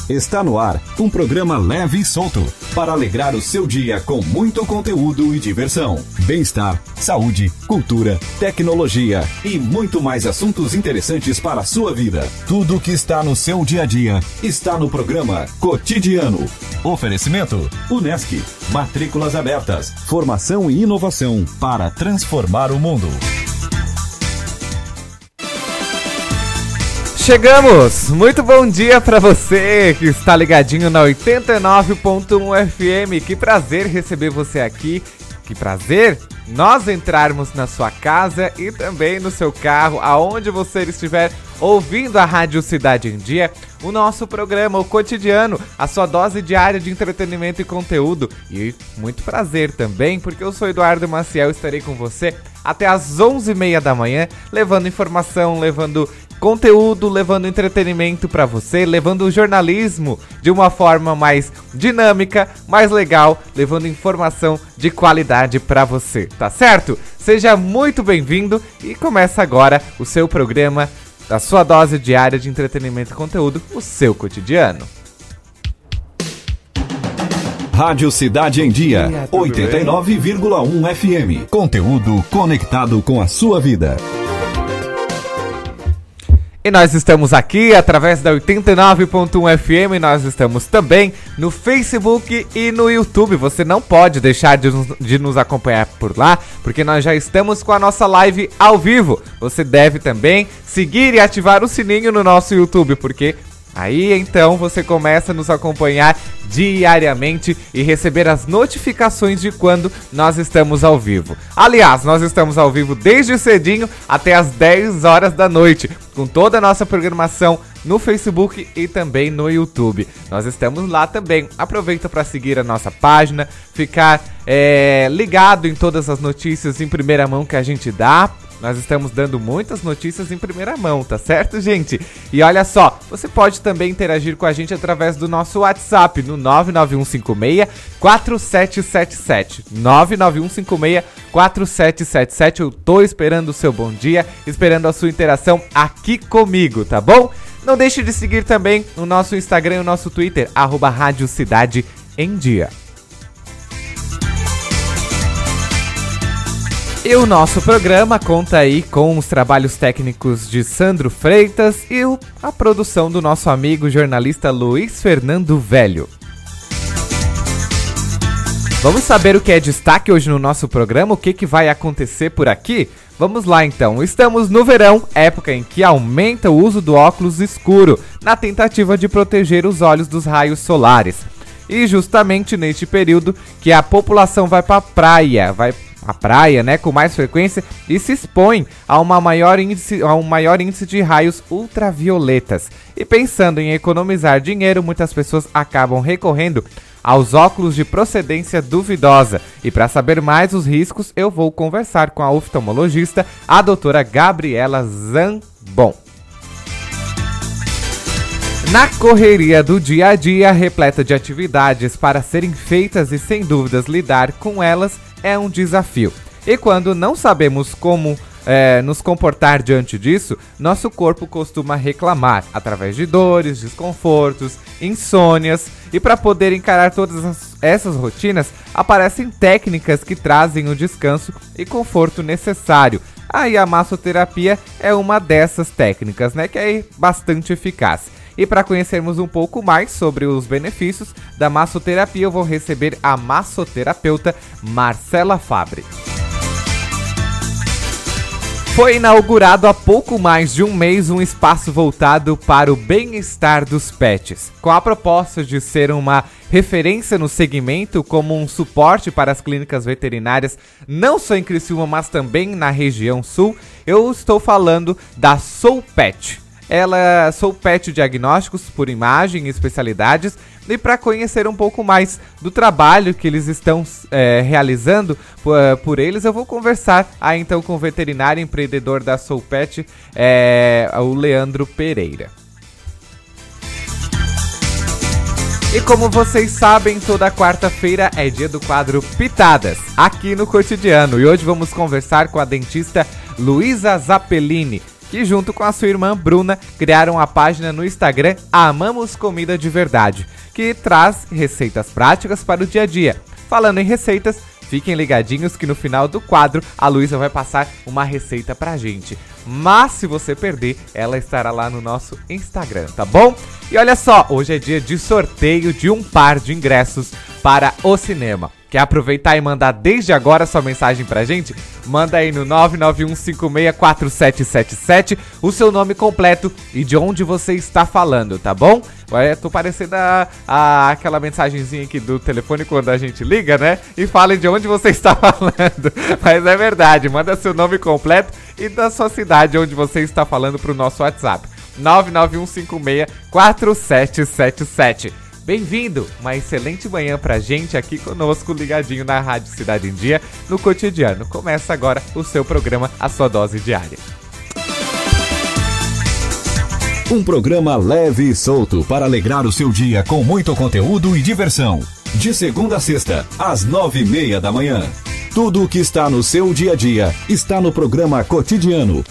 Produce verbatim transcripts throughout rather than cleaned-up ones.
Está no ar, um programa leve e solto, para alegrar o seu dia com muito conteúdo e diversão. Bem-estar, saúde, cultura, tecnologia e muito mais assuntos interessantes para a sua vida. Tudo o que está no seu dia a dia está no programa Cotidiano. Oferecimento Unesc, matrículas abertas, formação e inovação para transformar o mundo. Chegamos! Muito bom dia para você que está ligadinho na oitenta e nove ponto um F M. Que prazer receber você aqui. Que prazer nós entrarmos na sua casa e também no seu carro, aonde você estiver ouvindo a Rádio Cidade em Dia, o nosso programa, o Cotidiano, a sua dose diária de entretenimento e conteúdo. E muito prazer também, porque eu sou Eduardo Maciel, estarei com você até às onze e meia da manhã, levando informação, levando conteúdo, levando entretenimento pra você, levando o jornalismo de uma forma mais dinâmica, mais legal, levando informação de qualidade pra você, tá certo? Seja muito bem-vindo e começa agora o seu programa, a sua dose diária de entretenimento e conteúdo, o seu Cotidiano. Rádio Cidade em Dia, oitenta e nove vírgula um F M. Conteúdo conectado com a sua vida. E nós estamos aqui através da oitenta e nove ponto um F M, nós estamos também no Facebook e no YouTube. Você não pode deixar de nos, de nos acompanhar por lá, porque nós já estamos com a nossa live ao vivo. Você deve também seguir e ativar o sininho no nosso YouTube, porque aí então você começa a nos acompanhar diariamente e receber as notificações de quando nós estamos ao vivo. Aliás, nós estamos ao vivo desde cedinho até as dez horas da noite, com toda a nossa programação no Facebook e também no YouTube. Nós estamos lá também. Aproveita para seguir a nossa página, ficar é, ligado em todas as notícias em primeira mão que a gente dá. Nós estamos dando muitas notícias em primeira mão, tá certo, gente? E olha só, você pode também interagir com a gente através do nosso WhatsApp no nove nove um cinco seis quatro sete sete sete. nove nove um cinco seis quatro sete sete sete. Eu tô esperando o seu bom dia, esperando a sua interação aqui comigo, tá bom? Não deixe de seguir também o nosso Instagram e o nosso Twitter, arroba Rádio Cidade em Dia. E o nosso programa conta aí com os trabalhos técnicos de Sandro Freitas e a produção do nosso amigo jornalista Luiz Fernando Velho. Vamos saber o que é destaque hoje no nosso programa, o que, que vai acontecer por aqui? Vamos lá então, estamos no verão, época em que aumenta o uso do óculos escuro, na tentativa de proteger os olhos dos raios solares. E justamente neste período que a população vai para a praia, vai a praia, né, com mais frequência e se expõe a, uma maior índice, a um maior índice de raios ultravioletas. E pensando em economizar dinheiro, muitas pessoas acabam recorrendo aos óculos de procedência duvidosa. E para saber mais os riscos, eu vou conversar com a oftalmologista, a doutora Gabriela Zambon. Na correria do dia a dia, repleta de atividades para serem feitas e sem dúvidas lidar com elas é um desafio. E quando não sabemos como é, nos comportar diante disso, nosso corpo costuma reclamar através de dores, desconfortos, insônias. E para poder encarar todas as, essas rotinas, aparecem técnicas que trazem o descanso e conforto necessário. Aí a massoterapia é uma dessas técnicas, né, que é bastante eficaz. E para conhecermos um pouco mais sobre os benefícios da massoterapia, eu vou receber a massoterapeuta Marcela Fabre. Foi inaugurado há pouco mais de um mês um espaço voltado para o bem-estar dos pets, com a proposta de ser uma referência no segmento como um suporte para as clínicas veterinárias, não só em Criciúma, mas também na região sul. Eu estou falando da Soul Pet. Ela Soul Pet Diagnósticos por imagem e especialidades. E para conhecer um pouco mais do trabalho que eles estão é, realizando por, por eles, eu vou conversar aí então com o veterinário empreendedor da Soul Pet, é, o Leandro Pereira. E como vocês sabem, toda quarta-feira é dia do quadro Pitadas, aqui no Cotidiano. E hoje vamos conversar com a dentista Luísa Zappellini, que junto com a sua irmã Bruna criaram a página no Instagram Amamos Comida de Verdade, que traz receitas práticas para o dia a dia. Falando em receitas, fiquem ligadinhos que no final do quadro a Luísa vai passar uma receita pra gente. Mas se você perder, ela estará lá no nosso Instagram, tá bom? E olha só, hoje é dia de sorteio de um par de ingressos para o cinema. Quer aproveitar e mandar desde agora sua mensagem pra gente? Manda aí no nove nove um cinco seis quatro sete sete sete o seu nome completo e de onde você está falando, tá bom? Eu tô parecendo a, a, aquela mensagenzinha aqui do telefone quando a gente liga, né? E fala de onde você está falando. Mas é verdade, manda seu nome completo e da sua cidade onde você está falando pro nosso WhatsApp. nove nove um cinco seis quatro sete sete sete. Bem-vindo, uma excelente manhã pra gente aqui conosco, ligadinho na Rádio Cidade em Dia, no Cotidiano. Começa agora o seu programa, a sua dose diária. Um programa leve e solto para alegrar o seu dia com muito conteúdo e diversão. De segunda a sexta, às nove e meia da manhã. Tudo o que está no seu dia a dia está no programa Cotidiano.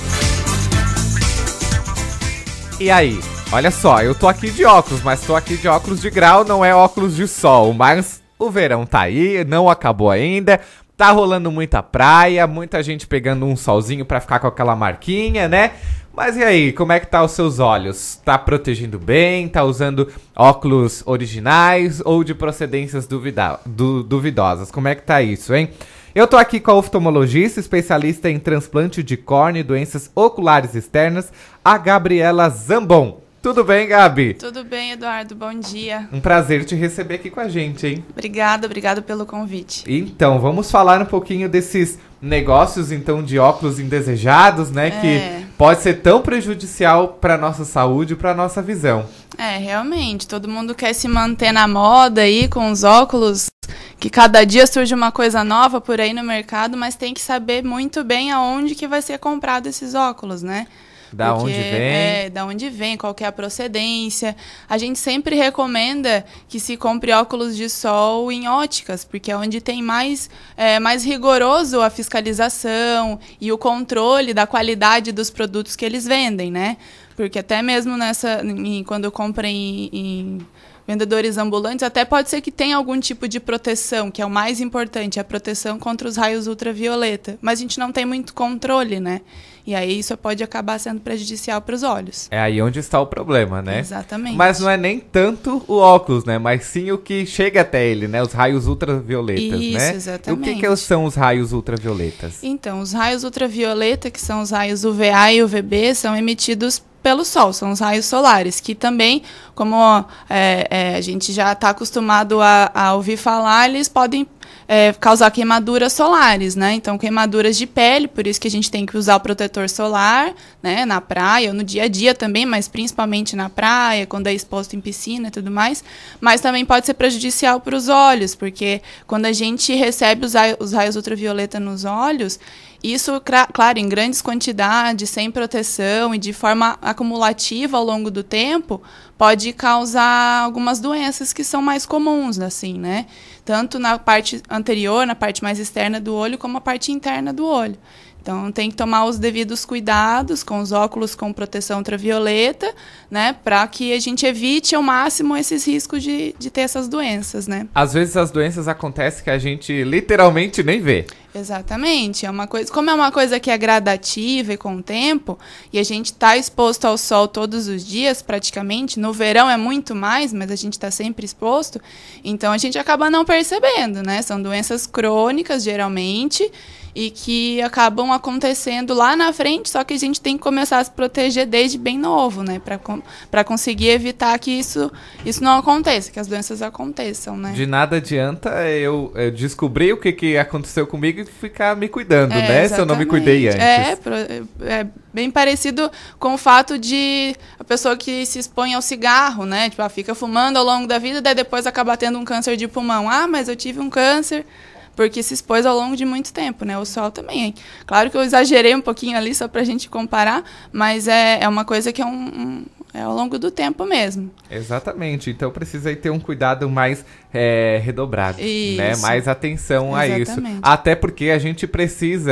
E aí? Olha só, eu tô aqui de óculos, mas tô aqui de óculos de grau, não é óculos de sol, mas o verão tá aí, não acabou ainda, tá rolando muita praia, muita gente pegando um solzinho pra ficar com aquela marquinha, né? Mas e aí, como é que tá os seus olhos? Tá protegendo bem? Tá usando óculos originais ou de procedências duvida- du- duvidosas? Como é que tá isso, hein? Eu tô aqui com a oftalmologista, especialista em transplante de córnea e doenças oculares externas, a Gabriela Zambon. Tudo bem, Gabi? Tudo bem, Eduardo. Bom dia. Um prazer te receber aqui com a gente, hein? Obrigada, obrigado pelo convite. Então, vamos falar um pouquinho desses negócios, então, de óculos indesejados, né? É. Que pode ser tão prejudicial para nossa saúde e para nossa visão. É, realmente. Todo mundo quer se manter na moda aí com os óculos, que cada dia surge uma coisa nova por aí no mercado, mas tem que saber muito bem aonde que vai ser comprado esses óculos, né? Da Porque, onde vem? É, da onde vem, qual que é a procedência. A gente sempre recomenda que se compre óculos de sol em óticas, porque é onde tem mais, é, mais rigoroso a fiscalização e o controle da qualidade dos produtos que eles vendem, né? Porque até mesmo nessa, em, quando compra em, em vendedores ambulantes, até pode ser que tenha algum tipo de proteção, que é o mais importante, a proteção contra os raios ultravioleta. Mas a gente não tem muito controle, né? E aí isso pode acabar sendo prejudicial para os olhos. É aí onde está o problema, né? Exatamente. Mas não é nem tanto o óculos, né? Mas sim o que chega até ele, né? Os raios ultravioletas, Isso, né? exatamente. E o que, que são os raios ultravioletas? Então, os raios ultravioleta, que são os raios U V A e U V B, são emitidos pelo sol, são os raios solares, que também, como é, é, a gente já está acostumado a, a ouvir falar, eles podem é, causar queimaduras solares, né? Então, queimaduras de pele, por isso que a gente tem que usar o protetor solar, né? Na praia ou no dia a dia também, mas principalmente na praia, quando é exposto em piscina e tudo mais. Mas também pode ser prejudicial para os olhos, porque quando a gente recebe os, ra- os raios ultravioleta nos olhos, isso, claro, em grandes quantidades, sem proteção e de forma acumulativa ao longo do tempo, pode causar algumas doenças que são mais comuns, assim, né? Tanto na parte anterior, na parte mais externa do olho, como a parte interna do olho. Então, tem que tomar os devidos cuidados com os óculos com proteção ultravioleta, né? Para que a gente evite ao máximo esses riscos de, de ter essas doenças, né? Às vezes as doenças acontecem que a gente literalmente nem vê. Exatamente. É uma coisa, como é uma coisa que é gradativa e com o tempo, e a gente está exposto ao sol todos os dias, praticamente, no verão é muito mais, mas a gente está sempre exposto, então a gente acaba não percebendo, né? São doenças crônicas, geralmente, e que acabam acontecendo lá na frente, só que a gente tem que começar a se proteger desde bem novo, né? Para conseguir evitar que isso, isso não aconteça, que as doenças aconteçam, né? De nada adianta eu, eu descobrir o que, que aconteceu comigo e ficar me cuidando, É, né? Se eu não me cuidei antes. É, pro- é bem parecido com o fato de a pessoa que se expõe ao cigarro, né? Tipo, ela fica fumando ao longo da vida, daí depois acaba tendo um câncer de pulmão. Ah, mas eu tive um câncer porque se expôs ao longo de muito tempo, né? O sol também, hein? Claro que eu exagerei um pouquinho ali só pra gente comparar, mas é, é uma coisa que é um, um é ao longo do tempo mesmo. Exatamente, então precisa aí ter um cuidado mais é, redobrado, Isso. né? Mais atenção a isso. Exatamente. Até porque a gente precisa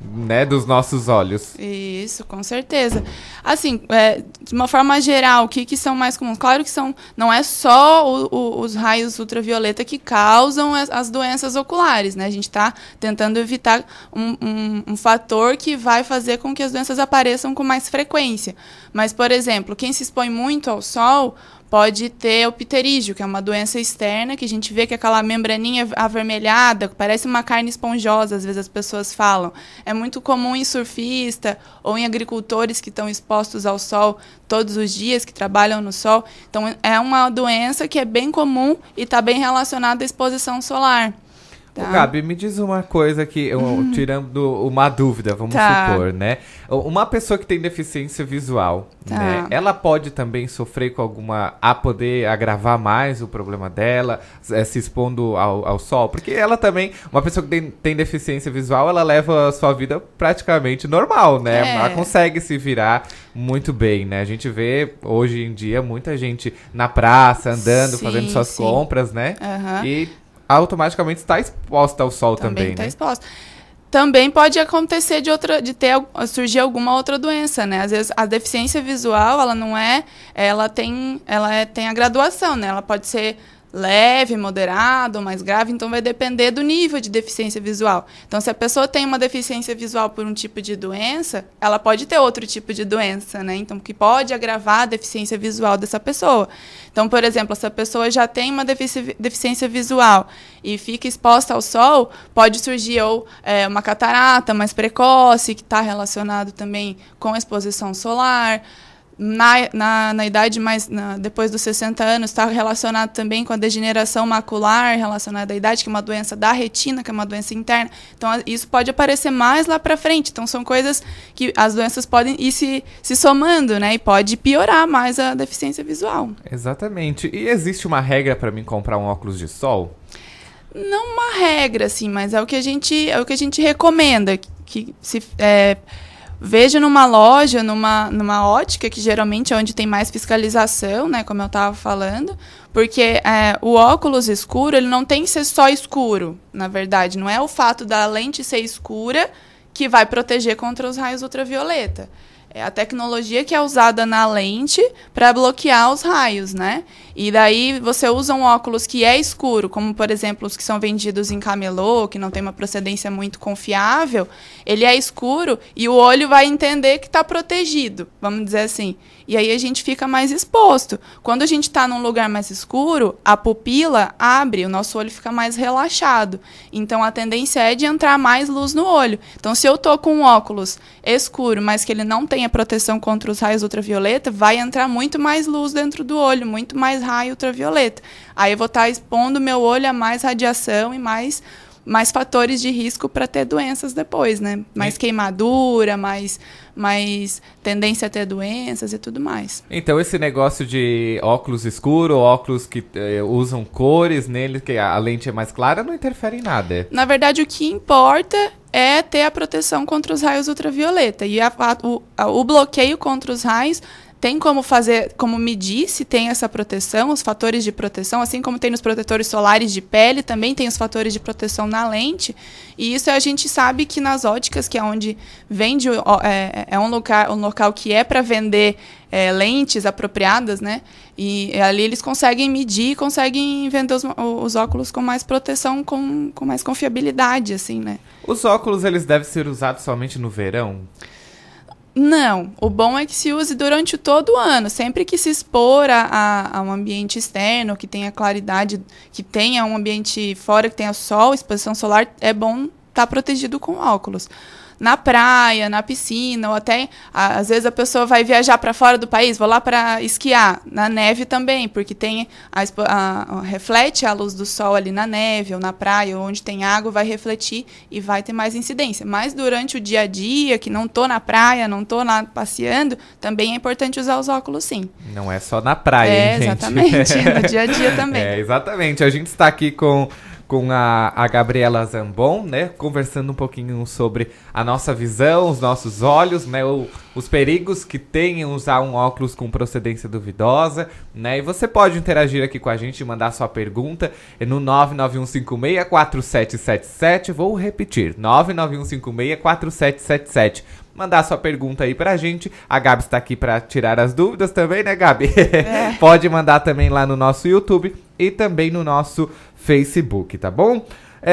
né, dos nossos olhos. Isso, com certeza. Assim, é, de uma forma geral, o que, que são mais comuns? Claro que são, não é só o, o, os raios ultravioleta que causam as, as doenças oculares, né? A gente está tentando evitar um, um, um fator que vai fazer com que as doenças apareçam com mais frequência. Mas, por exemplo, quem se expõe muito ao sol pode ter o pterígio, que é uma doença externa, que a gente vê que aquela membraninha avermelhada, parece uma carne esponjosa, às vezes as pessoas falam. É muito comum em surfista ou em agricultores que estão expostos ao sol todos os dias, que trabalham no sol. Então, é uma doença que é bem comum e está bem relacionada à exposição solar. Tá. Ô, Gabi, me diz uma coisa aqui, uhum. tirando uma dúvida, vamos tá. supor, né? Uma pessoa que tem deficiência visual, tá. né? Ela pode também sofrer com alguma... a poder agravar mais o problema dela, é, se expondo ao, ao sol? Porque ela também, uma pessoa que tem, tem deficiência visual, ela leva a sua vida praticamente normal, né? É. Ela consegue se virar muito bem, né? A gente vê, hoje em dia, muita gente na praça, andando, sim, fazendo suas sim. compras, né? Uhum. E... automaticamente está exposta ao sol também, também tá né? exposta. Também pode acontecer de, outra, de ter, surgir alguma outra doença, né? Às vezes a deficiência visual, ela não é, ela tem, ela é, tem a graduação, né? Ela pode ser leve, moderado, mais grave, então vai depender do nível de deficiência visual. Então, se a pessoa tem uma deficiência visual por um tipo de doença, ela pode ter outro tipo de doença, né? Então, que pode agravar a deficiência visual dessa pessoa. Então, por exemplo, se a pessoa já tem uma defici- deficiência visual e fica exposta ao sol, pode surgir ou é, uma catarata mais precoce, que está relacionado também com a exposição solar. Na, na, na idade mais na, depois dos sessenta anos, está relacionado também com a degeneração macular relacionada à idade, que é uma doença da retina, que é uma doença interna. Então, isso pode aparecer mais lá para frente. Então, são coisas que as doenças podem ir se, se somando, né? E pode piorar mais a deficiência visual. Exatamente. E existe uma regra para mim comprar um óculos de sol? Não uma regra, assim, mas é o que a gente, é o que a gente recomenda. Que se... É, veja numa loja, numa, numa ótica, que geralmente é onde tem mais fiscalização, né, como eu estava falando, porque é, o óculos escuro, ele não tem que ser só escuro, na verdade. Não é o fato da lente ser escura que vai proteger contra os raios ultravioleta. É a tecnologia que é usada na lente para bloquear os raios, né? E daí você usa um óculos que é escuro, como, por exemplo, os que são vendidos em camelô, que não tem uma procedência muito confiável. Ele é escuro e o olho vai entender que está protegido, vamos dizer assim. E aí a gente fica mais exposto. Quando a gente está num lugar mais escuro, a pupila abre, o nosso olho fica mais relaxado. Então, a tendência é de entrar mais luz no olho. Então, se eu estou com um óculos escuro, mas que ele não tenha proteção contra os raios ultravioleta, vai entrar muito mais luz dentro do olho, muito mais raio ultravioleta. Aí eu vou estar expondo meu olho a mais radiação e mais... mais fatores de risco para ter doenças depois, né? Mais queimadura, mais, mais tendência a ter doenças e tudo mais. Então, esse negócio de óculos escuro, óculos que eh, usam cores nele, que a lente é mais clara, não interfere em nada. Na verdade, o que importa é ter a proteção contra os raios ultravioleta. E a, a, o, a, o bloqueio contra os raios... tem como fazer, como medir se tem essa proteção, os fatores de proteção, assim como tem nos protetores solares de pele, também tem os fatores de proteção na lente. E isso a gente sabe que nas óticas, que é onde vende, é, é um, local, um local que é para vender é, lentes apropriadas, né? E ali eles conseguem medir, conseguem vender os, os óculos com mais proteção, com, com mais confiabilidade, assim, né? Os óculos, eles devem ser usados somente no verão? Não, o bom é que se use durante todo o ano, sempre que se expor a, a, a um ambiente externo, que tenha claridade, que tenha um ambiente fora, que tenha sol, exposição solar, é bom estar protegido com óculos. Na praia, na piscina, ou até, às vezes a pessoa vai viajar para fora do país, vou lá para esquiar, na neve também, porque tem a, a, a, reflete a luz do sol ali na neve, ou na praia, ou onde tem água, vai refletir e vai ter mais incidência. Mas durante o dia a dia, que não estou na praia, não estou lá passeando, também é importante usar os óculos, sim. Não é só na praia, é, hein, gente? Exatamente, no dia a dia também. É, exatamente. A gente está aqui com... com a, a Gabriela Zambon, né? Conversando um pouquinho sobre a nossa visão, os nossos olhos, né? O, os perigos que tem em usar um óculos com procedência duvidosa, né? E você pode interagir aqui com a gente, mandar sua pergunta no nove nove um cinco seis quatro sete sete sete. Vou repetir, nove nove um cinco seis quatro sete sete sete. Mandar sua pergunta aí pra gente. A Gabi está aqui pra tirar as dúvidas também, né, Gabi? É. Pode mandar também lá no nosso YouTube e também no nosso Facebook, tá bom?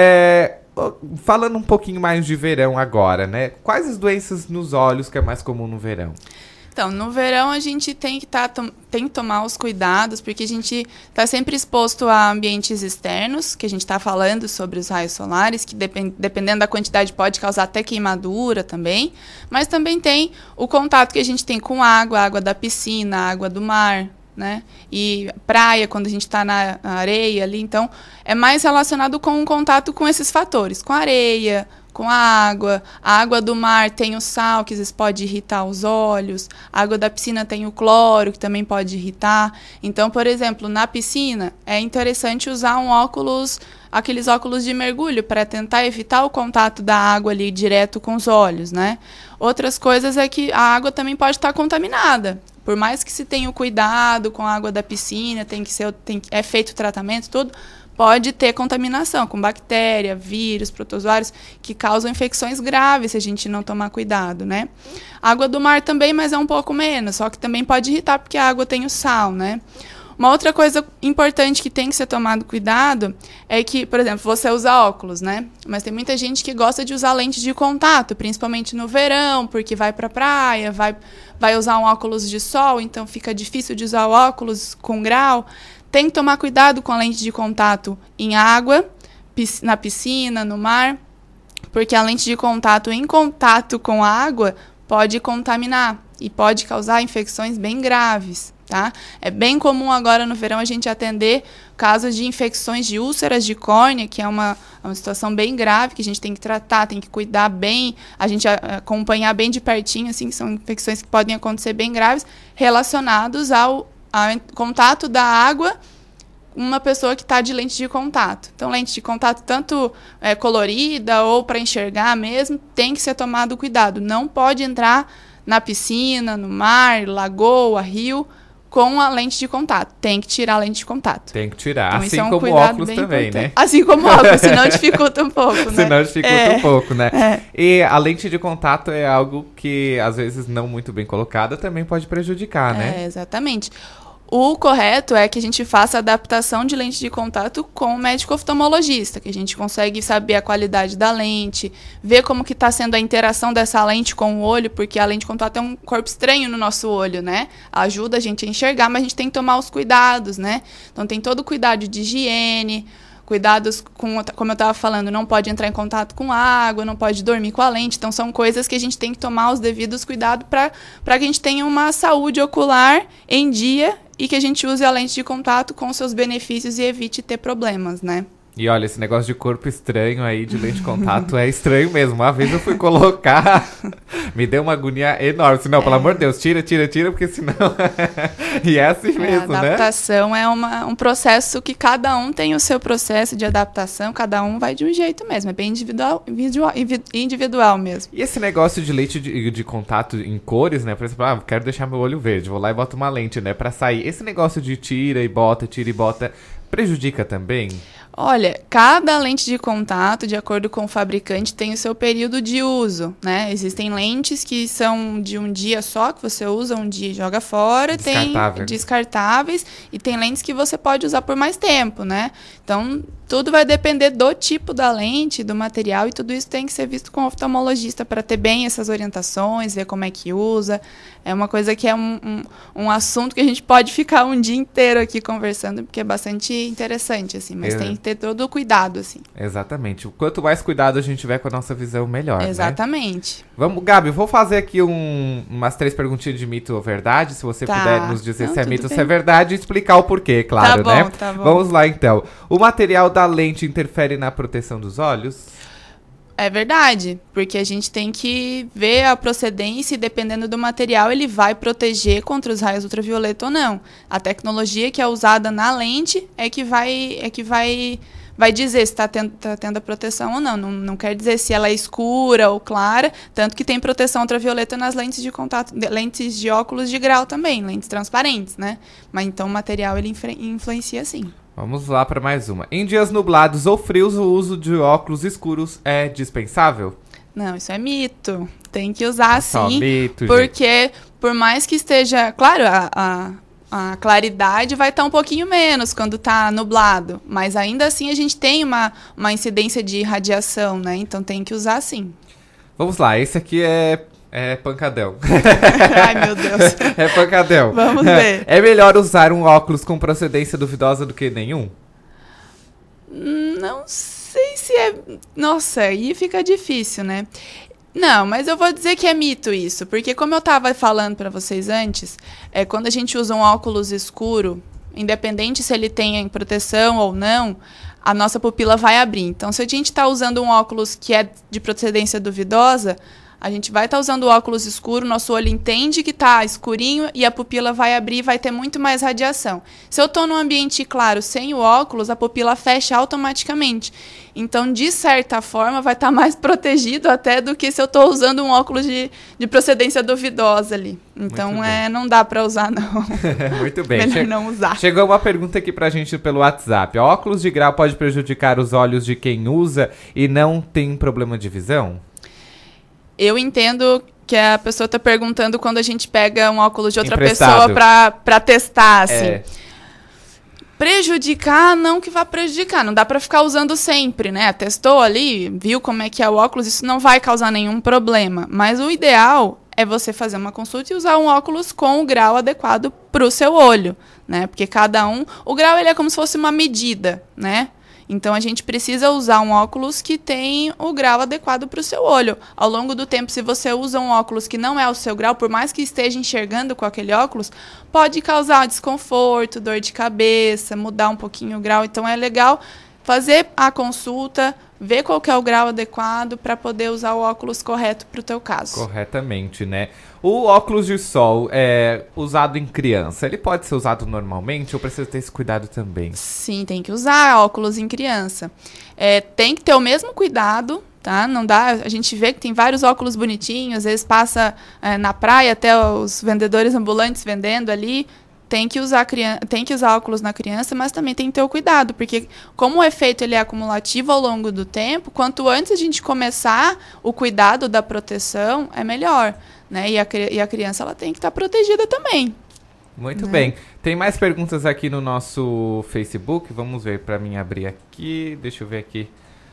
É, falando um pouquinho mais de verão agora, né? Quais as doenças nos olhos que é mais comum no verão? Então, no verão a gente tem que, tá, tom, tem que tomar os cuidados, porque a gente está sempre exposto a ambientes externos, que a gente está falando sobre os raios solares, que depend, dependendo da quantidade pode causar até queimadura também, mas também tem o contato que a gente tem com água, água da piscina, água do mar, né? E praia, quando a gente está na areia ali, então é mais relacionado com o contato com esses fatores, com a areia, com a água. A água do mar tem o sal, que às vezes pode irritar os olhos. A água da piscina tem o cloro, que também pode irritar. Então, por exemplo, na piscina, é interessante usar um óculos, aqueles óculos de mergulho, para tentar evitar o contato da água ali direto com os olhos, né? Outras coisas é que a água também pode estar contaminada. Por mais que se tenha o cuidado com a água da piscina, tem que ser, tem, é feito o tratamento, tudo, pode ter contaminação com bactéria, vírus, protozoários, que causam infecções graves se a gente não tomar cuidado, né? Água do mar também, mas é um pouco menos, só que também pode irritar porque a água tem o sal, né? Uma outra coisa importante que tem que ser tomado cuidado é que, por exemplo, você usa óculos, né? Mas tem muita gente que gosta de usar lente de contato, principalmente no verão, porque vai pra praia, vai, vai usar um óculos de sol, então fica difícil de usar o óculos com grau. Tem que tomar cuidado com a lente de contato em água, na piscina, no mar, porque a lente de contato em contato com a água pode contaminar e pode causar infecções bem graves, tá? É bem comum agora no verão a gente atender casos de infecções de úlceras de córnea, que é uma, uma situação bem grave, que a gente tem que tratar, tem que cuidar bem, a gente a, acompanhar bem de pertinho, assim, que são infecções que podem acontecer bem graves, relacionados ao ao contato da água uma pessoa que está de lente de contato. Então, lente de contato tanto é, colorida ou para enxergar mesmo, tem que ser tomado cuidado. Não pode entrar na piscina, no mar, lagoa, rio, com a lente de contato. Tem que tirar a lente de contato. Tem que tirar, então, assim é um como óculos também, importante. né? Assim como óculos, senão dificulta um pouco, né? Senão dificulta é. um pouco, né? É. E a lente de contato é algo que, às vezes, não muito bem colocada, também pode prejudicar, né? É, exatamente. O correto é que a gente faça a adaptação de lente de contato com o médico oftalmologista, que a gente consegue saber a qualidade da lente, ver como que está sendo a interação dessa lente com o olho, porque a lente de contato é um corpo estranho no nosso olho, né? Ajuda a gente a enxergar, mas a gente tem que tomar os cuidados, né? Então tem todo o cuidado de higiene, cuidados com, como eu estava falando, não pode entrar em contato com água, não pode dormir com a lente. Então, são coisas que a gente tem que tomar os devidos cuidados para que a gente tenha uma saúde ocular em dia e que a gente use a lente de contato com seus benefícios e evite ter problemas, né? E olha, esse negócio de corpo estranho aí, de lente de contato, é estranho mesmo. Uma vez eu fui colocar, me deu uma agonia enorme. Senão, é. Pelo amor de Deus, tira, tira, tira, porque senão... E é assim mesmo, né? A adaptação né? é uma, um processo que cada um tem o seu processo de adaptação, cada um vai de um jeito mesmo, é bem individual, individual, individual mesmo. E esse negócio de lente de, de contato em cores, né? Por exemplo, ah, quero deixar meu olho verde, vou lá e boto uma lente, né? Pra sair. Esse negócio de tira e bota, tira e bota, prejudica também? Olha, cada lente de contato, de acordo com o fabricante, tem o seu período de uso, né? Existem lentes que são de um dia só, que você usa um dia e joga fora. Tem descartáveis e tem lentes que você pode usar por mais tempo, né? Então, tudo vai depender do tipo da lente, do material, e tudo isso tem que ser visto com o oftalmologista para ter bem essas orientações, ver como é que usa. É uma coisa que é um, um, um assunto que a gente pode ficar um dia inteiro aqui conversando, porque é bastante interessante, assim, mas é. tem que ter todo o cuidado, assim. Exatamente. Quanto mais cuidado a gente tiver com a nossa visão, melhor, Exatamente. Né? Vamos, Gabi, vou fazer aqui um, umas três perguntinhas de mito ou verdade, se você tá. puder nos dizer Não, se é mito ou se é verdade e explicar o porquê, claro, tá bom, né? Tá bom. Vamos lá, então. O material da lente interfere na proteção dos olhos? É verdade, porque a gente tem que ver a procedência e, dependendo do material, ele vai proteger contra os raios ultravioleta ou não. A tecnologia que é usada na lente é que vai, é que vai vai dizer se está tendo, tá tendo a proteção ou não. não. Não quer dizer se ela é escura ou clara, tanto que tem proteção ultravioleta nas lentes de contato, de, lentes de óculos de grau também, lentes transparentes, né? Mas então o material ele influ- influencia sim. Vamos lá para mais uma. Em dias nublados ou frios, o uso de óculos escuros é dispensável? Não, isso é mito. Tem que usar É só sim, mito, porque gente. Por mais que esteja... Claro, a, a, a claridade vai estar um pouquinho menos quando está nublado, mas ainda assim a gente tem uma, uma incidência de radiação, né? Então tem que usar sim. Vamos lá, esse aqui é... É pancadão. Ai, meu Deus. É pancadão. Vamos ver. É melhor usar um óculos com procedência duvidosa do que nenhum? Não sei se é... Nossa, aí fica difícil, né? Não, mas eu vou dizer que é mito isso. Porque como eu estava falando para vocês antes, é, quando a gente usa um óculos escuro, independente se ele tem proteção ou não, a nossa pupila vai abrir. Então, se a gente está usando um óculos que é de procedência duvidosa... A gente vai estar tá usando o óculos escuro, nosso olho entende que está escurinho e a pupila vai abrir e vai ter muito mais radiação. Se eu estou num ambiente claro, sem o óculos, a pupila fecha automaticamente. Então, de certa forma, vai estar tá mais protegido até do que se eu estou usando um óculos de, de procedência duvidosa ali. Então, é, não dá para usar, não. Muito bem. Melhor che- não usar. Chegou uma pergunta aqui pra gente pelo WhatsApp. Óculos de grau pode prejudicar os olhos de quem usa e não tem problema de visão? Eu entendo que a pessoa está perguntando quando a gente pega um óculos de outra Emprestado. pessoa para testar, assim. É. Prejudicar, não que vá prejudicar. Não dá para ficar usando sempre, né? Testou ali, viu como é que é o óculos, isso não vai causar nenhum problema. Mas o ideal é você fazer uma consulta e usar um óculos com o grau adequado para o seu olho, né? Porque cada um... O grau, ele é como se fosse uma medida, né? Então, a gente precisa usar um óculos que tem o grau adequado para o seu olho. Ao longo do tempo, se você usa um óculos que não é o seu grau, por mais que esteja enxergando com aquele óculos, pode causar desconforto, dor de cabeça, mudar um pouquinho o grau. Então, é legal fazer a consulta, ver qual que é o grau adequado para poder usar o óculos correto para o teu caso. Corretamente, né? O óculos de sol é usado em criança, ele pode ser usado normalmente ou precisa ter esse cuidado também? Sim, tem que usar óculos em criança. É, tem que ter o mesmo cuidado, tá? Não dá, a gente vê que tem vários óculos bonitinhos, às vezes passa é, na praia até os vendedores ambulantes vendendo ali. Tem que usar criança, tem que usar óculos na criança, mas também tem que ter o cuidado, porque como o efeito ele é acumulativo ao longo do tempo, quanto antes a gente começar o cuidado da proteção, é melhor, né? E a, e a criança ela tem que estar protegida também. Muito né? bem. Tem mais perguntas aqui no nosso Facebook. Vamos ver para mim abrir aqui. Deixa eu ver aqui.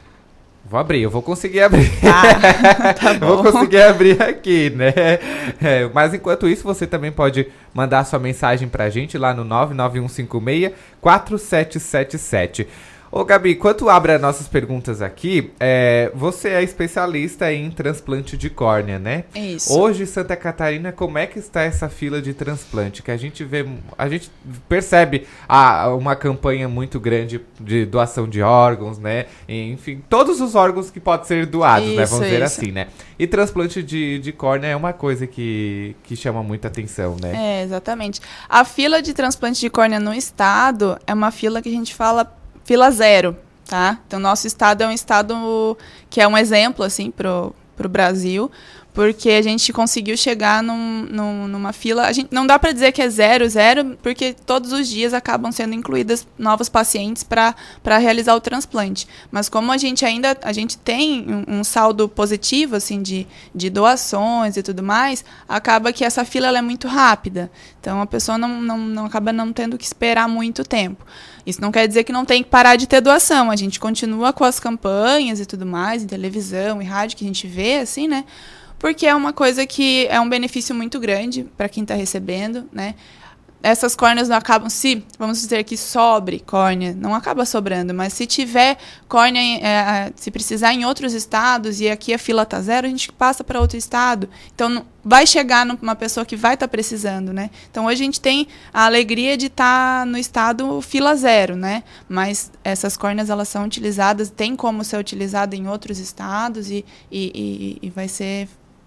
Vou abrir, eu vou conseguir abrir. Ah, tá bom. Vou conseguir abrir aqui, né? É, mas enquanto isso, você também pode mandar sua mensagem pra gente lá no nove nove um cinco seis quatro sete sete sete. Ô, Gabi, enquanto abre as nossas perguntas aqui, é, você é especialista em transplante de córnea, né? Isso. Hoje, Santa Catarina, como é que está essa fila de transplante? Que a gente vê, a gente percebe a, uma campanha muito grande de doação de órgãos, né? Enfim, todos os órgãos que podem ser doados, Isso, né? Vamos dizer isso. assim, né? E transplante de, de córnea é uma coisa que, que chama muita atenção, né? É, exatamente. A fila de transplante de córnea no estado é uma fila que a gente fala fila zero, tá? Então, nosso estado é um estado que é um exemplo, assim, pro, pro Brasil, porque a gente conseguiu chegar num, num, numa fila... A gente, não dá para dizer que é zero, zero, porque todos os dias acabam sendo incluídas novos pacientes para realizar o transplante. Mas como a gente ainda a gente tem um, um saldo positivo, assim, de, de doações e tudo mais, acaba que essa fila ela é muito rápida. Então, a pessoa não, não, não acaba não tendo que esperar muito tempo. Isso não quer dizer que não tem que parar de ter doação. A gente continua com as campanhas e tudo mais, em televisão e rádio, que a gente vê, assim, né? Porque é uma coisa que é um benefício muito grande para quem está recebendo, né? Essas córneas não acabam, se, vamos dizer que sobre córnea, não acaba sobrando, mas se tiver córnea, é, se precisar em outros estados e aqui a fila está zero, a gente passa para outro estado. Então, não, vai chegar numa pessoa que vai estar tá precisando, né? Então, hoje a gente tem a alegria de estar tá no estado fila zero, né? Mas essas córneas, elas são utilizadas, tem como ser utilizada em outros estados e, e, e, e vai ser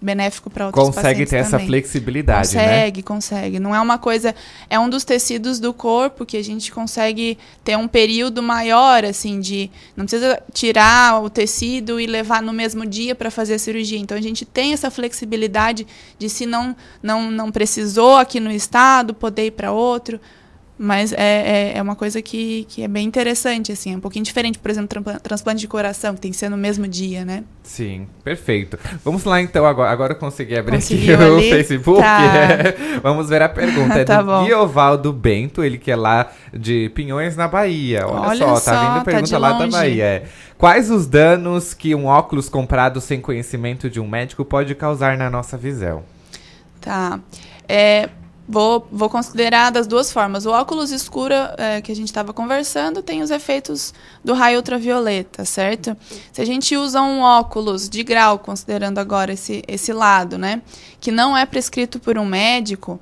benéfico para outros consegue pacientes ter essa também. flexibilidade, consegue, né? Consegue, consegue. Não é uma coisa... É um dos tecidos do corpo que a gente consegue ter um período maior, assim, de... Não precisa tirar o tecido e levar no mesmo dia para fazer a cirurgia. Então, a gente tem essa flexibilidade de, se não, não, não precisou aqui no estado, poder ir para outro... Mas é, é, é uma coisa que, que é bem interessante, assim, é um pouquinho diferente, por exemplo, transplante de coração, que tem que ser no mesmo dia, né? Sim, perfeito. Vamos lá, então, agora, agora eu consegui abrir Conseguiu aqui ali? o Facebook. Tá. É, vamos ver a pergunta. É Tá do bom. Guiovaldo Bento, ele que é lá de Pinhões, na Bahia. Olha, Olha só, só, tá vindo tá pergunta de lá da longe. Bahia. É. Quais os danos que um óculos comprado sem conhecimento de um médico pode causar na nossa visão? Tá. É... Vou, vou considerar das duas formas. O óculos escuro, é, que a gente estava conversando, tem os efeitos do raio ultravioleta, certo? Se a gente usa um óculos de grau, considerando agora esse, esse lado, né, que não é prescrito por um médico,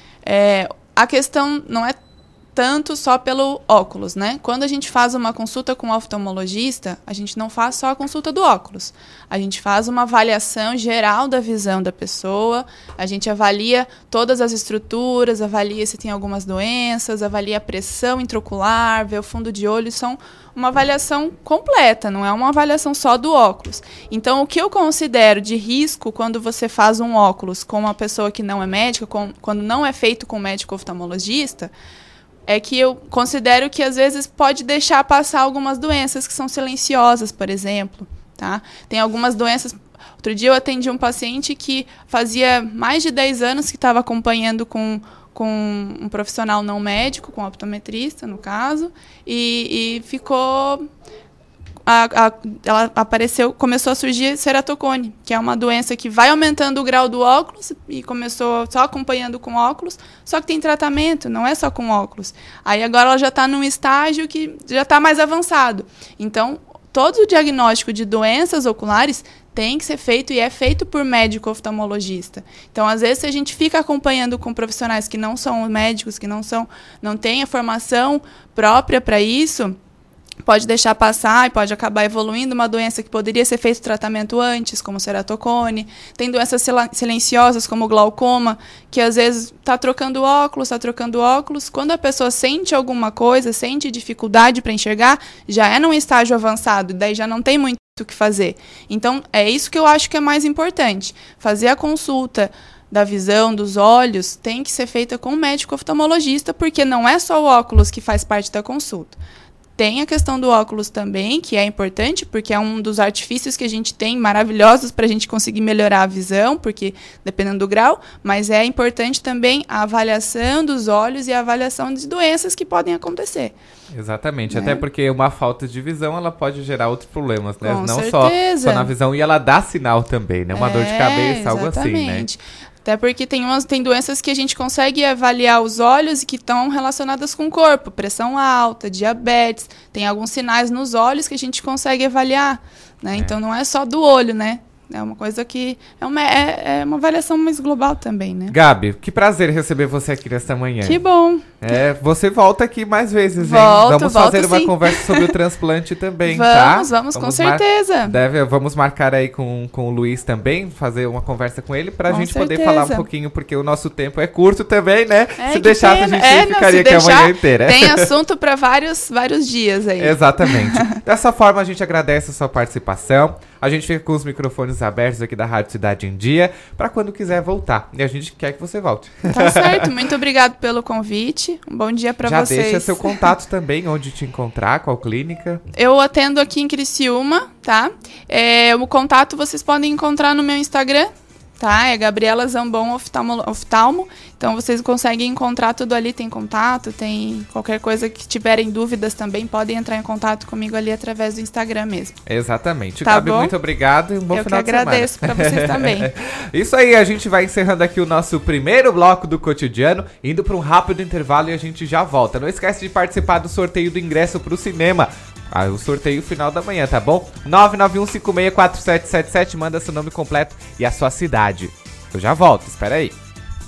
é, a questão não é tanto só pelo óculos, né? Quando a gente faz uma consulta com um oftalmologista, a gente não faz só a consulta do óculos. A gente faz uma avaliação geral da visão da pessoa, a gente avalia todas as estruturas, avalia se tem algumas doenças, avalia a pressão intraocular, vê o fundo de olho, são uma avaliação completa, não é uma avaliação só do óculos. Então, o que eu considero de risco quando você faz um óculos com uma pessoa que não é médica, com, quando não é feito com um médico oftalmologista, é que eu considero que, às vezes, pode deixar passar algumas doenças que são silenciosas, por exemplo, tá? Tem algumas doenças... Outro dia eu atendi um paciente que fazia mais de dez anos que estava acompanhando com, com um profissional não médico, com um optometrista, no caso, e, e ficou... A, a, ela apareceu, começou a surgir ceratocone, que é uma doença que vai aumentando o grau do óculos e começou só acompanhando com óculos, só que tem tratamento, não é só com óculos. Aí agora ela já está num estágio que já está mais avançado. Então, todo o diagnóstico de doenças oculares tem que ser feito e é feito por médico oftalmologista. Então, às vezes, se a gente fica acompanhando com profissionais que não são médicos, que não, são, não têm a formação própria para isso, pode deixar passar e pode acabar evoluindo uma doença que poderia ser feito tratamento antes, como ceratocone. Tem doenças silenciosas, como glaucoma, que às vezes está trocando óculos, está trocando óculos. Quando a pessoa sente alguma coisa, sente dificuldade para enxergar, já é num estágio avançado, daí já não tem muito o que fazer. Então, é isso que eu acho que é mais importante. Fazer a consulta da visão, dos olhos, tem que ser feita com um médico oftalmologista, porque não é só o óculos que faz parte da consulta. Tem a questão do óculos também, que é importante, porque é um dos artifícios que a gente tem maravilhosos para a gente conseguir melhorar a visão, porque dependendo do grau, mas é importante também a avaliação dos olhos e a avaliação de doenças que podem acontecer. Exatamente, né? Até porque uma falta de visão, ela pode gerar outros problemas, né? Com Não só, certeza. só na visão, e ela dá sinal também, né? Uma é, dor de cabeça, algo assim, né? Exatamente. Até porque tem, umas, tem doenças que a gente consegue avaliar os olhos e que estão relacionadas com o corpo. Pressão alta, diabetes. Tem alguns sinais nos olhos que a gente consegue avaliar, né? É. Então, não é só do olho, né? É uma coisa que... É uma, é, é uma avaliação mais global também, né? Gabi, que prazer receber você aqui nesta manhã. Que bom. É, você volta aqui mais vezes, hein? Volto, Vamos volto fazer uma sim. conversa sobre o transplante também, vamos, tá? Vamos, vamos, com mar- certeza. Deve, vamos marcar aí com, com o Luiz também, fazer uma conversa com ele, pra Com gente poder certeza. falar um pouquinho, porque o nosso tempo é curto também, né? É, se que deixasse, pena. a gente É, não, ficaria se aqui a deixar, manhã inteira. Tem assunto para vários, vários dias aí. Exatamente. Dessa forma, a gente agradece a sua participação. A gente fica com os microfones abertos aqui da Rádio Cidade em Dia, pra quando quiser voltar. E a gente quer que você volte. Tá certo. Muito obrigado pelo convite. Um bom dia para Já vocês. deixa seu contato também, onde te encontrar, qual clínica. Eu atendo aqui em Criciúma, tá? É, o contato vocês podem encontrar no meu Instagram, tá? É Gabriela Zambon Oftalmo, Oftalmo. Então vocês conseguem encontrar tudo ali, tem contato, tem qualquer coisa que tiverem dúvidas também, podem entrar em contato comigo ali através do Instagram mesmo. Exatamente. Tá Gabi, bom? muito obrigado e um bom Eu final que de semana. agradeço para vocês também. Isso aí, a gente vai encerrando aqui o nosso primeiro bloco do cotidiano, indo para um rápido intervalo e a gente já volta. Não esquece de participar do sorteio do ingresso para o cinema. Ah, o sorteio final da manhã, tá bom? nove nove um cinco seis quatro sete sete sete, manda seu nome completo e a sua cidade. Eu já volto, espera aí.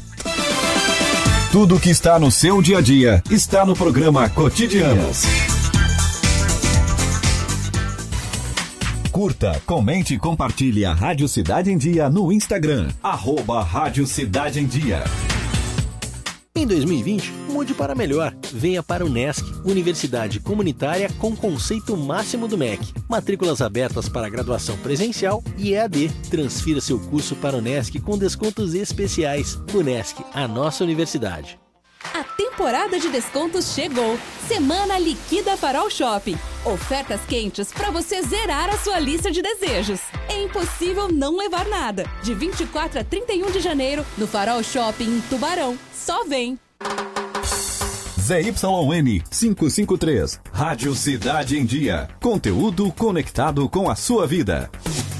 Tudo que está no seu dia a dia está no programa Cotidianos. Curta, comente e compartilhe a Rádio Cidade em Dia no Instagram, arroba Rádio Cidade em Dia. Em dois mil e vinte, mude para melhor. Venha para o Unesc, Universidade Comunitária com conceito máximo do M E C. Matrículas abertas para graduação presencial e E A D. Transfira seu curso para o Unesc com descontos especiais. Unesc, a nossa universidade. A temporada de descontos chegou. Semana Liquida Farol Shopping. Ofertas quentes para você zerar a sua lista de desejos. É impossível não levar nada. De vinte e quatro a trinta e um de janeiro, no Farol Shopping em Tubarão. Só vem! Z Y N quinhentos e cinquenta e três, Rádio Cidade em Dia. Conteúdo conectado com a sua vida.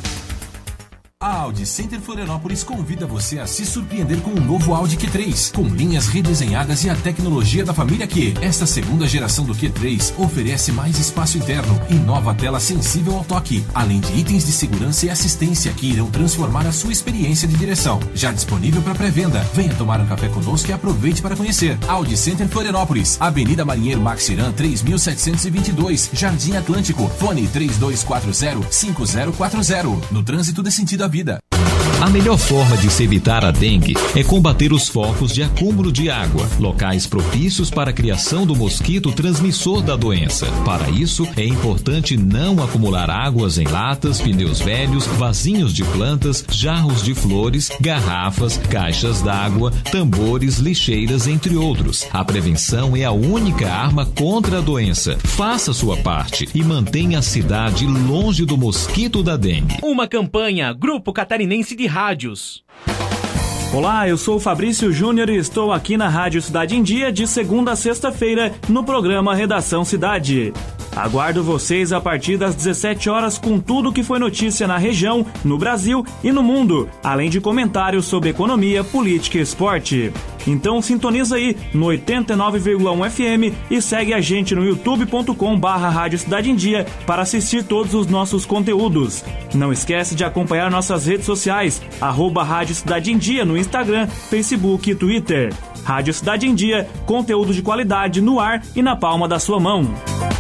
A Audi Center Florianópolis convida você a se surpreender com o novo Audi Q três, com linhas redesenhadas e a tecnologia da família Q. Esta segunda geração do Q três oferece mais espaço interno e nova tela sensível ao toque, além de itens de segurança e assistência que irão transformar a sua experiência de direção. Já disponível para pré-venda. Venha tomar um café conosco e aproveite para conhecer. Audi Center Florianópolis, Avenida Marinheiro Maxiran três mil setecentos e vinte e dois, Jardim Atlântico, fone três dois quatro zero, cinco zero quatro zero. No trânsito dê sentido à vida. A melhor forma de se evitar a dengue é combater os focos de acúmulo de água, locais propícios para a criação do mosquito transmissor da doença. Para isso, é importante não acumular águas em latas, pneus velhos, vasinhos de plantas, jarros de flores, garrafas, caixas d'água, tambores, lixeiras, entre outros. A prevenção é a única arma contra a doença. Faça sua parte e mantenha a cidade longe do mosquito da dengue. Uma campanha Grupo Catarinense de Rádios. Olá, eu sou o Fabrício Júnior e estou aqui na Rádio Cidade em Dia de segunda a sexta-feira no programa Redação Cidade. Aguardo vocês a partir das dezessete horas com tudo que foi notícia na região, no Brasil e no mundo, além de comentários sobre economia, política e esporte. Então sintoniza aí no oitenta e nove vírgula um F M e segue a gente no youtube ponto com barra Rádio Cidade em Dia para assistir todos os nossos conteúdos. Não esquece de acompanhar nossas redes sociais, arroba Rádio Cidade em Dia no Instagram, Facebook e Twitter. Rádio Cidade em Dia, conteúdo de qualidade no ar e na palma da sua mão.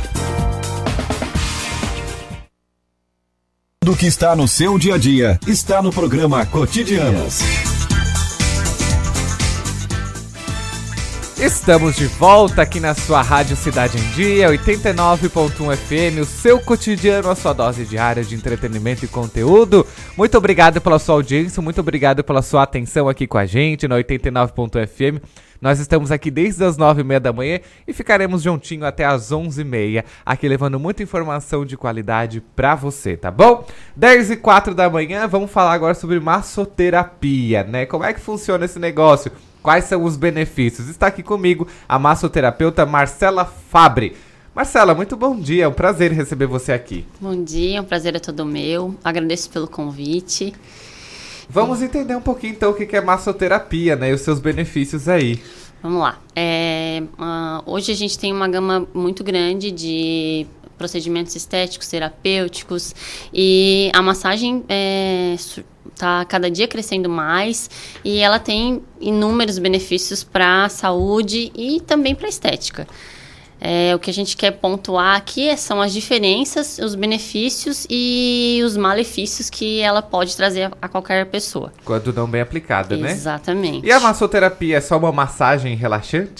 Do que está no seu dia a dia, está no programa Cotidianos. Estamos de volta aqui na sua Rádio Cidade em Dia, oitenta e nove ponto um F M, o seu cotidiano, a sua dose diária de entretenimento e conteúdo. Muito obrigado pela sua audiência, muito obrigado pela sua atenção aqui com a gente na oitenta e nove ponto um F M. Nós estamos aqui desde as nove e meia da manhã e ficaremos juntinho até as onze e meia, aqui levando muita informação de qualidade pra você, tá bom? dez e quatro da manhã, vamos falar agora sobre massoterapia, né? Como é que funciona esse negócio? Quais são os benefícios? Está aqui comigo a massoterapeuta Marcela Fabre. Marcela, muito bom dia, é um prazer receber você aqui. Bom dia, um prazer é todo meu, agradeço pelo convite. Vamos entender um pouquinho então o que é massoterapia, né, e os seus benefícios aí. Vamos lá, é, uh, hoje a gente tem uma gama muito grande de procedimentos estéticos, terapêuticos, e a massagem está cada dia crescendo mais e ela tem inúmeros benefícios para a saúde e também para a estética. É, o que a gente quer pontuar aqui são as diferenças, os benefícios e os malefícios que ela pode trazer a qualquer pessoa. Quando não bem aplicada, né? Exatamente. E a massoterapia é só uma massagem relaxante?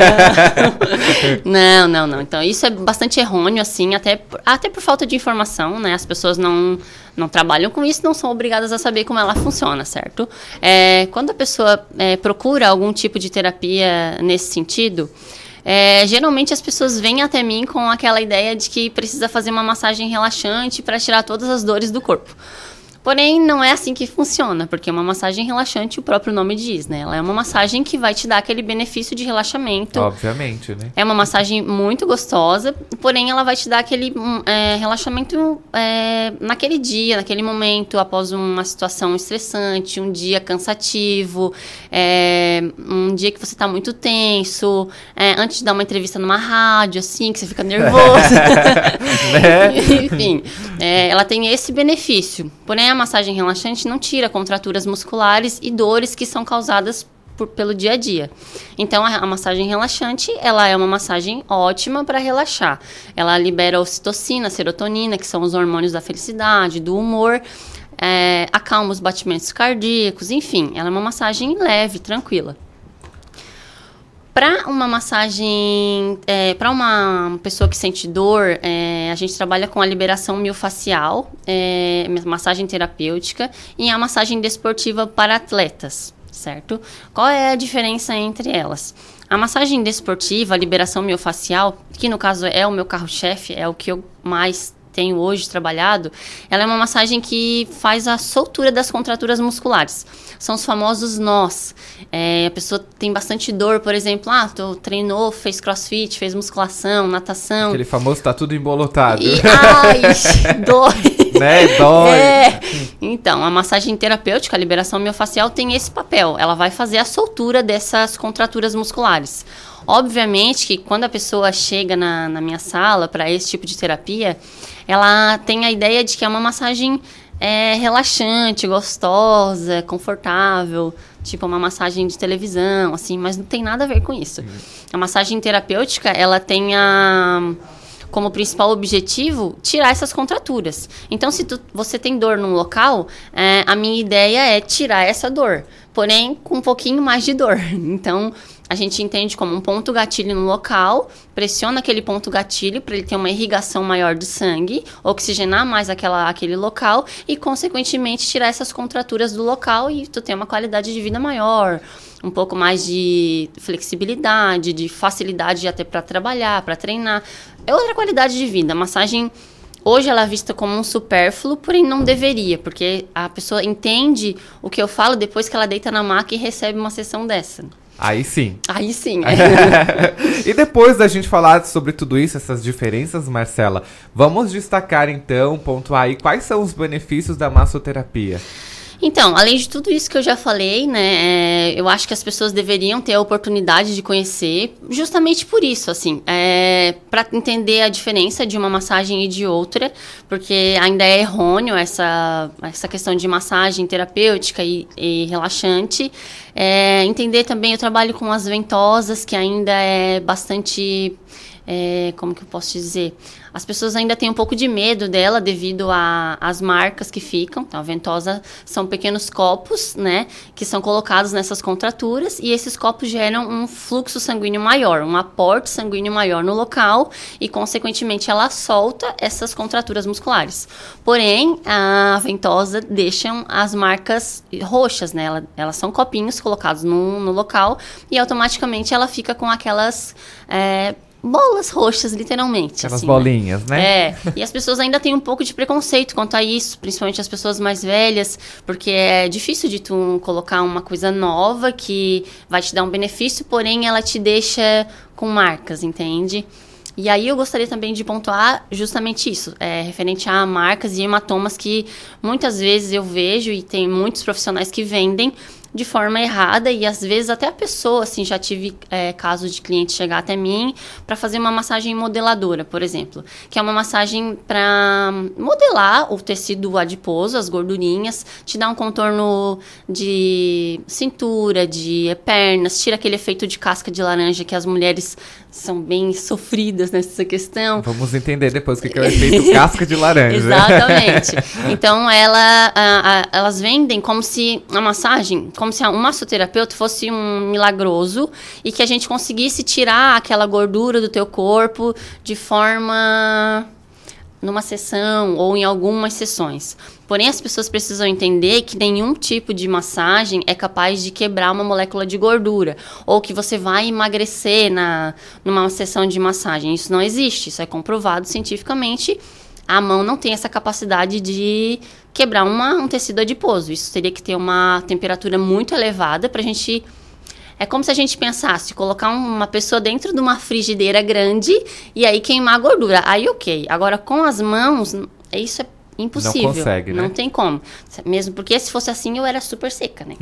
Não, não, não. Então, isso é bastante errôneo, assim, até, até por falta de informação, né? As pessoas não, não trabalham com isso, não são obrigadas a saber como ela funciona, certo? É, quando a pessoa é, procura algum tipo de terapia nesse sentido... É, geralmente as pessoas vêm até mim com aquela ideia de que precisa fazer uma massagem relaxante para tirar todas as dores do corpo. Porém, não é assim que funciona, porque uma massagem relaxante, o próprio nome diz, né? Ela é uma massagem que vai te dar aquele benefício de relaxamento. Obviamente, né? É uma massagem muito gostosa, porém ela vai te dar aquele é, relaxamento é, naquele dia, naquele momento, após uma situação estressante, um dia cansativo, é, um dia que você está muito tenso, é, antes de dar uma entrevista numa rádio, assim, que você fica nervoso. Né? Enfim, é, ela tem esse benefício, porém a massagem relaxante não tira contraturas musculares e dores que são causadas por, pelo dia a dia. Então, a, a massagem relaxante, ela é uma massagem ótima para relaxar. Ela libera ocitocina, serotonina, que são os hormônios da felicidade, do humor, é, acalma os batimentos cardíacos, enfim, ela é uma massagem leve, tranquila. Para uma massagem, é, para uma pessoa que sente dor, é, a gente trabalha com a liberação miofascial, é, massagem terapêutica e a massagem desportiva para atletas, certo? Qual é a diferença entre elas? A massagem desportiva, a liberação miofascial, que no caso é o meu carro-chefe, é o que eu mais tenho hoje trabalhado, ela é uma massagem que faz a soltura das contraturas musculares. São os famosos nós. É, a pessoa tem bastante dor, por exemplo, ah, tu treinou, fez crossfit, fez musculação, natação. Aquele famoso tá tudo embolotado. E, ai, dói. Né, dói. É. Então, a massagem terapêutica, a liberação miofascial, tem esse papel. Ela vai fazer a soltura dessas contraturas musculares. Obviamente que quando a pessoa chega na, na minha sala para esse tipo de terapia, ela tem a ideia de que é uma massagem é, relaxante, gostosa, confortável, tipo uma massagem de televisão, assim, mas não tem nada a ver com isso. Uhum. A massagem terapêutica, ela tem a, como principal objetivo tirar essas contraturas. Então, se tu, você tem dor num local, é, a minha ideia é tirar essa dor, porém com um pouquinho mais de dor. Então, a gente entende como um ponto gatilho no local, pressiona aquele ponto gatilho para ele ter uma irrigação maior do sangue, oxigenar mais aquela, aquele local e, consequentemente, tirar essas contraturas do local e tu ter uma qualidade de vida maior, um pouco mais de flexibilidade, de facilidade até para trabalhar, para treinar. É outra qualidade de vida. A massagem, hoje, ela é vista como um supérfluo, porém não deveria, porque a pessoa entende o que eu falo depois que ela deita na maca e recebe uma sessão dessa. Aí sim. Aí sim. E depois da gente falar sobre tudo isso, essas diferenças, Marcela, vamos destacar então, pontuar aí, quais são os benefícios da massoterapia? Então, além de tudo isso que eu já falei, né, é, eu acho que as pessoas deveriam ter a oportunidade de conhecer, justamente por isso, assim, é, para entender a diferença de uma massagem e de outra, porque ainda é errôneo essa, essa questão de massagem terapêutica e, e relaxante. É, entender também, eu trabalho com as ventosas, que ainda é bastante... É, como que eu posso dizer? As pessoas ainda têm um pouco de medo dela devido às marcas que ficam. Então, a ventosa são pequenos copos, né, que são colocados nessas contraturas e esses copos geram um fluxo sanguíneo maior, um aporte sanguíneo maior no local e, consequentemente, ela solta essas contraturas musculares. Porém, a ventosa deixa as marcas roxas, né, ela, elas são copinhos colocados no, no local e, automaticamente, ela fica com aquelas... É, bolas roxas, literalmente. Aquelas assim, bolinhas, né? né? É, e as pessoas ainda têm um pouco de preconceito quanto a isso, principalmente as pessoas mais velhas, porque é difícil de tu colocar uma coisa nova que vai te dar um benefício, porém ela te deixa com marcas, entende? E aí eu gostaria também de pontuar justamente isso, é, referente a marcas e hematomas que muitas vezes eu vejo e tem muitos profissionais que vendem de forma errada e às vezes até a pessoa, assim, já tive é, casos de cliente chegar até mim para fazer uma massagem modeladora, por exemplo, que é uma massagem para modelar o tecido adiposo, as gordurinhas, te dá um contorno de cintura, de pernas, tira aquele efeito de casca de laranja que as mulheres são bem sofridas nessa questão. Vamos entender depois o que é o efeito casca de laranja. Exatamente. Então, ela, a, a, elas vendem como se a massagem, como se um massoterapeuta fosse um milagroso e que a gente conseguisse tirar aquela gordura do teu corpo de forma... numa sessão ou em algumas sessões. Porém, as pessoas precisam entender que nenhum tipo de massagem é capaz de quebrar uma molécula de gordura ou que você vai emagrecer na, numa sessão de massagem. Isso não existe, isso é comprovado cientificamente. A mão não tem essa capacidade de quebrar uma, um tecido adiposo. Isso teria que ter uma temperatura muito elevada para a gente... É como se a gente pensasse, colocar uma pessoa dentro de uma frigideira grande e aí queimar a gordura. Aí, ok. Agora, com as mãos, isso é impossível. Não consegue, né? Não tem como. Mesmo porque se fosse assim, eu era super seca, né?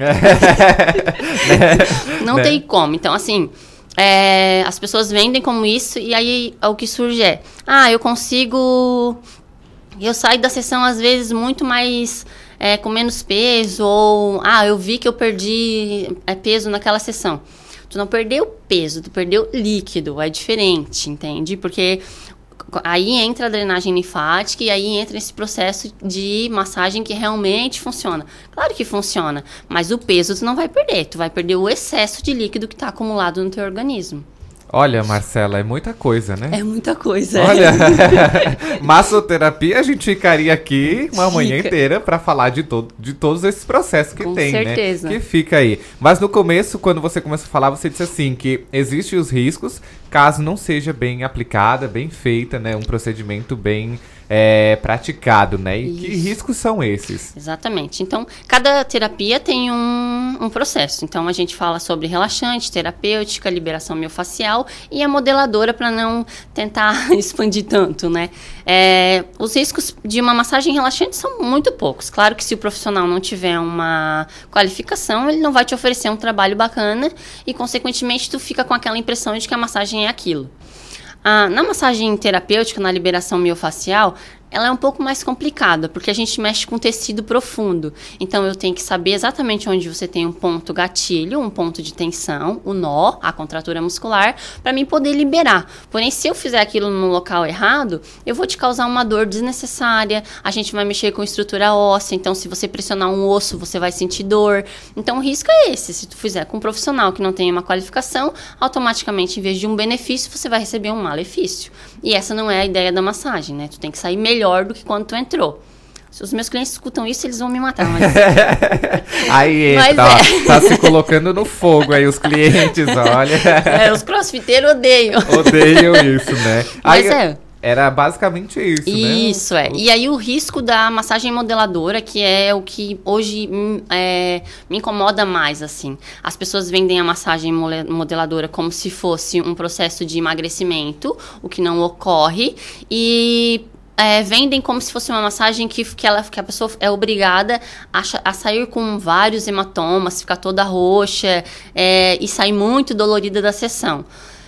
Não né? tem como. Então, assim, é, as pessoas vendem como isso e aí o que surge é... Ah, eu consigo... Eu saio da sessão, às vezes, muito mais... é, com menos peso, ou, ah, eu vi que eu perdi é, peso naquela sessão. Tu não perdeu peso, tu perdeu líquido, é diferente, entende? Porque aí entra a drenagem linfática e aí entra esse processo de massagem que realmente funciona. Claro que funciona, mas o peso tu não vai perder, tu vai perder o excesso de líquido que está acumulado no teu organismo. Olha, Marcela, é muita coisa, né? É muita coisa. Olha, massoterapia, a gente ficaria aqui uma Fica. manhã inteira para falar de, todo, de todos esses processos que Com tem, certeza. né? Que fica aí. Mas no começo, quando você começou a falar, você disse assim, que existem os riscos caso não seja bem aplicada, bem feita, né? Um procedimento bem é, praticado, né? E Isso. que riscos são esses? Exatamente. Então, cada terapia tem um, um processo. Então, a gente fala sobre relaxante, terapêutica, liberação miofascial e a modeladora para não tentar expandir tanto, né? É, os riscos de uma massagem relaxante são muito poucos. Claro que se o profissional não tiver uma qualificação, ele não vai te oferecer um trabalho bacana e, consequentemente, tu fica com aquela impressão de que a massagem é aquilo. Ah, na massagem terapêutica, na liberação miofascial, ela é um pouco mais complicada, porque a gente mexe com tecido profundo. Então, eu tenho que saber exatamente onde você tem um ponto gatilho, um ponto de tensão, o nó, a contratura muscular, para mim poder liberar. Porém, se eu fizer aquilo no local errado, eu vou te causar uma dor desnecessária, a gente vai mexer com estrutura óssea, então se você pressionar um osso, você vai sentir dor. Então, o risco é esse. Se tu fizer com um profissional que não tem uma qualificação, automaticamente, em vez de um benefício, você vai receber um malefício. E essa não é a ideia da massagem, né? Tu tem que sair melhor melhor do que quando tu entrou. Se os meus clientes escutam isso, eles vão me matar. Mas... aí, mas tá, é. tá se colocando no fogo aí os clientes, olha. É, os crossfiteiros odeiam. Odeiam isso, né? Mas aí, é. Era basicamente isso, né? Isso, é. E aí o risco da massagem modeladora, que é o que hoje é, me incomoda mais, assim. As pessoas vendem a massagem modeladora como se fosse um processo de emagrecimento, o que não ocorre, e... É, vendem como se fosse uma massagem que, que, ela, que a pessoa é obrigada a, a sair com vários hematomas, ficar toda roxa é, e sair muito dolorida da sessão.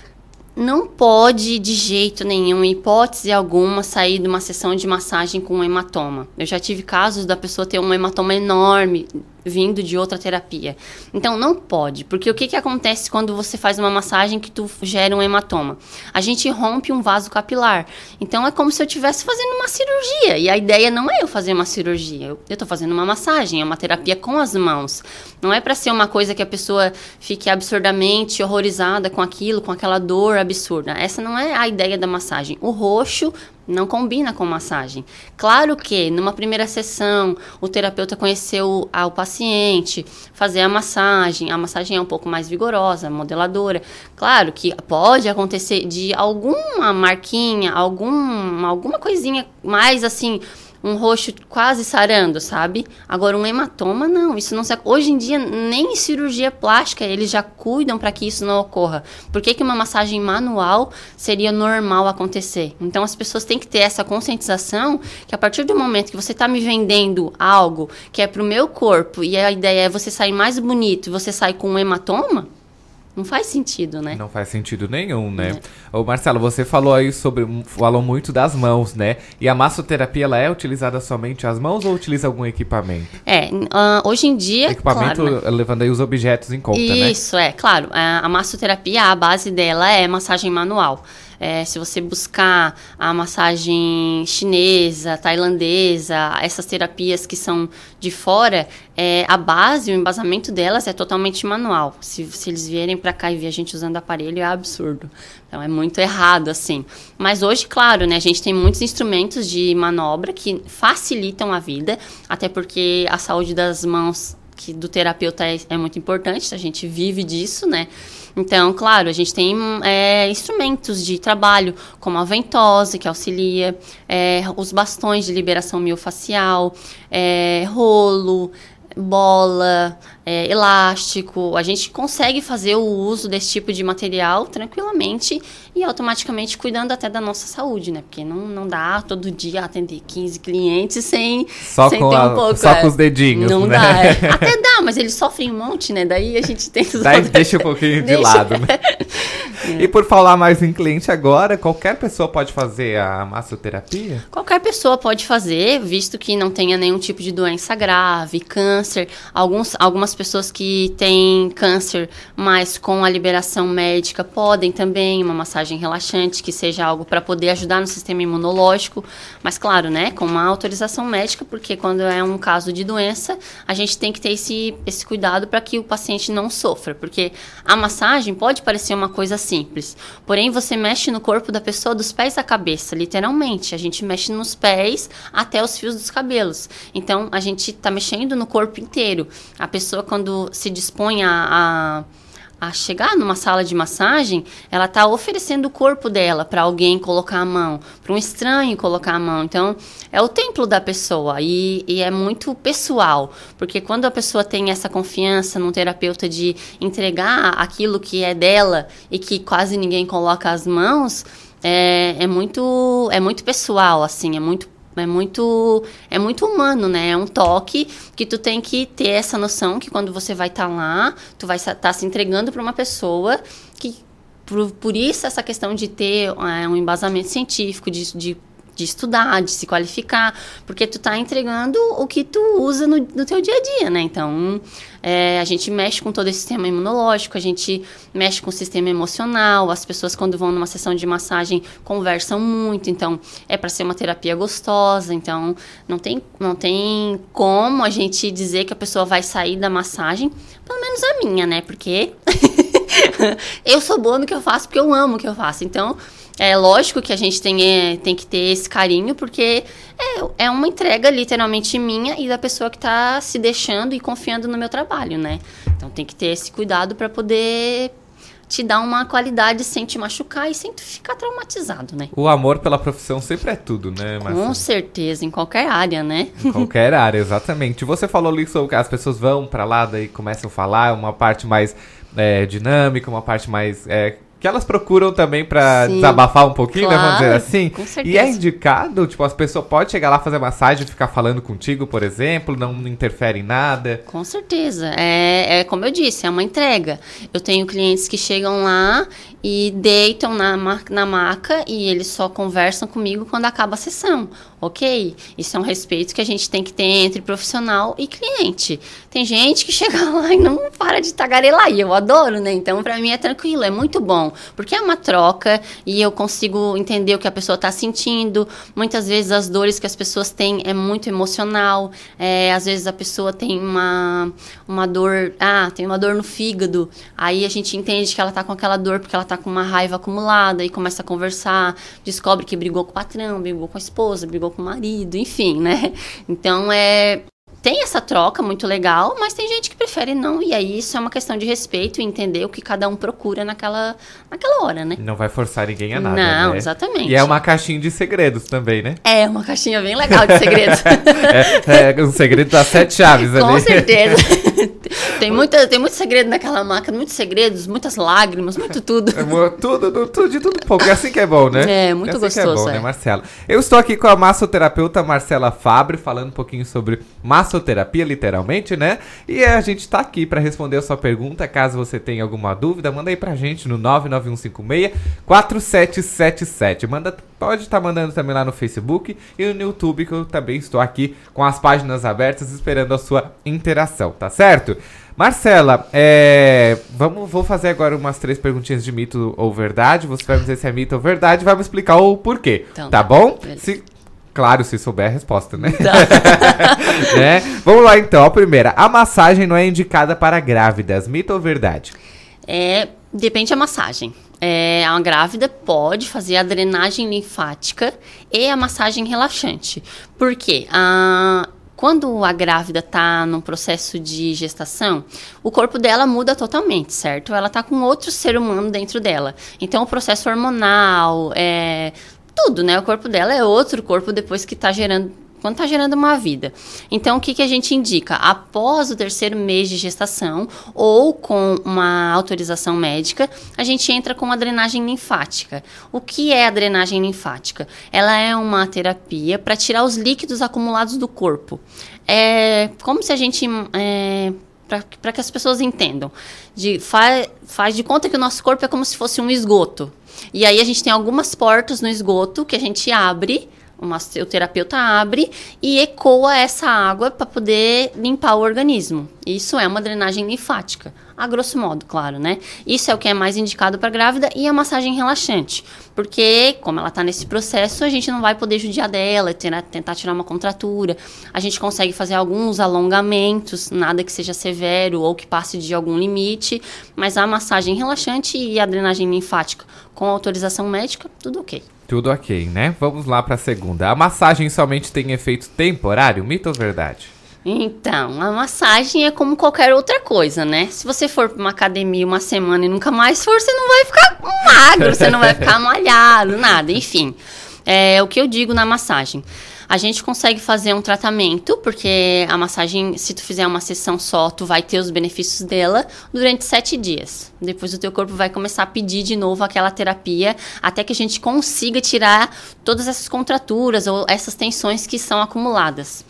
Não pode, de jeito nenhum, em hipótese alguma, sair de uma sessão de massagem com um hematoma. Eu já tive casos da pessoa ter um hematoma enorme vindo de outra terapia. Então, não pode, porque o que, que acontece quando você faz uma massagem que tu gera um hematoma? A gente rompe um vaso capilar. Então, é como se eu estivesse fazendo uma cirurgia. E a ideia não é eu fazer uma cirurgia. Eu estou fazendo uma massagem, é uma terapia com as mãos. Não é para ser uma coisa que a pessoa fique absurdamente horrorizada com aquilo, com aquela dor absurda. Essa não é a ideia da massagem. O roxo não combina com massagem. Claro que, numa primeira sessão, o terapeuta conheceu o paciente, fazer a massagem. A massagem é um pouco mais vigorosa, modeladora. Claro que pode acontecer de alguma marquinha, algum, alguma coisinha mais assim... um roxo quase sarando, sabe? Agora, um hematoma, não. Isso não se... Hoje em dia, nem em cirurgia plástica, eles já cuidam para que isso não ocorra. Por que que uma massagem manual seria normal acontecer? Então, as pessoas têm que ter essa conscientização que a partir do momento que você está me vendendo algo que é para o meu corpo e a ideia é você sair mais bonito e você sai com um hematoma, não faz sentido, né? Não faz sentido nenhum, né? É. Ô, Marcelo, você falou aí sobre... Falou muito das mãos, né? E a massoterapia, ela é utilizada somente as mãos ou utiliza algum equipamento? É, uh, hoje em dia... Equipamento, claro, né? Levando aí os objetos em conta, Isso, né? Isso, é, claro. A, a massoterapia, a base dela é massagem manual. É, se você buscar a massagem chinesa, tailandesa, essas terapias que são de fora, é, a base, o embasamento delas é totalmente manual. Se, se eles vierem para cá e ver a gente usando aparelho, é absurdo. Então, é muito errado, assim. Mas hoje, claro, né, a gente tem muitos instrumentos de manobra que facilitam a vida, até porque a saúde das mãos que do terapeuta é, é muito importante, a gente vive disso, né? Então, claro, a gente tem é, instrumentos de trabalho, como a ventosa, que auxilia, é, os bastões de liberação miofascial, é, rolo, bola, é, elástico. A gente consegue fazer o uso desse tipo de material tranquilamente e automaticamente cuidando até da nossa saúde, né? Porque não, não dá todo dia atender quinze clientes sem, só sem com ter a, um pouco. Só é. com os dedinhos, Não né? dá. É. Até dá, mas eles sofrem um monte, né? Daí a gente tem que... Daí deixa um pouquinho de deixa, lado, né? E por falar mais em cliente agora, qualquer pessoa pode fazer a massoterapia? Qualquer pessoa pode fazer, visto que não tenha nenhum tipo de doença grave, câncer. Alguns, algumas pessoas que têm câncer, mas com a liberação médica, podem também uma massagem relaxante, que seja algo para poder ajudar no sistema imunológico. Mas claro, né, com uma autorização médica, porque quando é um caso de doença, a gente tem que ter esse, esse cuidado para que o paciente não sofra. Porque a massagem pode parecer uma coisa simples, porém você mexe no corpo da pessoa dos pés à cabeça, literalmente. A gente mexe nos pés até os fios dos cabelos. Então, a gente está mexendo no corpo inteiro. A pessoa, quando se dispõe a... a a chegar numa sala de massagem, ela está oferecendo o corpo dela para alguém colocar a mão, para um estranho colocar a mão. Então, é o templo da pessoa e, e é muito pessoal, porque quando a pessoa tem essa confiança num terapeuta de entregar aquilo que é dela e que quase ninguém coloca as mãos, é, é, muito, é muito pessoal, assim, é muito É muito, é muito humano, né? É um toque que tu tem que ter essa noção que quando você vai estar tá lá, tu vai estar tá se entregando para uma pessoa que, por, por isso, essa questão de ter é, um embasamento científico, de, de, de estudar, de se qualificar, porque tu tá entregando o que tu usa no, no teu dia a dia, né? Então, é, a gente mexe com todo esse sistema imunológico, a gente mexe com o sistema emocional, as pessoas quando vão numa sessão de massagem conversam muito, então é para ser uma terapia gostosa, então não tem, não tem como a gente dizer que a pessoa vai sair da massagem, pelo menos a minha, né? Porque eu sou boa no que eu faço, porque eu amo o que eu faço, então é lógico que a gente tem, é, tem que ter esse carinho, porque é, é uma entrega literalmente minha e da pessoa que está se deixando e confiando no meu trabalho, né? Então tem que ter esse cuidado para poder te dar uma qualidade sem te machucar e sem tu ficar traumatizado, né? O amor pela profissão sempre é tudo, né, Marcelo? Com certeza, em qualquer área, né? Em qualquer área, exatamente. Você falou ali sobre que as pessoas vão para lá, daí começam a falar, uma parte mais é, dinâmica, uma parte mais... É, que elas procuram também pra Sim. desabafar um pouquinho, claro, né? Vamos dizer assim. Com certeza. E é indicado, tipo, as pessoas podem chegar lá fazer massagem e ficar falando contigo, por exemplo, não interfere em nada? Com certeza. É, é como eu disse, é uma entrega. Eu tenho clientes que chegam lá e deitam na, na maca e eles só conversam comigo quando acaba a sessão. Ok? Isso é um respeito que a gente tem que ter entre profissional e cliente. Tem gente que chega lá e não para de tagarelar, e eu adoro, né? Então, pra mim é tranquilo, é muito bom, porque é uma troca e eu consigo entender o que a pessoa tá sentindo. Muitas vezes as dores que as pessoas têm é muito emocional, é, às vezes a pessoa tem uma, uma dor, ah, tem uma dor no fígado, aí a gente entende que ela tá com aquela dor porque ela tá com uma raiva acumulada e começa a conversar, descobre que brigou com o patrão, brigou com a esposa, brigou com o marido, enfim, né? Então, é... tem essa troca muito legal, mas tem gente que prefere não, e aí isso é uma questão de respeito e entender o que cada um procura naquela, naquela hora, né? Não vai forçar ninguém a nada, Não, né? Exatamente. E é uma caixinha de segredos também, né? É, uma caixinha bem legal de segredos. é, é um segredo das sete chaves ali. Com certeza. Tem, muita, tem muito segredo naquela máquina, muitos segredos, muitas lágrimas, muito tudo. É, tudo, tudo, de tudo um pouco. É assim que é bom, né? É, muito é assim gostoso, que é bom, é. né, Marcela? Eu estou aqui com a massoterapeuta Marcela Fabre, falando um pouquinho sobre massoterapia, literalmente, né? E a gente tá aqui para responder a sua pergunta. Caso você tenha alguma dúvida, manda aí pra gente no nove nove um cinco seis, quatro sete sete sete. Manda, pode estar tá mandando também lá no Facebook e no YouTube, que eu também estou aqui com as páginas abertas esperando a sua interação, tá certo? Marcela, é, vamos, vou fazer agora umas três perguntinhas de mito ou verdade. Você vai me dizer se é mito ou verdade e vai me explicar o porquê, então, tá bom? Se, claro, se souber a resposta, né? Tá. né? Vamos lá então, a primeira. A massagem não é indicada para grávidas, mito ou verdade? É, depende da massagem. É, a grávida pode fazer a drenagem linfática e a massagem relaxante. Por quê? A... Quando a grávida está num processo de gestação, o corpo dela muda totalmente, certo? Ela está com outro ser humano dentro dela. Então, o processo hormonal, é, tudo, né? O corpo dela é outro corpo depois que está gerando... Quando está gerando uma vida. Então, o que, que a gente indica? Após o terceiro mês de gestação ou com uma autorização médica, a gente entra com a drenagem linfática. O que é a drenagem linfática? Ela é uma terapia para tirar os líquidos acumulados do corpo. É como se a gente... É, para que as pessoas entendam. De, fa, faz de conta que o nosso corpo é como se fosse um esgoto. E aí a gente tem algumas portas no esgoto que a gente abre, uma, o terapeuta abre e ecoa essa água para poder limpar o organismo. Isso é uma drenagem linfática, a grosso modo, claro, né? Isso é o que é mais indicado para grávida e a massagem relaxante, porque como ela está nesse processo, a gente não vai poder judiar dela, tentar tirar uma contratura. A gente consegue fazer alguns alongamentos, nada que seja severo ou que passe de algum limite, mas a massagem relaxante e a drenagem linfática com autorização médica, tudo ok. Tudo ok, né? Vamos lá para a segunda. A massagem somente tem efeito temporário, mito ou verdade? Então, a massagem é como qualquer outra coisa, né? Se você for para uma academia uma semana e nunca mais for, você não vai ficar magro, você não vai ficar malhado, nada, enfim. É o que eu digo na massagem. A gente consegue fazer um tratamento, porque a massagem, se tu fizer uma sessão só, tu vai ter os benefícios dela durante sete dias. Depois o teu corpo vai começar a pedir de novo aquela terapia, até que a gente consiga tirar todas essas contraturas ou essas tensões que são acumuladas.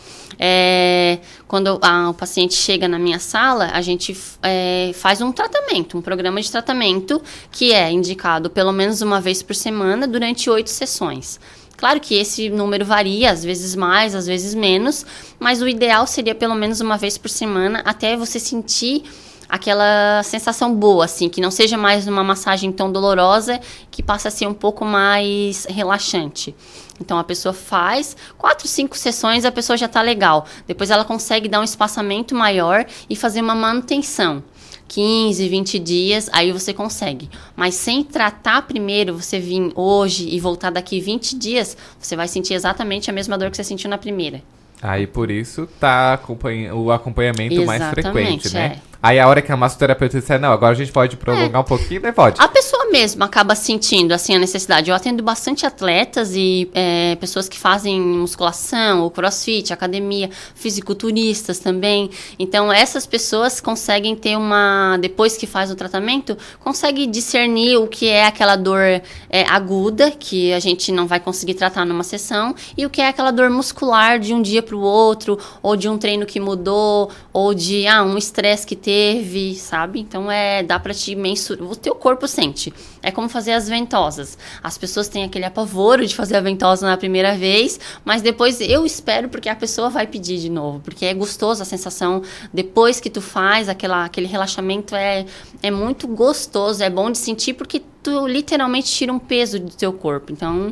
É, quando a, o paciente chega na minha sala, a gente é, faz um tratamento, um programa de tratamento que é indicado pelo menos uma vez por semana durante oito sessões. Claro que esse número varia, às vezes mais, às vezes menos, mas o ideal seria pelo menos uma vez por semana, até você sentir aquela sensação boa, assim, que não seja mais uma massagem tão dolorosa, que passa a ser um pouco mais relaxante. Então, a pessoa faz quatro, cinco sessões, a pessoa já está legal. Depois ela consegue dar um espaçamento maior e fazer uma manutenção. quinze, vinte dias, aí você consegue. Mas sem tratar primeiro, você vir hoje e voltar daqui vinte dias, você vai sentir exatamente a mesma dor que você sentiu na primeira. Aí, por isso, tá acompanha- o acompanhamento Exatamente, mais frequente, né? É. Aí, a hora que a massoterapeuta disser, não, agora a gente pode prolongar é. um pouquinho, né? Pode. A pessoa mesma acaba sentindo, assim, a necessidade. Eu atendo bastante atletas e é, pessoas que fazem musculação, ou crossfit, academia, fisiculturistas também. Então, essas pessoas conseguem ter uma... Depois que faz o tratamento, consegue discernir o que é aquela dor é, aguda, que a gente não vai conseguir tratar numa sessão, e o que é aquela dor muscular de um dia para o outro, ou de um treino que mudou, ou de ah, um estresse que teve, sabe? Então, é, dá pra te mensurar. O teu corpo sente. É como fazer as ventosas. As pessoas têm aquele apavoro de fazer a ventosa na primeira vez, mas depois eu espero porque a pessoa vai pedir de novo, porque é gostoso a sensação depois que tu faz, aquela, aquele relaxamento é, é muito gostoso, é bom de sentir porque tu literalmente tira um peso do teu corpo. Então...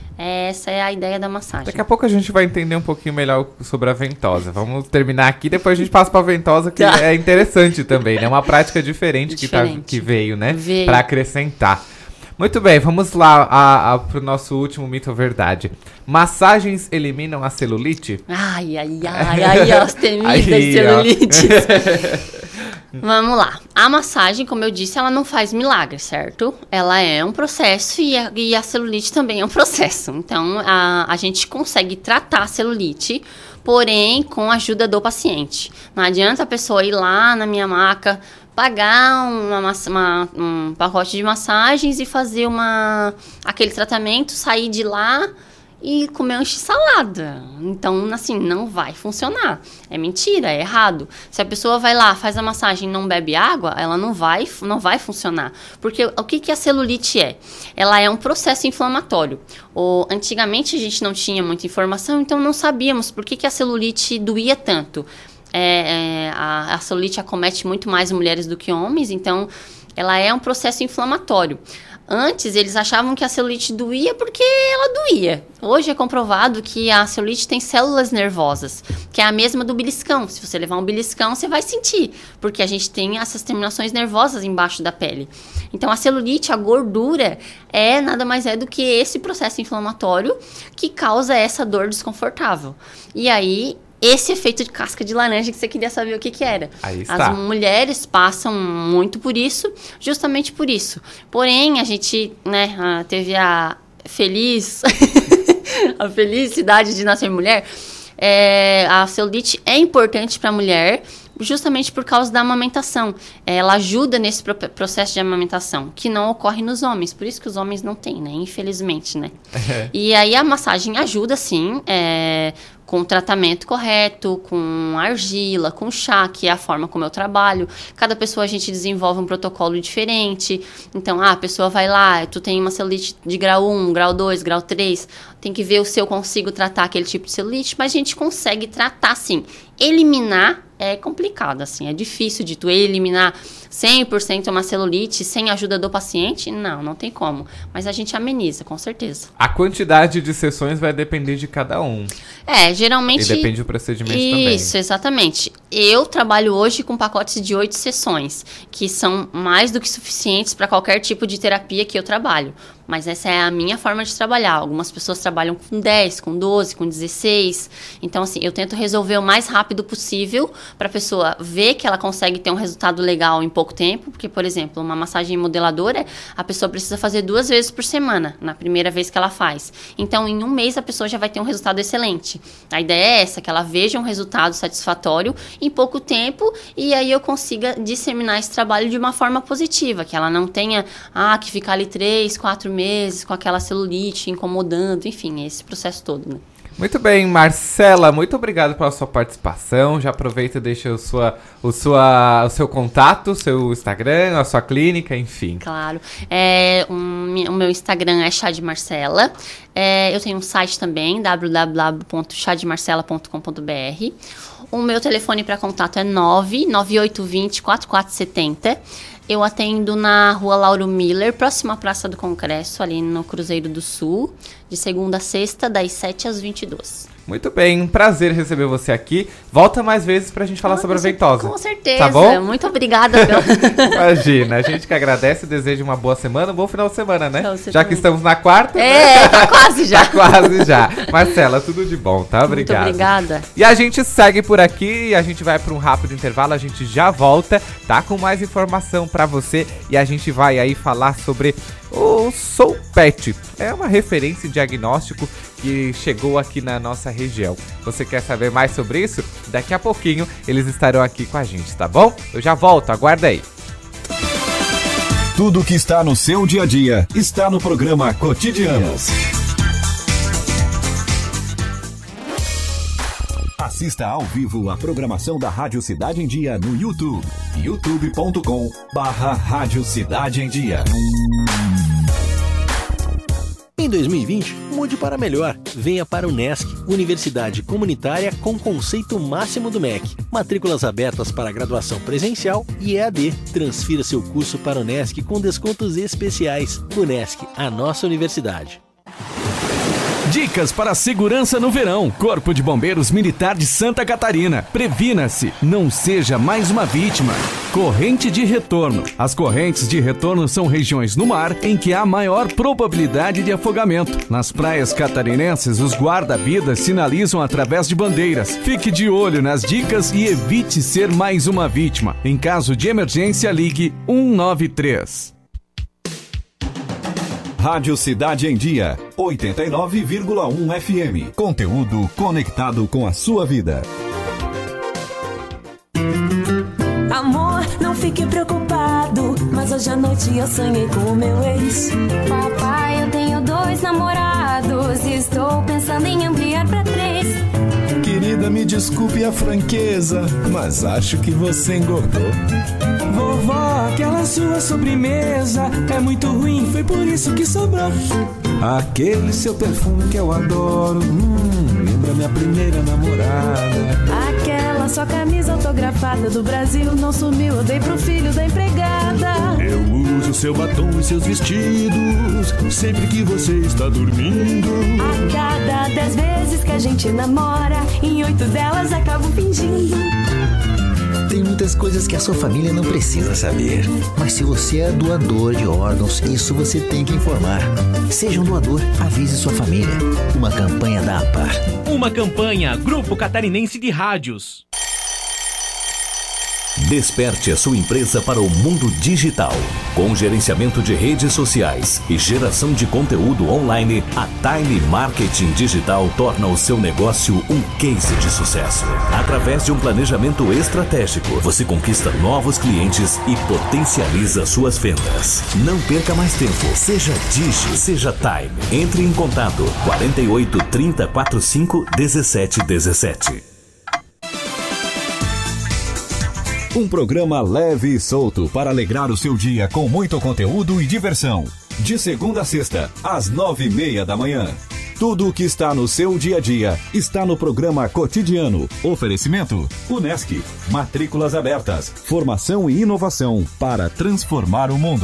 essa é a ideia da massagem. Daqui a pouco a gente vai entender um pouquinho melhor sobre a ventosa. Vamos terminar aqui, depois a gente passa pra ventosa, que tá. é interessante também, né? É uma prática diferente, diferente. Que, tá, que veio, né? Veio. Pra acrescentar. Muito bem, vamos lá a, a, pro nosso último mito ou verdade. Massagens eliminam a celulite? Ai, ai, ai, ai, as temidas celulites. Vamos lá. A massagem, como eu disse, ela não faz milagre, certo? Ela é um processo e a, e a celulite também é um processo. Então, a, a gente consegue tratar a celulite, porém, com a ajuda do paciente. Não adianta a pessoa ir lá na minha maca, pagar uma, uma, um pacote de massagens e fazer uma, aquele tratamento, sair de lá e comer um x-salada. Então, assim, não vai funcionar. É mentira, é errado. Se a pessoa vai lá, faz a massagem e não bebe água, ela não vai, não vai funcionar. Porque o que, que a celulite é? Ela é um processo inflamatório. O, antigamente, a gente não tinha muita informação, então não sabíamos por que, que a celulite doía tanto. É, é, a, a celulite acomete muito mais mulheres do que homens, então ela é um processo inflamatório. Antes, eles achavam que a celulite doía porque ela doía. Hoje é comprovado que a celulite tem células nervosas, que é a mesma do beliscão. Se você levar um beliscão, você vai sentir, porque a gente tem essas terminações nervosas embaixo da pele. Então, a celulite, a gordura, é nada mais é do que esse processo inflamatório que causa essa dor desconfortável. E aí... esse efeito de casca de laranja que você queria saber o que que era. Aí está. As mulheres passam muito por isso, justamente por isso. Porém, a gente, né, teve a feliz, a felicidade de nascer mulher. É, a celulite é importante para a mulher, justamente por causa da amamentação. Ela ajuda nesse pro- processo de amamentação, que não ocorre nos homens. Por isso que os homens não têm, né? Infelizmente, né? E aí a massagem ajuda, sim, é, com o tratamento correto, com argila, com chá, que é a forma como eu trabalho. Cada pessoa a gente desenvolve um protocolo diferente. Então, ah, a pessoa vai lá, tu tem uma celulite de grau um, grau dois, grau três, tem que ver se eu consigo tratar aquele tipo de celulite, mas a gente consegue tratar, sim. Eliminar é complicado, assim, é difícil de tu eliminar cem por cento uma celulite sem a ajuda do paciente? Não, não tem como. Mas a gente ameniza, com certeza. A quantidade de sessões vai depender de cada um. É, geralmente... E depende do procedimento também. Isso, exatamente. Eu trabalho hoje com pacotes de oito sessões, que são mais do que suficientes para qualquer tipo de terapia que eu trabalho. Mas essa é a minha forma de trabalhar. Algumas pessoas trabalham com dez, com doze, com dezesseis. Então, assim, eu tento resolver o mais rápido possível para a pessoa ver que ela consegue ter um resultado legal em pouco tempo. Porque, por exemplo, uma massagem modeladora, a pessoa precisa fazer duas vezes por semana, na primeira vez que ela faz. Então, em um mês, a pessoa já vai ter um resultado excelente. A ideia é essa, que ela veja um resultado satisfatório em pouco tempo e aí eu consiga disseminar esse trabalho de uma forma positiva. Que ela não tenha, ah, que ficar ali três, quatro meses meses com aquela celulite incomodando, enfim, esse processo todo, né? Muito bem, Marcela, muito obrigado pela sua participação. Já aproveita e deixa o, sua, o, sua, o seu contato, o seu Instagram, a sua clínica, enfim. Claro. É, um, o meu Instagram é Chá de Marcela. É, eu tenho um site também, w w w ponto chá de marcela ponto com ponto b r. O meu telefone para contato é nove nove oito dois zero quatro quatro sete zero. Eu atendo na Rua Lauro Miller, próxima à Praça do Congresso, ali no Cruzeiro do Sul, de segunda a sexta, das sete às vinte e duas. Muito bem, um prazer receber você aqui. Volta mais vezes pra gente falar ah, sobre a Ventosa. Com certeza. Tá bom? Muito obrigada. Pela... Imagina, a gente que agradece e deseja uma boa semana, um bom final de semana, né? Já também. Que estamos na quarta. É, né? Tá quase já. Tá quase já. Marcela, tudo de bom, tá? Obrigado. Muito obrigada. E a gente segue por aqui, a gente vai para um rápido intervalo, a gente já volta, tá? Com mais informação pra você e a gente vai aí falar sobre o Soulpet. É uma referência em diagnóstico que chegou aqui na nossa região. Você quer saber mais sobre isso? Daqui a pouquinho eles estarão aqui com a gente, tá bom? Eu já volto, aguarda aí. Tudo que está no seu dia a dia está no programa Cotidianos. Assista ao vivo a programação da Rádio Cidade em Dia no YouTube. youtube ponto com barra Rádio Cidade em Dia. Em dois mil e vinte, mude para melhor. Venha para o Nesc, Universidade Comunitária com conceito máximo do M E C. Matrículas abertas para graduação presencial e E A D. Transfira seu curso para o Nesc com descontos especiais. O Nesc, a nossa universidade. Dicas para a segurança no verão. Corpo de Bombeiros Militar de Santa Catarina. Previna-se, não seja mais uma vítima. Corrente de retorno. As correntes de retorno são regiões no mar em que há maior probabilidade de afogamento. Nas praias catarinenses, os guarda-vidas sinalizam através de bandeiras. Fique de olho nas dicas e evite ser mais uma vítima. Em caso de emergência, ligue um nove três. Rádio Cidade em Dia, oitenta e nove vírgula um F M. Conteúdo conectado com a sua vida. Amor, não fique preocupado, mas hoje à noite eu sonhei com o meu ex. Papai, eu tenho dois namorados e estou pensando em ampliar pra três. Querida, me desculpe a franqueza, mas acho que você engordou. Vovó, aquela sua sobremesa é muito ruim, foi por isso que sobrou. Aquele seu perfume que eu adoro, hum, lembra minha primeira namorada. Aquela sua camisa autografada do Brasil não sumiu, eu dei pro filho da empregada. Eu uso seu batom e seus vestidos sempre que você está dormindo. A cada dez vezes que a gente namora, em oito delas acabo fingindo. Tem muitas coisas que a sua família não precisa saber. Mas se você é doador de órgãos, isso você tem que informar. Seja um doador, avise sua família. Uma campanha da APAR. Uma campanha, Grupo Catarinense de Rádios. Desperte a sua empresa para o mundo digital. Com gerenciamento de redes sociais e geração de conteúdo online, a Time Marketing Digital torna o seu negócio um case de sucesso. Através de um planejamento estratégico, você conquista novos clientes e potencializa suas vendas. Não perca mais tempo. Seja Digi, seja Time. Entre em contato quarenta e oito, trinta, quarenta e cinco, dezessete dezessete. Um programa leve e solto para alegrar o seu dia com muito conteúdo e diversão. De segunda a sexta, às nove e meia da manhã. Tudo o que está no seu dia a dia está no programa Cotidiano. Oferecimento Unesc. Matrículas abertas. Formação e inovação para transformar o mundo.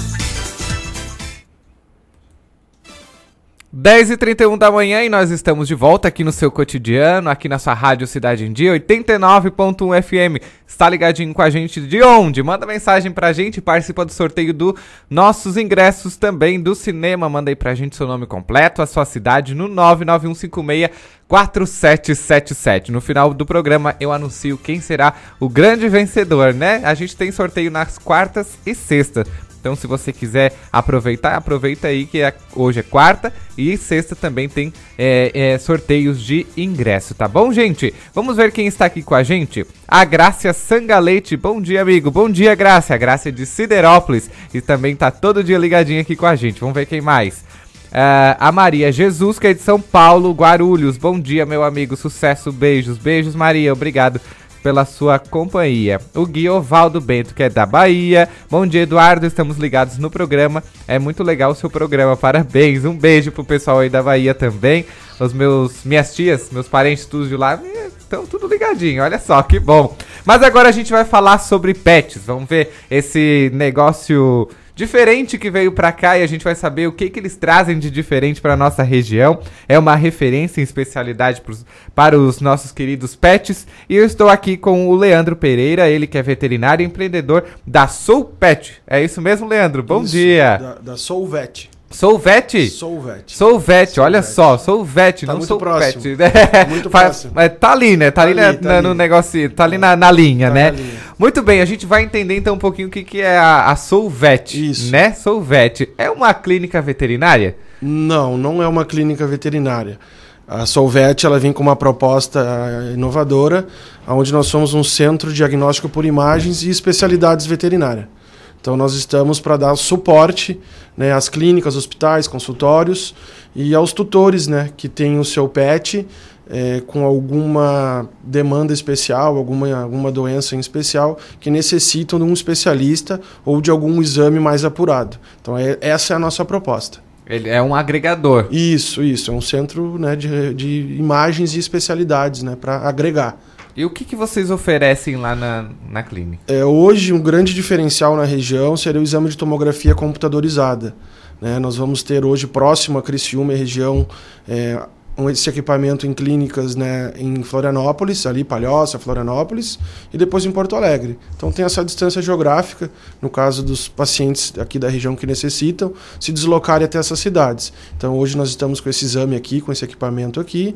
dez e trinta e um da manhã e nós estamos de volta aqui no seu Cotidiano, aqui na sua rádio Cidade em Dia, oitenta e nove ponto um F M. Está ligadinho com a gente de onde? Manda mensagem pra gente, participa do sorteio dos nossos ingressos também do cinema. Manda aí pra gente seu nome completo, a sua cidade no nove nove um cinco seis quatro sete sete sete. No final do programa eu anuncio quem será o grande vencedor, né? A gente tem sorteio nas quartas e sextas. Então, se você quiser aproveitar, aproveita aí que é, hoje é quarta e sexta também tem é, é, sorteios de ingresso, tá bom, gente? Vamos ver quem está aqui com a gente. A Grácia Sangalete. Bom dia, amigo. Bom dia, Grácia. A Grácia de Siderópolis e também tá todo dia ligadinha aqui com a gente. Vamos ver quem mais. Uh, a Maria Jesus, que é de São Paulo, Guarulhos. Bom dia, meu amigo. Sucesso, beijos. Beijos, Maria. Obrigado pela sua companhia. O Gui Ovaldo Bento, que é da Bahia. Bom dia, Eduardo, estamos ligados no programa, é muito legal o seu programa, parabéns, um beijo pro pessoal aí da Bahia também, os meus, minhas tias, meus parentes todos de lá, estão tudo ligadinho, olha só, que bom. Mas agora a gente vai falar sobre pets, vamos ver esse negócio diferente que veio pra cá e a gente vai saber o que, que eles trazem de diferente pra nossa região. É uma referência em especialidade pros, para os nossos queridos pets. E eu estou aqui com o Leandro Pereira, ele que é veterinário e empreendedor da Soul Pet. É isso mesmo, Leandro? Bom isso, dia. Da, da Soul Vet. Soul Vet? Soul Vet. Soul Vet, olha só, Soul Vet, não Soul Pet. Muito próximo. Tá ali, né? Tá, tá ali, ali, na, tá ali. no negócio, tá ali na, na linha, tá né? Na linha. Muito bem, a gente vai entender então um pouquinho o que, que é a, a Soul Vet, Isso. né? Soul Vet é uma clínica veterinária? Não, não é uma clínica veterinária. A Soul Vet, ela vem com uma proposta inovadora, onde nós somos um centro de diagnóstico por imagens e especialidades veterinárias. Então nós estamos para dar suporte, né, às clínicas, hospitais, consultórios e aos tutores, né, que têm o seu pet é, com alguma demanda especial, alguma, alguma doença em especial, que necessitam de um especialista ou de algum exame mais apurado. Então é, essa é a nossa proposta. Ele é um agregador. Isso, isso. É um centro, né, de, de imagens e especialidades, né, para agregar. E o que, que vocês oferecem lá na, na clínica? É, hoje, um grande diferencial na região seria o exame de tomografia computadorizada. Né? Nós vamos ter hoje, próximo a Criciúma e região, é, esse equipamento em clínicas, né, em Florianópolis, ali Palhoça, Florianópolis, e depois em Porto Alegre. Então tem essa distância geográfica, no caso dos pacientes aqui da região que necessitam, se deslocarem até essas cidades. Então hoje nós estamos com esse exame aqui, com esse equipamento aqui,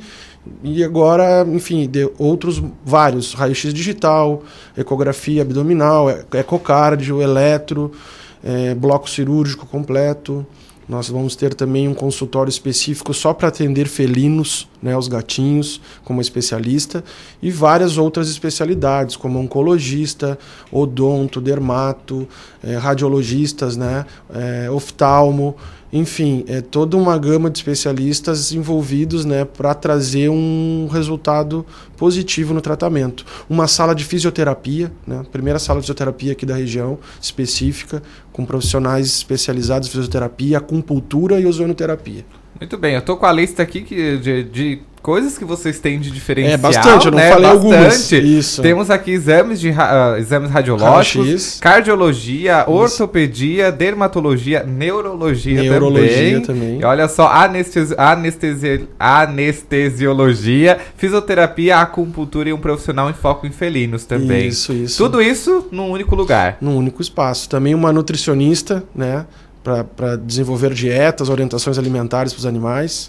e agora, enfim, de outros vários, raio-x digital, ecografia abdominal, ecocardio, eletro, é, bloco cirúrgico completo. Nós vamos ter também um consultório específico só para atender felinos, né, os gatinhos, como especialista, e várias outras especialidades, como oncologista, odonto, dermato, eh, radiologistas, né, eh, oftalmo, enfim, é toda uma gama de especialistas envolvidos, né, para trazer um resultado positivo no tratamento. Uma sala de fisioterapia, né, a primeira sala de fisioterapia aqui da região, específica, com profissionais especializados em fisioterapia, acupuntura e ozonoterapia. Muito bem, eu tô com a lista aqui que, de, de coisas que vocês têm de diferencial. É, bastante, eu não né? falei bastante. algumas. Isso. Temos aqui exames, de, uh, exames radiológicos, Raio-X. Cardiologia, Isso. ortopedia, dermatologia, neurologia, neurologia também. também. E olha só, anestesi anestesi anestesiologia, fisioterapia, acupuntura e um profissional em foco em felinos também. Isso, isso. Tudo isso num único lugar. Num único espaço. Também uma nutricionista, né, para desenvolver dietas, orientações alimentares para os animais.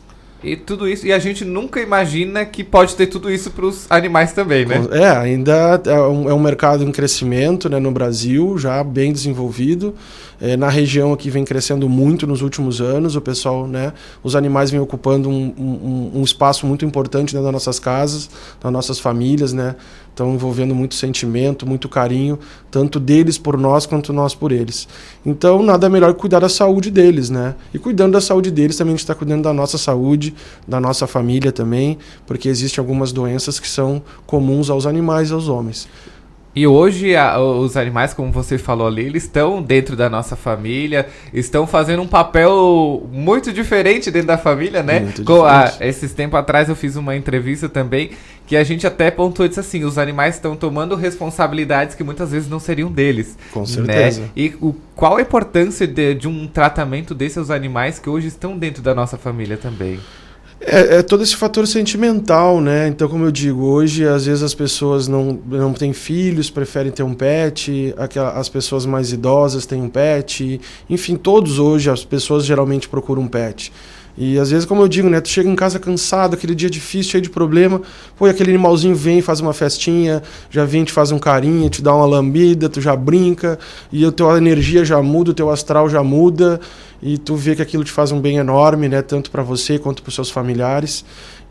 E tudo isso, e a gente nunca imagina que pode ter tudo isso para os animais também, né? É, ainda é um, é um mercado em crescimento, né, no Brasil, já bem desenvolvido. É, na região aqui vem crescendo muito nos últimos anos, o pessoal, né, os animais vêm ocupando um, um, um espaço muito importante dentro das nossas casas, das nossas famílias, né? Estão envolvendo muito sentimento, muito carinho, tanto deles por nós quanto nós por eles. Então, nada melhor que cuidar da saúde deles, né? E cuidando da saúde deles, também a gente está cuidando da nossa saúde, da nossa família também, porque existem algumas doenças que são comuns aos animais e aos homens. E hoje a, os animais, como você falou ali, eles estão dentro da nossa família, estão fazendo um papel muito diferente dentro da família, né? Muito Com a, diferente. esses tempos atrás eu fiz uma entrevista também, que a gente até pontuou e disse assim, os animais estão tomando responsabilidades que muitas vezes não seriam deles. Com certeza. Né? E o, qual a importância de, de um tratamento desses animais que hoje estão dentro da nossa família também? É, é todo esse fator sentimental, né? Então, como eu digo, hoje às vezes as pessoas não, não têm filhos, preferem ter um pet, aquela, as pessoas mais idosas têm um pet, enfim, todos hoje as pessoas geralmente procuram um pet. E às vezes, como eu digo, né, tu chega em casa cansado, aquele dia difícil, cheio de problema, pô, e aquele animalzinho vem, faz uma festinha, já vem, te faz um carinho, te dá uma lambida, tu já brinca, e a tua energia já muda, o teu astral já muda, e tu vê que aquilo te faz um bem enorme, né, tanto para você quanto para os seus familiares.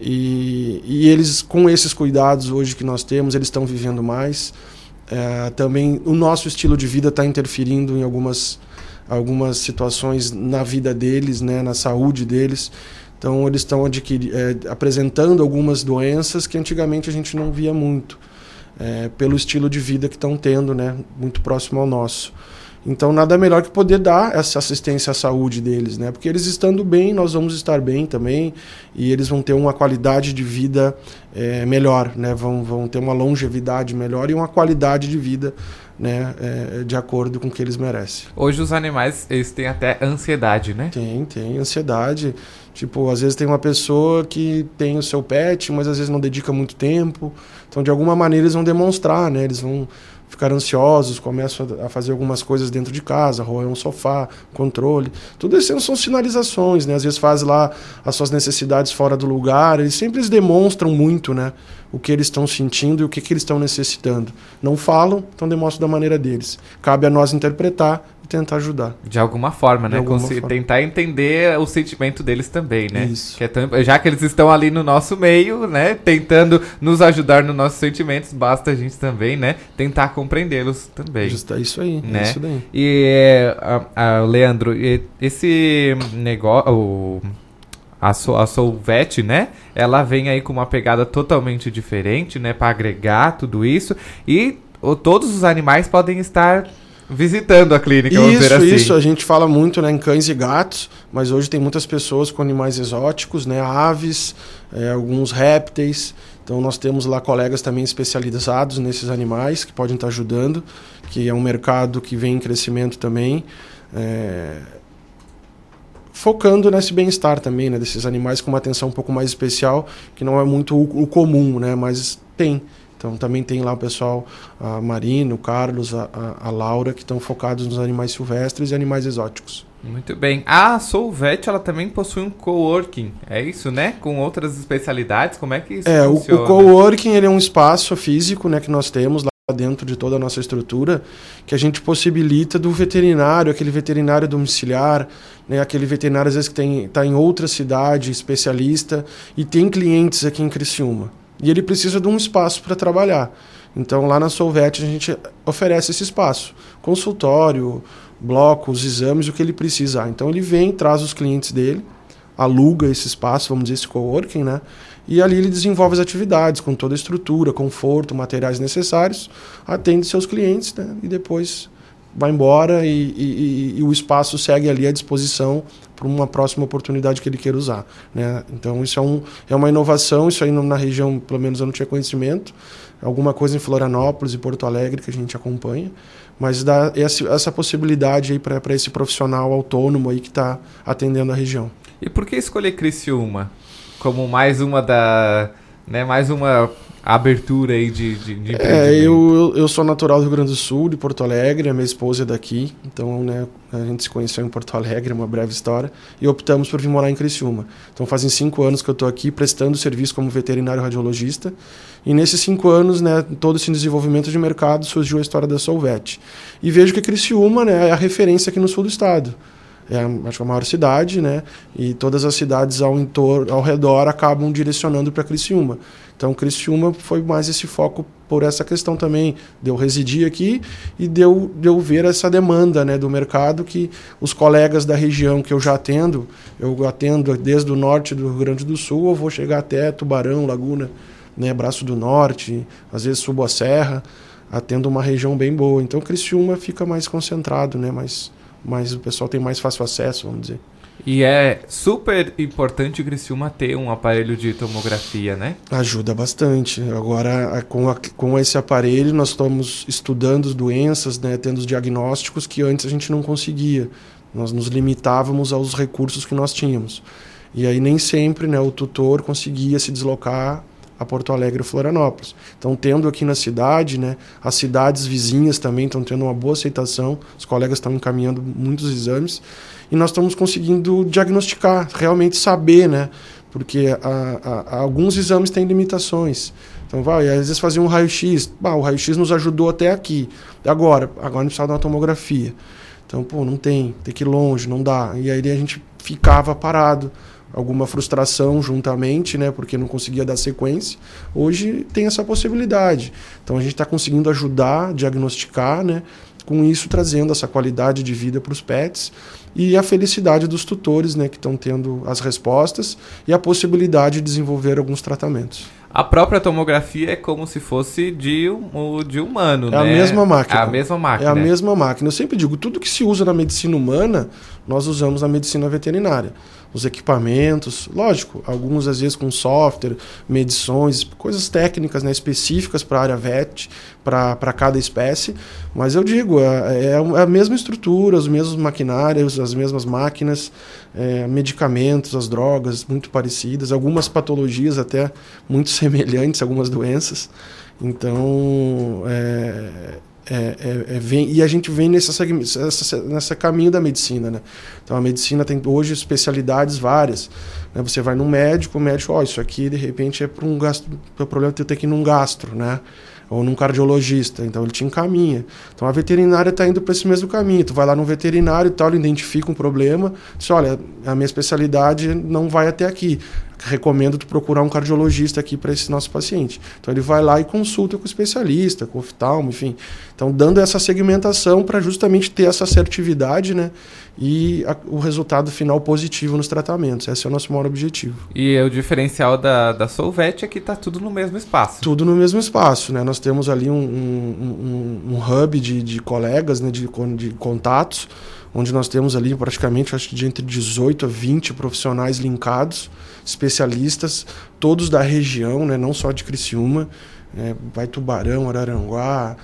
E, e eles, com esses cuidados hoje que nós temos, eles estão vivendo mais. É, também o nosso estilo de vida está interferindo em algumas... algumas situações na vida deles, né, na saúde deles. Então eles estão é, apresentando algumas doenças que antigamente a gente não via muito, é, pelo estilo de vida que estão tendo, né, muito próximo ao nosso. Então nada melhor que poder dar essa assistência à saúde deles, né, porque eles estando bem, nós vamos estar bem também, e eles vão ter uma qualidade de vida é, melhor, né, vão, vão ter uma longevidade melhor e uma qualidade de vida, né, é, de acordo com o que eles merecem. Hoje os animais, eles têm até ansiedade, né? Tem, tem ansiedade. Tipo, às vezes tem uma pessoa que tem o seu pet, mas às vezes não dedica muito tempo. Então, de alguma maneira, eles vão demonstrar, né? Eles vão ficar ansiosos, começam a fazer algumas coisas dentro de casa, roer um sofá, controle. Tudo isso são sinalizações, né? Às vezes faz lá as suas necessidades fora do lugar. Eles sempre eles demonstram muito, né? O que eles estão sentindo e o que, que eles estão necessitando. Não falam, então demonstram da maneira deles. Cabe a nós interpretar e tentar ajudar. De alguma forma, né? Alguma Consi- forma. Tentar entender o sentimento deles também, né? Isso. Que é tão, já que eles estão ali no nosso meio, né? Tentando nos ajudar nos nossos sentimentos, basta a gente também, né? Tentar compreendê-los também. Justo, é isso aí, né? é isso daí. E, a, a, Leandro, e esse negócio... A, so, a Solvet, né? Ela vem aí com uma pegada totalmente diferente, né? Para agregar tudo isso. E o, todos os animais podem estar visitando a clínica, vamos dizer assim. Isso, isso. A gente fala muito, né, em cães e gatos, mas hoje tem muitas pessoas com animais exóticos, né? Aves, é, alguns répteis. Então nós temos lá colegas também especializados nesses animais que podem estar ajudando, que é um mercado que vem em crescimento também. É... focando nesse bem-estar também, né, desses animais com uma atenção um pouco mais especial, que não é muito o, o comum, né, mas tem. Então também tem lá o pessoal, a Marina, o Carlos, a, a, a Laura, que estão focados nos animais silvestres e animais exóticos. Muito bem. A Solvet, ela também possui um coworking, é isso, né? Com outras especialidades, como é que isso é, funciona? O, o coworking, ele é um espaço físico, né, que nós temos lá dentro de toda a nossa estrutura, que a gente possibilita do veterinário, aquele veterinário domiciliar, né, aquele veterinário às vezes que está em outra cidade, especialista, e tem clientes aqui em Criciúma. E ele precisa de um espaço para trabalhar. Então lá na Solvet a gente oferece esse espaço, consultório, blocos, exames, o que ele precisar. Então ele vem, traz os clientes dele, aluga esse espaço, vamos dizer, esse coworking, né? E ali ele desenvolve as atividades com toda a estrutura, conforto, materiais necessários, atende seus clientes, né? E depois vai embora e, e, e, e o espaço segue ali à disposição para uma próxima oportunidade que ele queira usar, né? Então isso é, um, é uma inovação, isso aí na região, pelo menos eu não tinha conhecimento, alguma coisa em Florianópolis e Porto Alegre que a gente acompanha, mas dá essa, essa possibilidade aí para esse profissional autônomo aí que está atendendo a região. E por que escolher Criciúma como mais uma da, né, mais uma a abertura aí de, de, de É, eu, eu sou natural do Rio Grande do Sul, de Porto Alegre, a minha esposa é daqui, então, né, a gente se conheceu em Porto Alegre, uma breve história, e optamos por vir morar em Criciúma. Então fazem cinco anos que eu estou aqui prestando serviço como veterinário radiologista, e nesses cinco anos, né, todo esse desenvolvimento de mercado, surgiu a história da Solvet. E vejo que Criciúma, né, é a referência aqui no sul do estado. É, acho que a maior cidade, né? E todas as cidades ao, entor- ao redor acabam direcionando para Criciúma. Então, Criciúma foi mais esse foco por essa questão também de eu residir aqui e de eu, de eu ver essa demanda, né, do mercado, que os colegas da região que eu já atendo, eu atendo desde o norte do Rio Grande do Sul, eu vou chegar até Tubarão, Laguna, né, Braço do Norte, às vezes subo a serra, atendo uma região bem boa. Então, Criciúma fica mais concentrado, né, mais... mas o pessoal tem mais fácil acesso, vamos dizer. E é super importante o Criciúma ter um aparelho de tomografia, né? Ajuda bastante. Agora, com, a, com esse aparelho, nós estamos estudando as doenças, né, tendo os diagnósticos que antes a gente não conseguia. Nós nos limitávamos aos recursos que nós tínhamos. E aí nem sempre, né, o tutor conseguia se deslocar a Porto Alegre e Florianópolis. Então, tendo aqui na cidade, né, as cidades vizinhas também estão tendo uma boa aceitação, os colegas estão encaminhando muitos exames, e nós estamos conseguindo diagnosticar, realmente saber, né, porque a, a, a, alguns exames têm limitações. Então, vai, às vezes fazia um raio-x, bah, o raio-x nos ajudou até aqui, agora, agora a gente precisa de uma tomografia. Então, pô, não tem, tem que ir longe, não dá. E aí a gente ficava parado, alguma frustração juntamente, né, porque não conseguia dar sequência. Hoje tem essa possibilidade. Então a gente está conseguindo ajudar, diagnosticar, né, com isso trazendo essa qualidade de vida para os pets e a felicidade dos tutores, né, que estão tendo as respostas e a possibilidade de desenvolver alguns tratamentos. A própria tomografia é como se fosse de, um, de humano, é né? É a mesma máquina. É a mesma máquina. É a mesma máquina. Eu sempre digo, tudo que se usa na medicina humana, nós usamos na medicina veterinária. Os equipamentos, lógico, alguns às vezes com software, medições, coisas técnicas, né, específicas para a área vet, para cada espécie, mas eu digo, é, é a mesma estrutura, os mesmos maquinários, as mesmas máquinas, é, medicamentos, as drogas muito parecidas, algumas patologias até muito semelhantes, algumas doenças. Então, é, É, é, é, vem, e a gente vem nesse, nessa, nessa caminho da medicina, né? Então a medicina tem hoje especialidades várias, né? Você vai num médico, o médico, ó, oh, isso aqui de repente é para um gastro, o problema é ter que ir num gastro, né? Ou num cardiologista, então ele te encaminha. Então a veterinária está indo para esse mesmo caminho. Tu vai lá no veterinário e tal, ele identifica um problema, diz, olha, a minha especialidade não vai até aqui. Recomendo tu procurar um cardiologista aqui para esse nosso paciente. Então ele vai lá e consulta com o especialista, com o oftalmo, enfim. Então dando essa segmentação para justamente ter essa assertividade, né? E a, o resultado final positivo nos tratamentos. Esse é o nosso maior objetivo. E o diferencial da, da Solvet é que está tudo no mesmo espaço. Tudo no mesmo espaço, né? Nós temos ali um, um, um, um hub de, de colegas, né? de, de contatos, onde nós temos ali praticamente, acho que de entre dezoito a vinte profissionais linkados, especialistas, todos da região, né? Não só de Criciúma, é, vai Tubarão, Araranguá,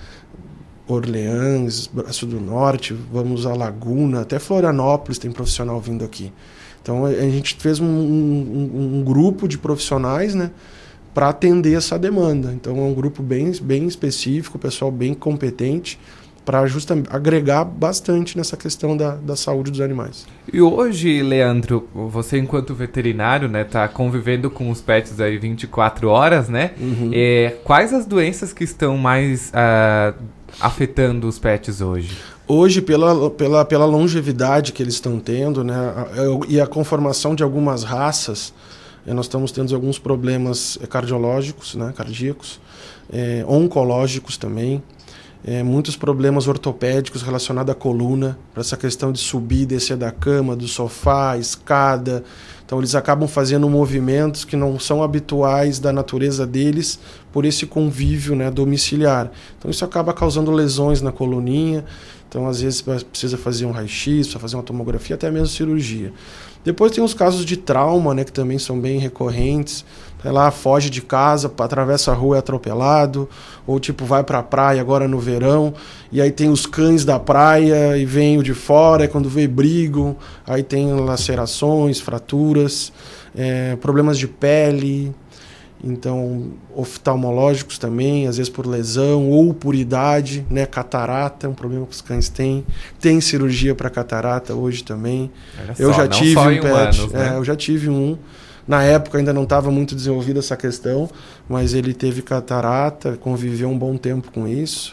Orleans, Braço do Norte, vamos a Laguna, até Florianópolis tem profissional vindo aqui. Então a gente fez um, um, um grupo de profissionais, né, para atender essa demanda. Então é um grupo bem, bem específico, pessoal bem competente, para justamente agregar bastante nessa questão da, da saúde dos animais. E hoje, Leandro, você enquanto veterinário, né, tá convivendo com os pets aí vinte e quatro horas, né? Uhum. É, quais as doenças que estão mais uh, afetando os pets hoje? Hoje, pela, pela, pela longevidade que eles estão tendo, né, e a conformação de algumas raças, nós estamos tendo alguns problemas cardiológicos, né, cardíacos, é, oncológicos também. É, muitos problemas ortopédicos relacionados à coluna, para essa questão de subir e descer da cama, do sofá, escada. Então eles acabam fazendo movimentos que não são habituais da natureza deles por esse convívio, né, domiciliar. Então isso acaba causando lesões na coluninha. Então às vezes precisa fazer um raio-x, precisa fazer uma tomografia, até mesmo cirurgia. Depois tem os casos de trauma, né, que também são bem recorrentes. Vai lá, foge de casa, atravessa a rua e é atropelado, ou tipo vai para a praia agora no verão, e aí tem os cães da praia e vem o de fora, e quando vê brigam, aí tem lacerações, fraturas, é, problemas de pele. Então, oftalmológicos também, às vezes por lesão ou por idade, né? Catarata é um problema que os cães têm. Tem cirurgia para catarata hoje também. Olha eu só, já tive um pet, humanos, né? é, eu já tive um. Na época ainda não estava muito desenvolvida essa questão, mas ele teve catarata, conviveu um bom tempo com isso.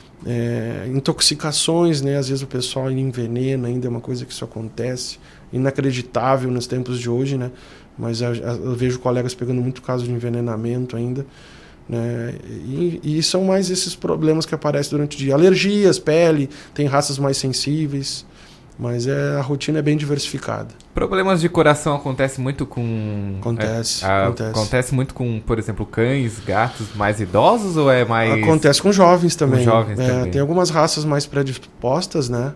É, intoxicações, né? Às vezes o pessoal envenena, ainda é uma coisa que isso acontece. Inacreditável nos tempos de hoje, né? Mas eu, eu vejo colegas pegando muito caso de envenenamento ainda, né? E, e são mais esses problemas que aparecem durante o dia. Alergias, pele, tem raças mais sensíveis, mas é, a rotina é bem diversificada. Problemas de coração acontece muito com... Acontece, é, a, acontece. Acontece muito com, por exemplo, cães, gatos mais idosos ou é mais... Acontece com jovens também. Com jovens é, também. Tem algumas raças mais predispostas, né?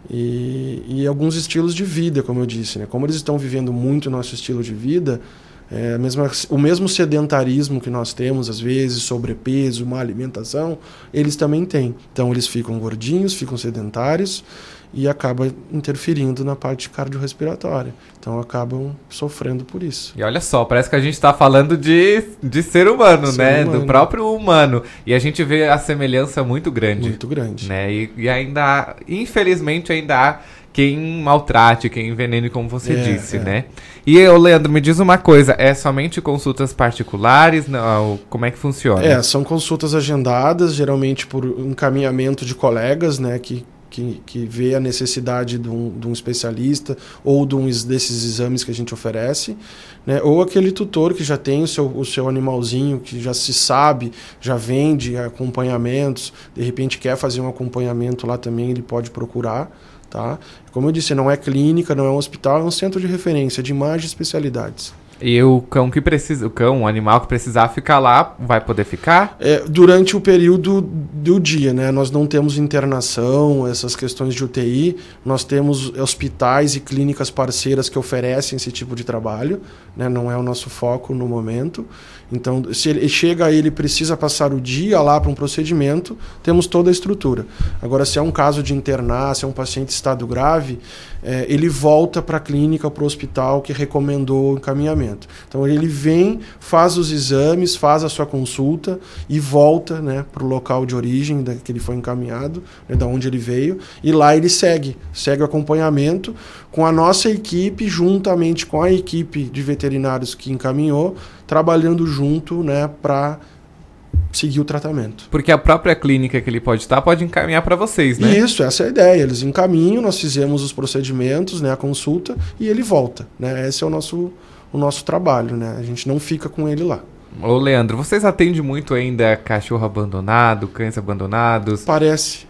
E, e alguns estilos de vida, como eu disse, né? Como eles estão vivendo muito o nosso estilo de vida, é, mesmo, o mesmo sedentarismo que nós temos, às vezes, sobrepeso, má alimentação, eles também têm. Então, eles ficam gordinhos, ficam sedentários e acaba interferindo na parte cardiorrespiratória. Então, acabam sofrendo por isso. E olha só, parece que a gente está falando de, de ser humano, ser né? Humano. Do próprio humano. E a gente vê a semelhança muito grande. Muito grande. Né? E, e ainda há, infelizmente, ainda há quem maltrate, quem envenene, como você é, disse, é. né? E, eu, Leandro, me diz uma coisa, é somente consultas particulares? Não, como é que funciona? É, são consultas agendadas, geralmente por encaminhamento de colegas, né, que Que, que vê a necessidade de um, de um especialista ou de um desses exames que a gente oferece, né? Ou aquele tutor que já tem o seu, o seu animalzinho, que já se sabe, já vende acompanhamentos, de repente quer fazer um acompanhamento lá também, ele pode procurar. Tá? Como eu disse, não é clínica, não é um hospital, é um centro de referência de mais especialidades. E o cão que precisa, o cão, o animal que precisar ficar lá, vai poder ficar? É, durante o período do dia, né? Nós não temos internação, essas questões de U T I, nós temos hospitais e clínicas parceiras que oferecem esse tipo de trabalho, né? Não é o nosso foco no momento. Então, se ele chega aí, ele precisa passar o dia lá para um procedimento, temos toda a estrutura. Agora, se é um caso de internar, se é um paciente em estado grave, é, ele volta para a clínica, para o hospital que recomendou o encaminhamento. Então, ele vem, faz os exames, faz a sua consulta e volta, né, para o local de origem da, que ele foi encaminhado, né, da onde ele veio, e lá ele segue, segue o acompanhamento com a nossa equipe, juntamente com a equipe de veterinários que encaminhou, trabalhando junto, né, para seguir o tratamento. Porque a própria clínica que ele pode estar pode encaminhar para vocês, né? Isso, essa é a ideia. Eles encaminham, nós fizemos os procedimentos, né, a consulta, e ele volta, né? Esse é o nosso, o nosso trabalho, né? A gente não fica com ele lá. Ô, Leandro, vocês atendem muito ainda cachorro abandonado, cães abandonados? Parece.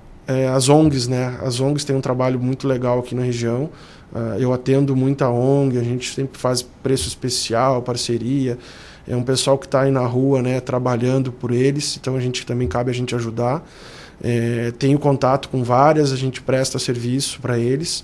É, as O N Gs, né? As O N Gs têm um trabalho muito legal aqui na região. Uh, eu atendo muita O N G, a gente sempre faz preço especial, parceria. É um pessoal que está aí na rua, né, trabalhando por eles, então a gente também cabe a gente ajudar. É, tenho contato com várias, a gente presta serviço para eles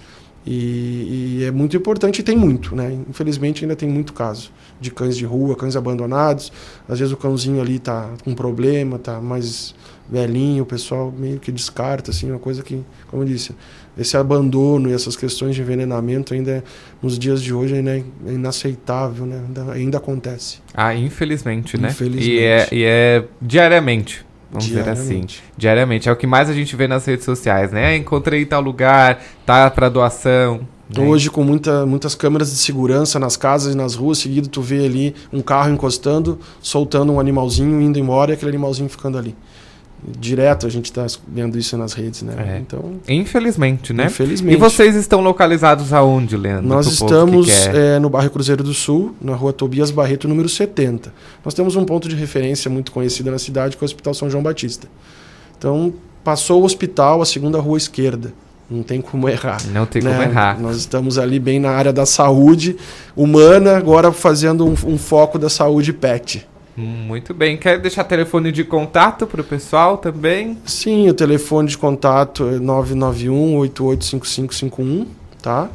e, e é muito importante e tem muito, né? Infelizmente ainda tem muito caso de cães de rua, cães abandonados. Às vezes o cãozinho ali está com problema, está mais velhinho, o pessoal meio que descarta, assim, uma coisa que, como eu disse, esse abandono e essas questões de envenenamento ainda, nos dias de hoje, ainda é inaceitável, né? Ainda, ainda acontece. Ah, infelizmente, né? Infelizmente. E é, e é diariamente, vamos diariamente. dizer assim. Diariamente. É o que mais a gente vê nas redes sociais, né? Encontrei em tal lugar, tá para doação. Né? Hoje, com muita, muitas câmeras de segurança nas casas e nas ruas, seguido tu vê ali um carro encostando, soltando um animalzinho, indo embora e aquele animalzinho ficando ali. Direto a gente está vendo isso nas redes, né? É. Então, infelizmente, né? Infelizmente. E vocês estão localizados aonde, Leandro? Nós estamos é, no bairro Cruzeiro do Sul, na rua Tobias Barreto, número setenta. Nós temos um ponto de referência muito conhecido na cidade, que é o Hospital São João Batista. Então, passou o hospital, a segunda rua esquerda. Não tem como errar. Não tem né? como errar. Nós estamos ali bem na área da saúde humana, agora fazendo um, um foco da saúde pet. Muito bem. Quer deixar telefone de contato para o pessoal também? Sim, o telefone de contato é nove nove um, oito oito cinco cinco cinco um, tá?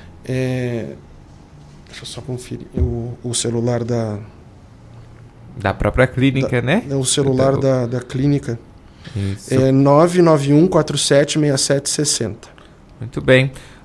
É... Deixa eu só conferir. O, o celular da... Da própria clínica, da, né? É o celular então, da, da clínica. Isso. É nove nove um, quatro sete, seis sete seis zero. Muito bem.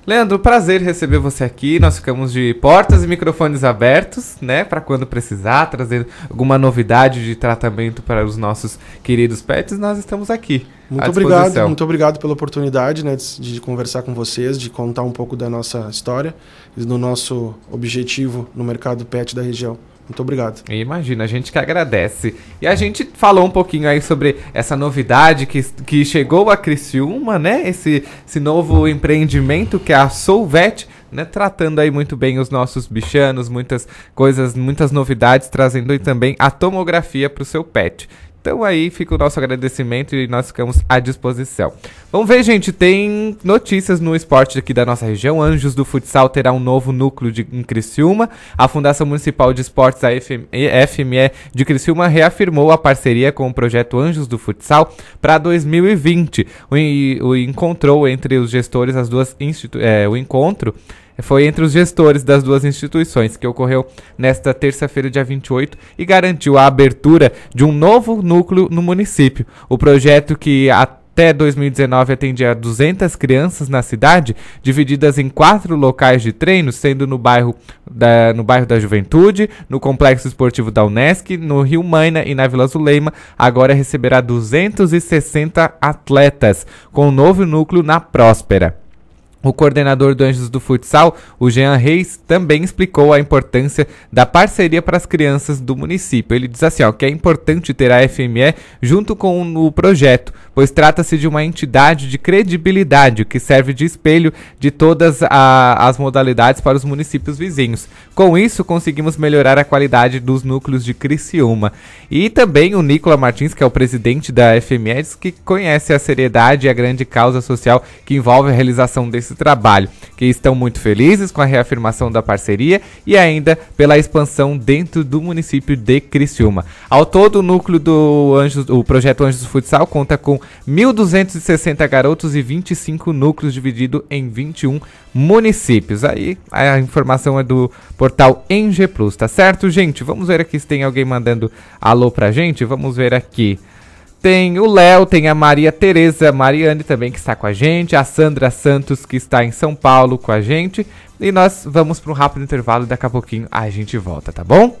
Leandro, prazer receber você aqui. Nós ficamos de portas e microfones abertos, né? Para quando precisar, trazer alguma novidade de tratamento para os nossos queridos pets, nós estamos aqui. Muito obrigado, muito obrigado pela oportunidade, né, de, de conversar com vocês, de contar um pouco da nossa história e do nosso objetivo no mercado pet da região. Muito obrigado. Imagina, a gente que agradece. E a gente falou um pouquinho aí sobre essa novidade que, que chegou a Criciúma, né? Esse, esse novo empreendimento que é a Solvet, né? Tratando aí muito bem os nossos bichanos, muitas coisas, muitas novidades, trazendo aí também a tomografia para o seu pet. Então aí fica o nosso agradecimento e nós ficamos à disposição. Vamos ver, gente, tem notícias no esporte aqui da nossa região. Anjos do Futsal terá um novo núcleo de, em Criciúma. A Fundação Municipal de Esportes, a F M E de Criciúma, reafirmou a parceria com o projeto Anjos do Futsal para dois mil e vinte. O, o encontrou entre os gestores as duas institu- é, o encontro foi entre os gestores das duas instituições, que ocorreu nesta terça-feira, dia vinte e oito, e garantiu a abertura de um novo núcleo no município. O projeto, que até dois mil e dezenove atendia duzentas crianças na cidade, divididas em quatro locais de treino, sendo no bairro da, no bairro da Juventude, no Complexo Esportivo da Unesc, no Rio Maina e na Vila Zuleima, agora receberá duzentos e sessenta atletas, com um novo núcleo na Próspera. O coordenador do Anjos do Futsal, o Jean Reis, também explicou a importância da parceria para as crianças do município. Ele diz assim, ó, que é importante ter a F M E junto com o projeto, pois trata-se de uma entidade de credibilidade que serve de espelho de todas a, as modalidades para os municípios vizinhos. Com isso, conseguimos melhorar a qualidade dos núcleos de Criciúma. E também o Nicola Martins, que é o presidente da F M E, diz que conhece a seriedade e a grande causa social que envolve a realização desse trabalho, que estão muito felizes com a reafirmação da parceria e ainda pela expansão dentro do município de Criciúma. Ao todo, o núcleo do Anjos, o projeto Anjos do Futsal conta com mil duzentos e sessenta garotos e vinte e cinco núcleos divididos em vinte e um municípios. Aí a informação é do portal N G Plus, tá certo, gente? Vamos ver aqui se tem alguém mandando alô pra gente. Vamos ver aqui. Tem o Léo, tem a Maria Tereza Mariane também que está com a gente, a Sandra Santos que está em São Paulo com a gente. E nós vamos para um rápido intervalo e daqui a pouquinho a gente volta, tá bom?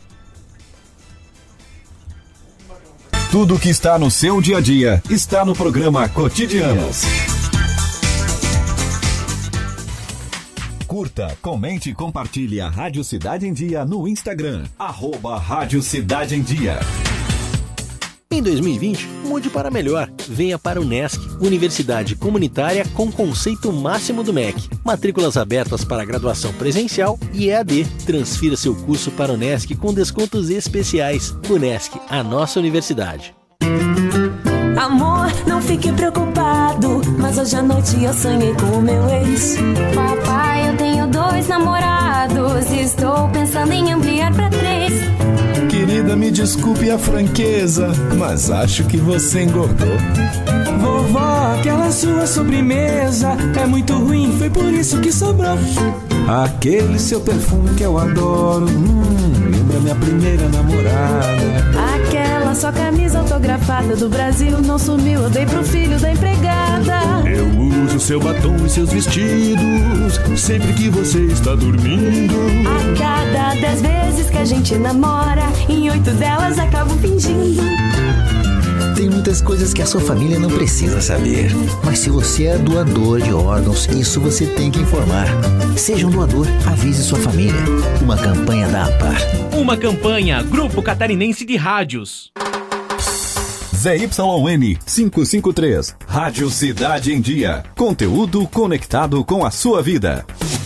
Tudo que está no seu dia a dia está no programa Cotidianos. Curta, comente e compartilhe a Rádio Cidade em Dia no Instagram, arroba Rádio Cidade em Dia. Em dois mil e vinte, mude para melhor. Venha para o Unesc, Universidade Comunitária com conceito máximo do M E C. Matrículas abertas para graduação presencial e E A D. Transfira seu curso para o Unesc com descontos especiais. Unesc, a nossa universidade. Amor, não fique preocupado, mas hoje à noite eu sonhei com o meu ex. Papai, eu tenho dois namorados, estou pensando em ampliar pra três. Querida, me desculpe a franqueza, mas acho que você engordou. Vovó, aquela sua sobremesa é muito ruim, foi por isso que sobrou. Aquele seu perfume que eu adoro, hum, lembra minha primeira namorada. Aquela sua camisa autografada do Brasil não sumiu, eu dei pro filho da empregada. Eu uso seu batom e seus vestidos sempre que você está dormindo. A cada dez vezes que a gente namora, em oito delas acabo fingindo. Tem muitas coisas que a sua família não precisa saber. Mas se você é doador de órgãos, isso você tem que informar. Seja um doador, avise sua família. Uma campanha da APAR. Uma campanha Grupo Catarinense de Rádios. Z Y N quinhentos e cinquenta e três, Rádio Cidade em Dia. Conteúdo conectado com a sua vida.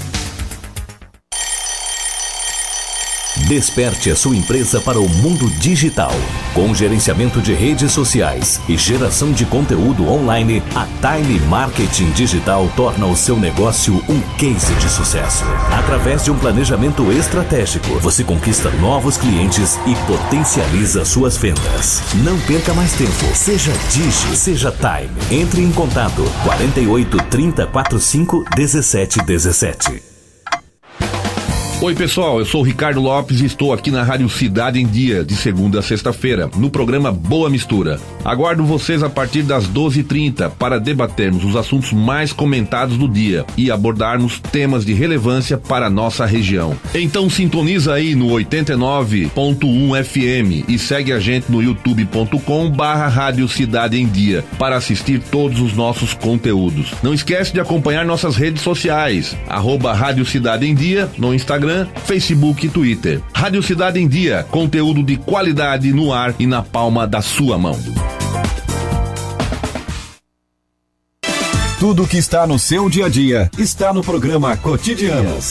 Desperte a sua empresa para o mundo digital. Com gerenciamento de redes sociais e geração de conteúdo online, a Time Marketing Digital torna o seu negócio um case de sucesso. Através de um planejamento estratégico, você conquista novos clientes e potencializa suas vendas. Não perca mais tempo. Seja Digi, seja Time. Entre em contato quarenta e oito, trinta, quarenta e cinco, dezessete dezessete. Oi pessoal, eu sou o Ricardo Lopes e estou aqui na Rádio Cidade em Dia, de segunda a sexta-feira, no programa Boa Mistura. Aguardo vocês a partir das doze e trinta para debatermos os assuntos mais comentados do dia e abordarmos temas de relevância para a nossa região. Então sintoniza aí no oitenta e nove ponto um F M e segue a gente no youtube ponto com barra Rádio Cidade em Dia para assistir todos os nossos conteúdos. Não esquece de acompanhar nossas redes sociais, arroba Rádio Cidade em Dia no Instagram, Facebook e Twitter. Rádio Cidade em Dia, conteúdo de qualidade no ar e na palma da sua mão. Tudo que está no seu dia a dia está no programa Cotidianos.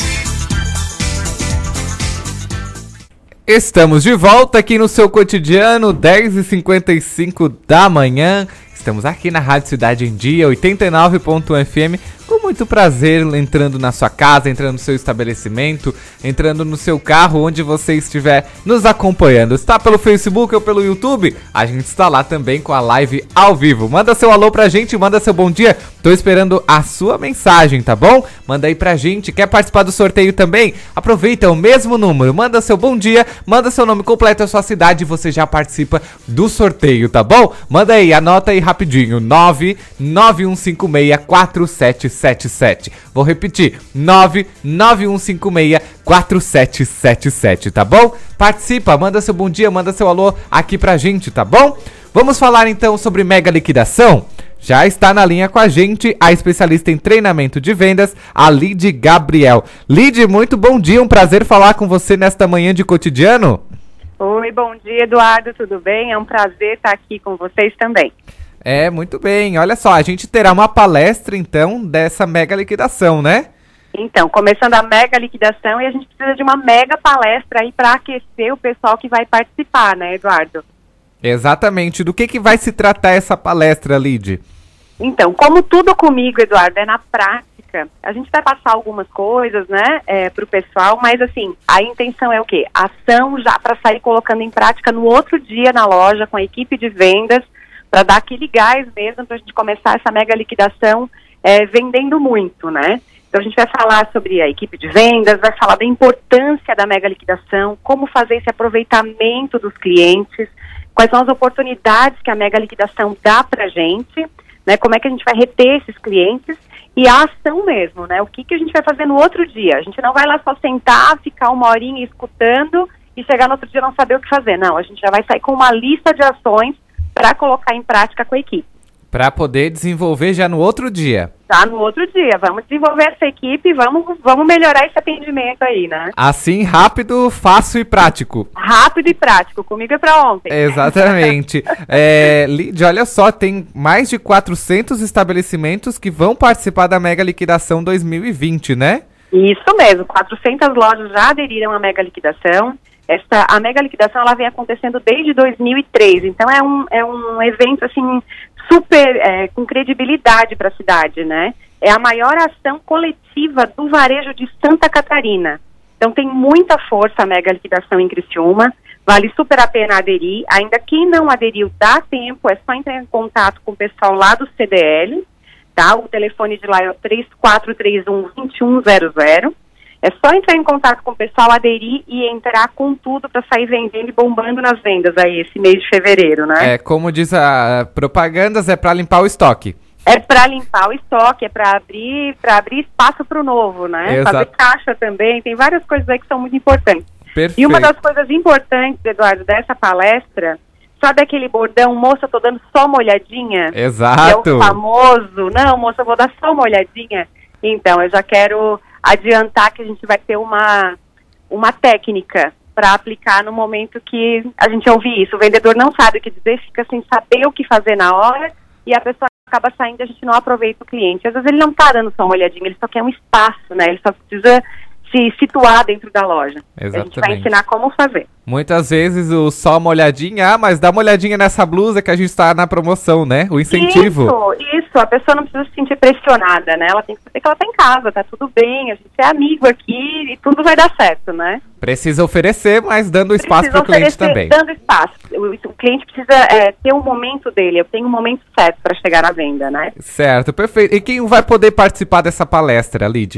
Estamos de volta aqui no seu Cotidiano, dez e cinquenta e cinco da manhã. Estamos aqui na Rádio Cidade em Dia, oitenta e nove ponto um F M, com muito prazer, entrando na sua casa, entrando no seu estabelecimento, entrando no seu carro, onde você estiver nos acompanhando. Está pelo Facebook ou pelo YouTube? A gente está lá também com a live ao vivo. Manda seu alô pra gente, manda seu bom dia. Tô esperando a sua mensagem, tá bom? Manda aí pra gente. Quer participar do sorteio também? Aproveita o mesmo número, manda seu bom dia, manda seu nome completo, a sua cidade e você já participa do sorteio, tá bom? Manda aí, anota aí rapidinho, nove nove um cinco seis quatro sete sete sete. Vou repetir, nove nove um cinco seis quatro sete sete sete, tá bom? Participa, manda seu bom dia, manda seu alô aqui pra gente, tá bom? Vamos falar então sobre mega liquidação? Já está na linha com a gente a especialista em treinamento de vendas, a Lid Gabriel. Lid, muito bom dia, um prazer falar com você nesta manhã de cotidiano. Oi, bom dia, Eduardo, tudo bem? É um prazer estar aqui com vocês também. É, muito bem. Olha só, a gente terá uma palestra, então, dessa mega liquidação, né? Então, começando a mega liquidação, e a gente precisa de uma mega palestra aí para aquecer o pessoal que vai participar, né, Eduardo? Exatamente. Do que, que vai se tratar essa palestra, Lid? Então, como tudo comigo, Eduardo, é na prática, a gente vai passar algumas coisas, né, é, para o pessoal, mas assim, a intenção é o quê? Ação já para sair colocando em prática no outro dia na loja, com a equipe de vendas, para dar aquele gás mesmo, para a gente começar essa mega liquidação é, vendendo muito, né? Então a gente vai falar sobre a equipe de vendas, vai falar da importância da mega liquidação, como fazer esse aproveitamento dos clientes, quais são as oportunidades que a mega liquidação dá para a gente, né? Como é que a gente vai reter esses clientes e a ação mesmo, né? O que, que a gente vai fazer no outro dia? A gente não vai lá só sentar, ficar uma horinha escutando e chegar no outro dia não saber o que fazer. Não, a gente já vai sair com uma lista de ações para colocar em prática com a equipe. Para poder desenvolver já no outro dia. Já no outro dia. Vamos desenvolver essa equipe e vamos, vamos melhorar esse atendimento aí, né? Assim, rápido, fácil e prático. Rápido e prático. Comigo é para ontem. Exatamente. é, Lid, olha só, tem mais de quatrocentos estabelecimentos que vão participar da Mega Liquidação dois mil e vinte, né? Isso mesmo. quatrocentas lojas já aderiram à Mega Liquidação. Essa, a mega liquidação ela vem acontecendo desde dois mil e três, então é um, é um evento assim, super é, com credibilidade para a cidade, né? É a maior ação coletiva do varejo de Santa Catarina. Então tem muita força a mega liquidação em Criciúma, vale super a pena aderir. Ainda quem não aderiu, dá tempo, é só entrar em contato com o pessoal lá do C D L, tá? O telefone de lá é o três quatro três um, dois um zero zero. É só entrar em contato com o pessoal, aderir e entrar com tudo para sair vendendo e bombando nas vendas aí esse mês de fevereiro, né? É, como diz a propagandas, é para limpar o estoque. É para limpar o estoque, é para abrir, para abrir espaço para o novo, né? Exato. Fazer caixa também, tem várias coisas aí que são muito importantes. Perfeito. E uma das coisas importantes, Eduardo, dessa palestra, sabe aquele bordão, moça, tô dando só uma olhadinha? Exato. É o famoso, não, moça, eu vou dar só uma olhadinha. Então, eu já quero adiantar que a gente vai ter uma, uma técnica para aplicar no momento que a gente ouvir isso. O vendedor não sabe o que dizer, fica sem saber o que fazer na hora e a pessoa acaba saindo e a gente não aproveita o cliente. Às vezes ele não está dando só uma olhadinha, ele só quer um espaço, né? Ele só precisa se situar dentro da loja. Exatamente. A gente vai ensinar como fazer. Muitas vezes o só uma olhadinha, ah, mas dá uma olhadinha nessa blusa que a gente está na promoção, né? O incentivo. Isso, isso. A pessoa não precisa se sentir pressionada, né? Ela tem que saber que ela tá em casa, tá tudo bem, a gente é amigo aqui e tudo vai dar certo, né? Precisa oferecer, mas dando espaço para o cliente também. Dando espaço. O, o cliente precisa é, ter um momento dele, eu tenho um momento certo para chegar à venda, né? Certo, perfeito. E quem vai poder participar dessa palestra, Lid?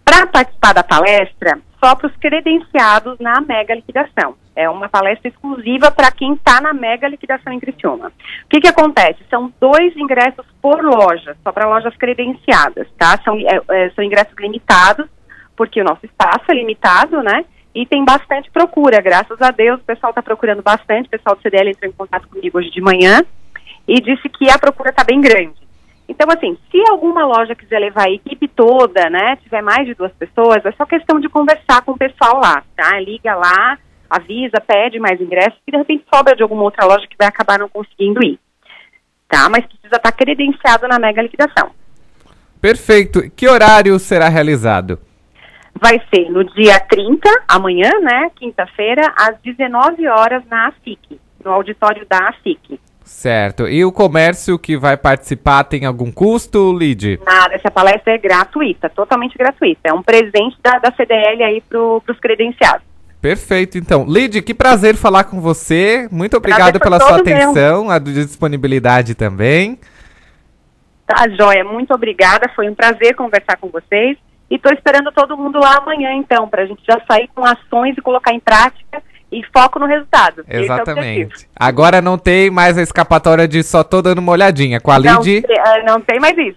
Para participar da palestra, só para os credenciados na mega liquidação. É uma palestra exclusiva para quem está na mega liquidação em Criciúma. O que que acontece? São dois ingressos por loja, só para lojas credenciadas, tá? São, é, é, são ingressos limitados, porque o nosso espaço é limitado, né? E tem bastante procura, graças a Deus, o pessoal está procurando bastante, o pessoal do C D L entrou em contato comigo hoje de manhã e disse que a procura está bem grande. Então, assim, se alguma loja quiser levar a equipe toda, né, tiver mais de duas pessoas, é só questão de conversar com o pessoal lá, tá? Liga lá, avisa, pede mais ingressos, e de repente sobra de alguma outra loja que vai acabar não conseguindo ir, tá? Mas precisa estar credenciado na mega liquidação. Perfeito. Que horário será realizado? Vai ser no dia trinta, amanhã, né, quinta-feira, às dezenove horas na A S I C, no auditório da A S I C. Certo. E o comércio que vai participar tem algum custo, Lid? Nada, essa palestra é gratuita, totalmente gratuita. É um presente da, da C D L aí para os credenciados. Perfeito, então. Lid, que prazer falar com você. Muito obrigado pela sua atenção, a disponibilidade também. Tá, joia. Muito obrigada. Foi um prazer conversar com vocês. E estou esperando todo mundo lá amanhã, então, para a gente já sair com ações e colocar em prática e foco no resultado. Exatamente. É agora não tem mais a escapatória de só tô dando uma olhadinha. Com a Lid... Não, não tem mais isso.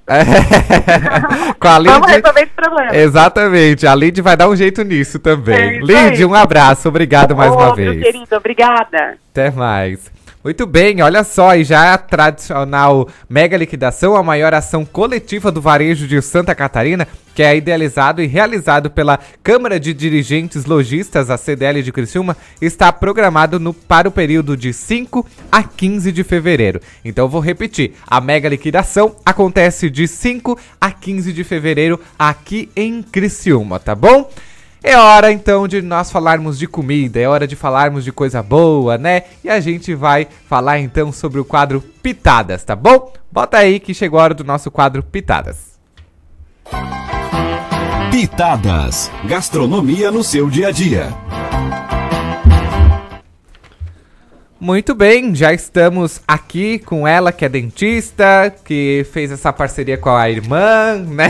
Com a Lid... Vamos resolver esse problema. Exatamente. A Lid vai dar um jeito nisso também. É Lid, um abraço. Obrigado mais Outro, uma vez. Querido, obrigada. Até mais. Muito bem, olha só, e já a tradicional mega liquidação, a maior ação coletiva do varejo de Santa Catarina, que é idealizado e realizado pela Câmara de Dirigentes Lojistas, a C D L de Criciúma, está programado no, para o período de cinco a quinze de fevereiro. Então vou repetir, a mega liquidação acontece de cinco a quinze de fevereiro aqui em Criciúma, tá bom? É hora, então, de nós falarmos de comida, é hora de falarmos de coisa boa, né? E a gente vai falar, então, sobre o quadro Pitadas, tá bom? Bota aí que chegou a hora do nosso quadro Pitadas. Pitadas, gastronomia no seu dia a dia. Muito bem, já estamos aqui com ela, que é dentista, que fez essa parceria com a irmã, né?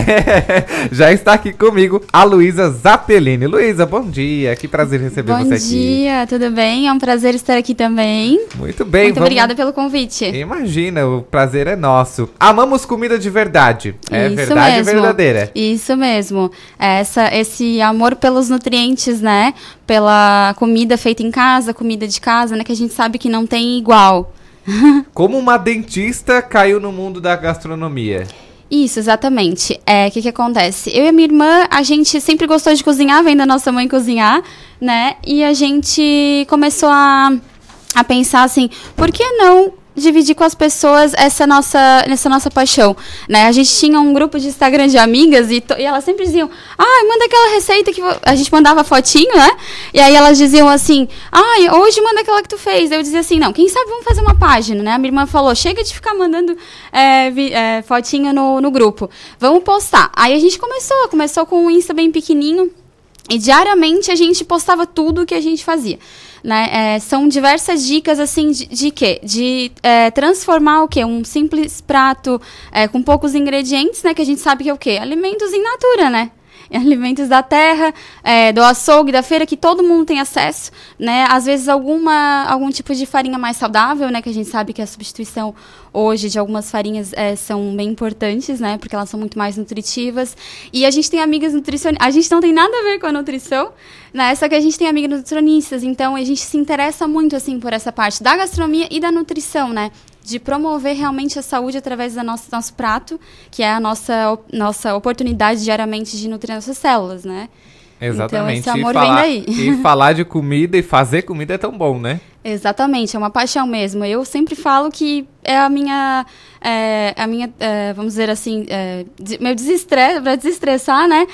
Já está aqui comigo a Luísa Zappellini. Luísa, bom dia, que prazer receber bom você aqui. Bom dia, tudo bem? É um prazer estar aqui também. Muito bem. Muito vamos... obrigada pelo convite. Imagina, o prazer é nosso. Amamos comida de verdade. É Isso verdade mesmo. E verdadeira. Isso mesmo. Essa, esse amor pelos nutrientes, né? Pela comida feita em casa, comida de casa, né? Que a gente sabe que não tem igual. Como uma dentista caiu no mundo da gastronomia? Isso, exatamente. É, o que que acontece? Eu e a minha irmã, a gente sempre gostou de cozinhar, vendo a nossa mãe cozinhar, né? E a gente começou a, a pensar assim, por que não dividir com as pessoas essa nossa, essa nossa paixão, né? A gente tinha um grupo de Instagram de amigas e, e elas sempre diziam, ah, manda aquela receita que a gente mandava fotinho, né? E aí elas diziam assim, ah, hoje manda aquela que tu fez. Eu dizia assim, não, quem sabe vamos fazer uma página, né? A minha irmã falou, chega de ficar mandando é, vi, é, fotinho no, no grupo, vamos postar. Aí a gente começou, começou com um Insta bem pequenininho e diariamente a gente postava tudo o que a gente fazia. Né? É, são diversas dicas, assim, de, de quê? De é, transformar o quê? Um simples prato é, com poucos ingredientes, né? Que a gente sabe que é o quê? Alimentos in natura, né? Alimentos da terra, é, do açougue, da feira, que todo mundo tem acesso, né? Às vezes alguma, algum tipo de farinha mais saudável, né? Que a gente sabe que a substituição hoje de algumas farinhas é, são bem importantes, né? Porque elas são muito mais nutritivas. E a gente tem amigas nutricionistas. A gente não tem nada a ver com a nutrição, né? Só que a gente tem amigas nutricionistas, então a gente se interessa muito, assim, por essa parte da gastronomia e da nutrição, né? De promover realmente a saúde através do nosso, nosso prato, que é a nossa, nossa oportunidade diariamente de nutrir nossas células, né? Exatamente. Então esse amor e falar, vem daí. E falar de comida e fazer comida é tão bom, né? Exatamente, é uma paixão mesmo. Eu sempre falo que é a minha, é, a minha é, vamos dizer assim, é, de, meu desestresse, para desestressar, né?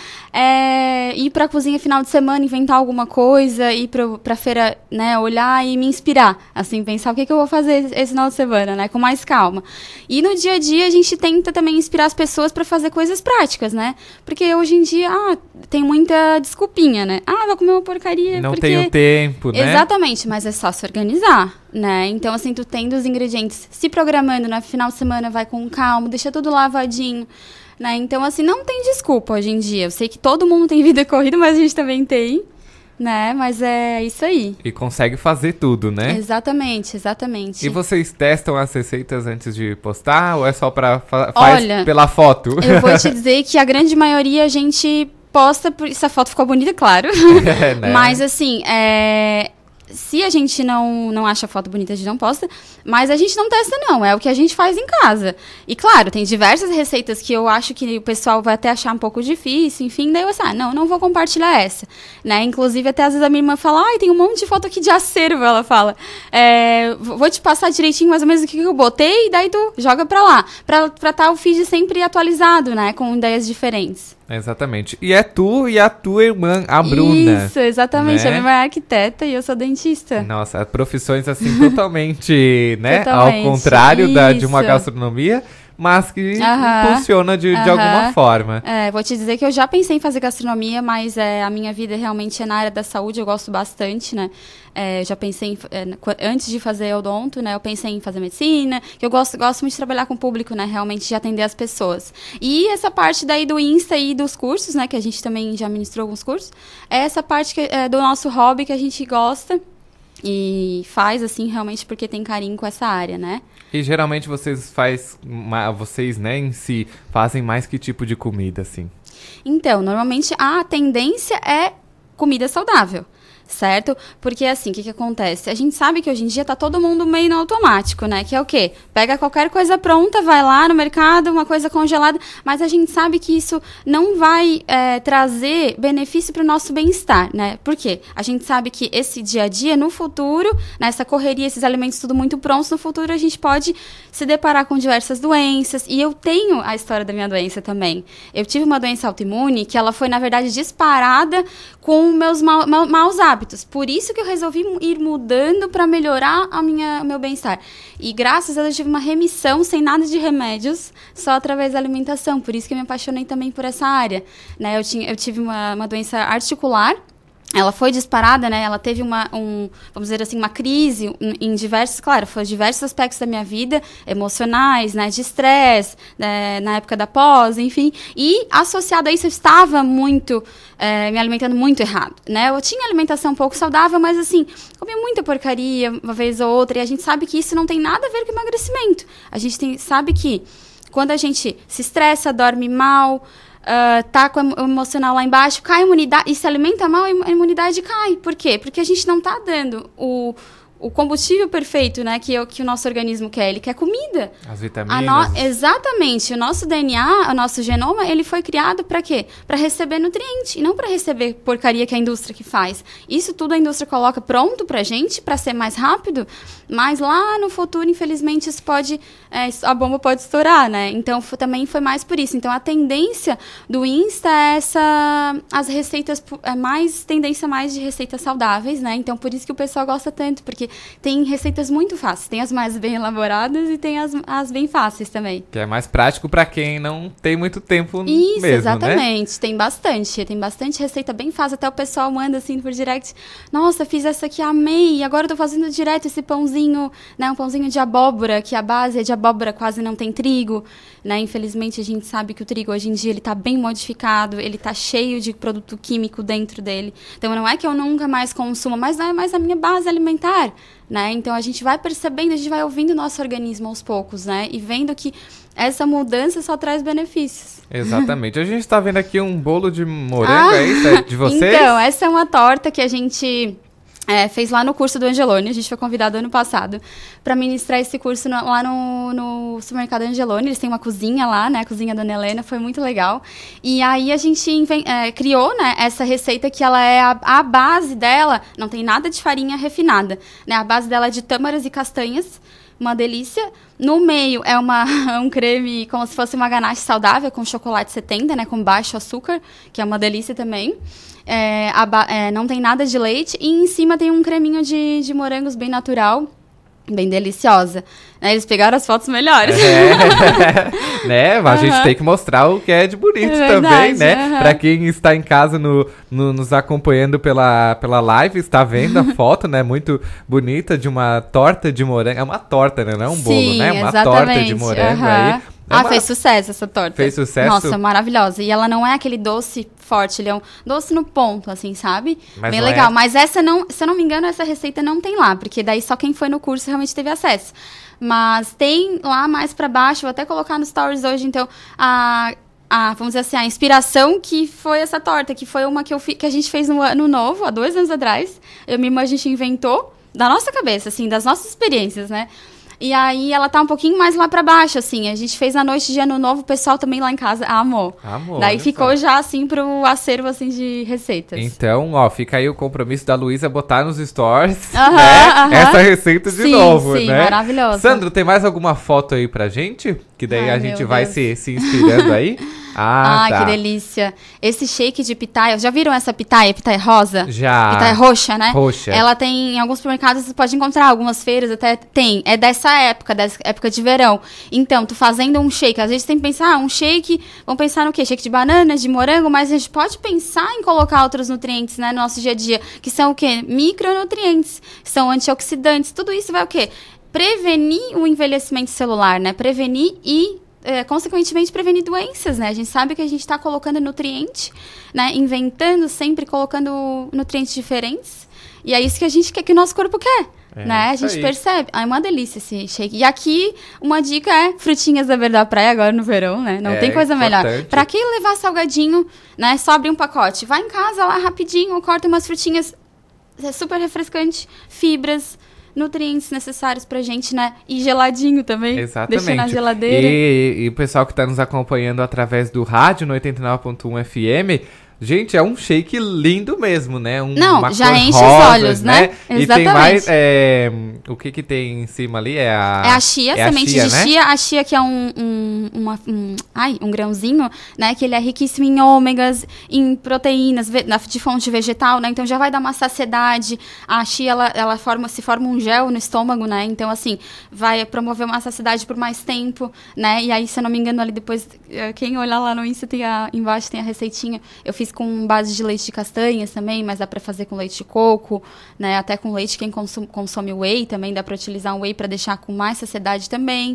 É, ir para a cozinha final de semana, inventar alguma coisa, ir para a feira, né? Olhar e me inspirar, assim, pensar o que, que eu vou fazer esse final de semana, né? Com mais calma. E no dia a dia a gente tenta também inspirar as pessoas para fazer coisas práticas, né? Porque hoje em dia, ah, tem muita desculpinha, né? Ah, vou comer uma porcaria Não porque... tenho tempo, né? Exatamente, mas é só se organizar, né? Então, assim, tu tendo os ingredientes, se programando, no final de semana vai com calma, deixa tudo lavadinho, né? Então, assim, não tem desculpa hoje em dia. Eu sei que todo mundo tem vida corrida, mas a gente também tem, né? Mas é isso aí. E consegue fazer tudo, né? Exatamente, exatamente. E vocês testam as receitas antes de postar ou é só pra fa- faz Olha, pela foto? Eu vou te dizer que a grande maioria a gente posta, por... se a foto ficou bonita, claro. É, né? Mas assim, é... se a gente não, não acha a foto bonita, a gente não posta. Mas a gente não testa, não. É o que a gente faz em casa. E claro, tem diversas receitas que eu acho que o pessoal vai até achar um pouco difícil. Enfim, daí eu assim, ah, não, não vou compartilhar essa. Né? Inclusive, até às vezes a minha irmã fala, ai, tem um monte de foto aqui de acervo, ela fala. É, vou te passar direitinho mais ou menos o que eu botei, e daí tu joga pra lá. Pra estar o feed sempre atualizado, né? Com ideias diferentes. Exatamente. E é tu e a tua irmã, a Bruna. Isso, exatamente. Né? A minha irmã é arquiteta e eu sou dentista. Nossa, profissões assim totalmente, né? Totalmente. Ao contrário da, de uma Isso. gastronomia, mas que Aham. funciona de, de Aham. alguma forma. É, vou te dizer que eu já pensei em fazer gastronomia, mas é, a minha vida realmente é na área da saúde, eu gosto bastante, né? É, eu já pensei, em, é, qu- antes de fazer odonto, né? Eu pensei em fazer medicina, que eu gosto, gosto muito de trabalhar com o público, né? Realmente de atender as pessoas. E essa parte daí do Insta e dos cursos, né? Que a gente também já ministrou alguns cursos. É essa parte que, é, do nosso hobby que a gente gosta e faz, assim, realmente porque tem carinho com essa área, né? E geralmente vocês faz, ma- vocês, né, em si, fazem mais que tipo de comida, assim? Então, normalmente a tendência é comida saudável, certo? Porque assim, o que que acontece? A gente sabe que hoje em dia tá todo mundo meio no automático, né? Que é o quê? Pega qualquer coisa pronta, vai lá no mercado, uma coisa congelada, mas a gente sabe que isso não vai é, trazer benefício para o nosso bem-estar, né? Por quê? A gente sabe que esse dia a dia, no futuro, nessa correria, esses alimentos tudo muito prontos, no futuro a gente pode se deparar com diversas doenças. E eu tenho a história da minha doença também. Eu tive uma doença autoimune que ela foi, na verdade, disparada com meus ma- ma- maus hábitos. Por isso que eu resolvi ir mudando para melhorar a minha, o meu bem-estar. E graças a Deus eu tive uma remissão sem nada de remédios, só através da alimentação. Por isso que eu me apaixonei também por essa área. Né? Eu, tinha, eu tive uma, uma doença articular. Ela foi disparada, né? Ela teve uma, um, vamos dizer assim, uma crise em, em diversos, claro, foi diversos aspectos da minha vida, emocionais, né? De estresse, né? Na época da pós, enfim. E associado a isso, eu estava muito, é, me alimentando muito errado, né? Eu tinha alimentação um pouco saudável, mas assim, comia muita porcaria, uma vez ou outra, e a gente sabe que isso não tem nada a ver com emagrecimento. A gente tem, sabe que quando a gente se estressa, dorme mal, Uh, tá com o emocional lá embaixo, cai a imunidade, e se alimenta mal, a imunidade cai. Por quê? Porque a gente não tá dando o, o combustível perfeito, né, que, que o nosso organismo quer. Ele quer comida. As A vitaminas. no, exatamente. O nosso D N A, o nosso genoma, ele foi criado para quê? Para receber nutriente, e não para receber porcaria que a indústria que faz. Isso tudo a indústria coloca pronto pra gente, para ser mais rápido, mas lá no futuro, infelizmente, isso pode, é, a bomba pode estourar, né? Então, f- também foi mais por isso. Então, a tendência do Insta é essa, as receitas, pu- é mais, tendência mais de receitas saudáveis, né? Então, por isso que o pessoal gosta tanto, porque tem receitas muito fáceis. Tem as mais bem elaboradas e tem as, as bem fáceis também. Que é mais prático pra quem não tem muito tempo Isso, mesmo, exatamente. né? Tem bastante. Tem bastante receita bem fácil. Até o pessoal manda assim por direct. Nossa, fiz essa aqui, amei. Agora eu tô fazendo direto esse pãozinho, né? Um pãozinho de abóbora, que a base é de abóbora, quase não tem trigo, né? Infelizmente, a gente sabe que o trigo hoje em dia ele tá bem modificado, ele tá cheio de produto químico dentro dele. Então, não é que eu nunca mais consumo, mas não é mais a minha base alimentar, né? Então, a gente vai percebendo, a gente vai ouvindo o nosso organismo aos poucos, né? E vendo que essa mudança só traz benefícios. Exatamente. A gente tá vendo aqui um bolo de morango, Ah, é isso? É de vocês? Então, essa é uma torta que a gente é, fez lá no curso do Angelone. A gente foi convidado ano passado para ministrar esse curso no, lá no, no supermercado Angelone. Eles têm uma cozinha lá, né? A cozinha da Dona Helena, foi muito legal. E aí a gente inven- é, criou, né, essa receita que ela é a, a base dela, não tem nada de farinha refinada, né? A base dela é de tâmaras e castanhas. Uma delícia. No meio é uma, um creme como se fosse uma ganache saudável com chocolate setenta, né? Com baixo açúcar, que é uma delícia também. É, a ba- é, não tem nada de leite. E em cima tem um creminho de, de morangos bem natural, bem deliciosa. Né, eles pegaram as fotos melhores. É, né? A gente Aham. tem que mostrar o que é de bonito É também, verdade, né? aham. Pra quem está em casa no, no- nos acompanhando pela, pela live, está vendo a foto, né? Muito bonita de uma torta de morango. É uma torta, né? Não é um bolo, Sim, né? Uma exatamente, torta de morango aham. aí. É ah, uma... fez sucesso essa torta. Fez sucesso? Nossa, maravilhosa. E ela não é aquele doce forte, ele é um doce no ponto, assim, sabe? Mas bem não legal. é... Mas essa não, se eu não me engano, essa receita não tem lá, porque daí só quem foi no curso realmente teve acesso. Mas tem lá mais pra baixo, vou até colocar nos stories hoje, então, a... a, vamos dizer assim, a inspiração que foi essa torta, que foi uma que, eu fi, que a gente fez no ano novo, há dois anos atrás. Eu e minha irmã, a gente inventou da nossa cabeça, assim, das nossas experiências, né? E aí ela tá um pouquinho mais lá pra baixo, assim. A gente fez a noite de ano novo, o pessoal também lá em casa amou. Amor, Daí ficou só. já, assim, pro acervo, assim, de receitas. Então, ó, fica aí o compromisso da Luísa botar nos stories, uh-huh, né? Uh-huh. Essa receita de sim, novo, sim, né? Maravilhosa. Sandro, tem mais alguma foto aí pra gente? Que daí Ai, a gente meu vai Deus. se, se inspirando aí. Ah, Ai, tá. que delícia. Esse shake de pitaia, já viram essa pitaia? Pitaia rosa? Já. Pitaia roxa, né? Roxa. Ela tem, em alguns supermercados, você pode encontrar, algumas feiras até tem. É dessa época, dessa época de verão. Então, tu fazendo um shake, às vezes tem que pensar, ah, um shake, vamos pensar no quê? Shake de banana, de morango, mas a gente pode pensar em colocar outros nutrientes, né, no nosso dia a dia, que são o quê? Micronutrientes, são antioxidantes, tudo isso vai o quê? Prevenir o envelhecimento celular, né? Prevenir e É, consequentemente, prevenir doenças, né? A gente sabe que a gente está colocando nutriente, né? Inventando, sempre colocando nutrientes diferentes. E é isso que a gente quer, que o nosso corpo quer, é, né? A gente aí. percebe. Ah, é uma delícia esse shake. E aqui, uma dica é frutinhas da Beira da Praia, agora no verão, né? Não é, tem coisa importante. melhor. Pra que levar salgadinho, né? Só abrir um pacote. Vai em casa lá rapidinho, corta umas frutinhas. É super refrescante. Fibras, nutrientes necessários pra gente, né? E geladinho também. Exatamente. Deixa na geladeira. E, e o pessoal que tá nos acompanhando através do rádio no oitenta e nove ponto um F M, gente, é um shake lindo mesmo, né? Um, Não, uma já cor enche rosa, os olhos, né? né? Exatamente. E tem mais, é, o que que tem em cima ali? É a, é a chia, é semente a chia, de né? chia. A chia que é um, um, uma, um, ai, um grãozinho, né? Que ele é riquíssimo em ômegas, em proteínas de fonte vegetal, né? Então já vai dar uma saciedade. A chia, ela, ela forma, se forma um gel no estômago, né? Então, assim, vai promover uma saciedade por mais tempo, né? E aí, se eu não me engano, ali depois, quem olhar lá no Insta, tem a, embaixo tem a receitinha. Eu fiz com base de leite de castanhas também, mas dá pra fazer com leite de coco, né? Até com leite, quem consome, consome whey também, dá pra utilizar um whey pra deixar com mais saciedade também.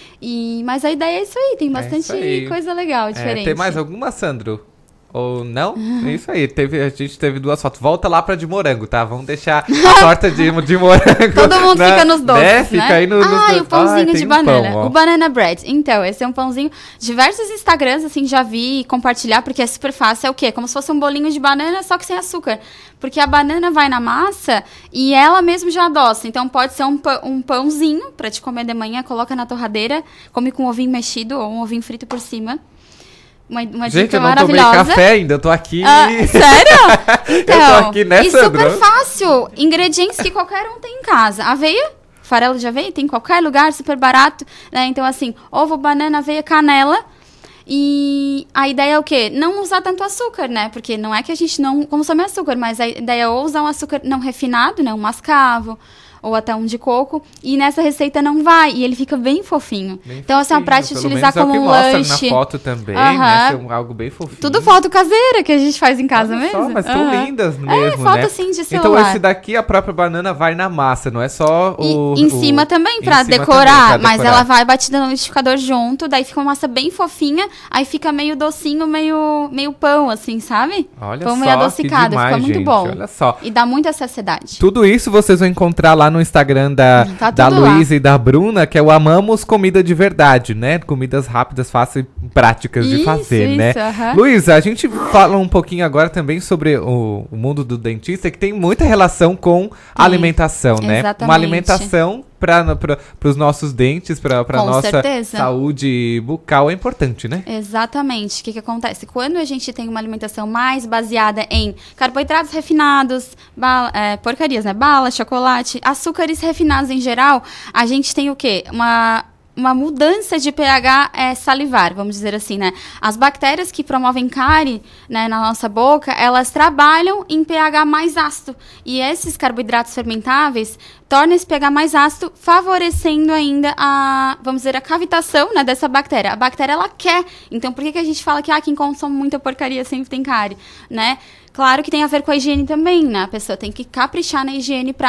E, mas a ideia é isso aí, tem bastante é coisa legal, diferente. É, tem mais alguma, Sandro? Ou não? É isso aí, teve, a gente teve duas fotos. Volta lá pra de morango, tá? Vamos deixar a torta de, de morango. Todo mundo na, fica nos doces, né? Fica né? aí no, nos ah, doces. e o pãozinho Ai, de um banana. pão, o banana bread. Então, esse é um pãozinho... Diversos Instagrams, assim, já vi compartilhar, porque é super fácil. É o quê? Como se fosse um bolinho de banana, só que sem açúcar. Porque a banana vai na massa e ela mesmo já adoça. Então, pode ser um, pão, um pãozinho pra te comer de manhã, coloca na torradeira, come com um ovinho mexido ou um ovinho frito por cima. Uma, uma Gente, dica eu não maravilhosa. tomei café ainda, eu tô aqui... Ah, sério? Então, eu tô aqui, né, e Sandro? super fácil. Ingredientes que qualquer um tem em casa. Aveia, farelo de aveia, tem em qualquer lugar, super barato. Né? Então, assim, ovo, banana, aveia, canela. E a ideia é o quê? Não usar tanto açúcar, né? Porque não é que a gente não consome açúcar, mas a ideia é ou usar um açúcar não refinado, né? Um mascavo, ou até um de coco, e nessa receita não vai, e ele fica bem fofinho. Bem então, assim, é uma prática de utilizar como é o que um lanche. Mostra na foto também, uhum. né? Ser algo bem fofinho. Tudo foto caseira que a gente faz em casa Olha mesmo. Só, mas estão uhum. lindas mesmo, é, foto né? assim de celular. Então esse daqui, a própria banana vai na massa, não é só o... E, em o, cima também, pra, cima decorar, também, pra mas decorar. ela vai batida no liquidificador junto, daí fica uma massa bem fofinha, aí fica meio docinho, meio, meio pão, assim, sabe? Olha pão só, meio adocicado, demais, fica muito gente, bom. Olha só. E dá muita saciedade. Tudo isso vocês vão encontrar lá no Instagram da, tá da Luísa e da Bruna, que é o Amamos Comida de Verdade, né? Comidas rápidas, fáceis e práticas isso, de fazer, isso, né? Uh-huh. Luísa, a gente fala um pouquinho agora também sobre o, o mundo do dentista, que tem muita relação com a alimentação, né? Exatamente. Uma alimentação para os nossos dentes, para a nossa certeza. saúde bucal é importante, né? Exatamente. O que, que acontece? Quando a gente tem uma alimentação mais baseada em carboidratos refinados, bala, é, porcarias, né? Bala, chocolate, açúcares refinados em geral, a gente tem o quê? Uma... uma mudança de pH é, salivar, vamos dizer assim, né? As bactérias que promovem cárie, né, na nossa boca, elas trabalham em pH mais ácido. E esses carboidratos fermentáveis tornam esse pH mais ácido, favorecendo ainda a, vamos dizer, a cavitação, né, dessa bactéria. A bactéria, ela quer. Então, por que, que a gente fala que ah, quem consome muita porcaria sempre tem cárie, né? Claro que tem a ver com a higiene também, né? A pessoa tem que caprichar na higiene para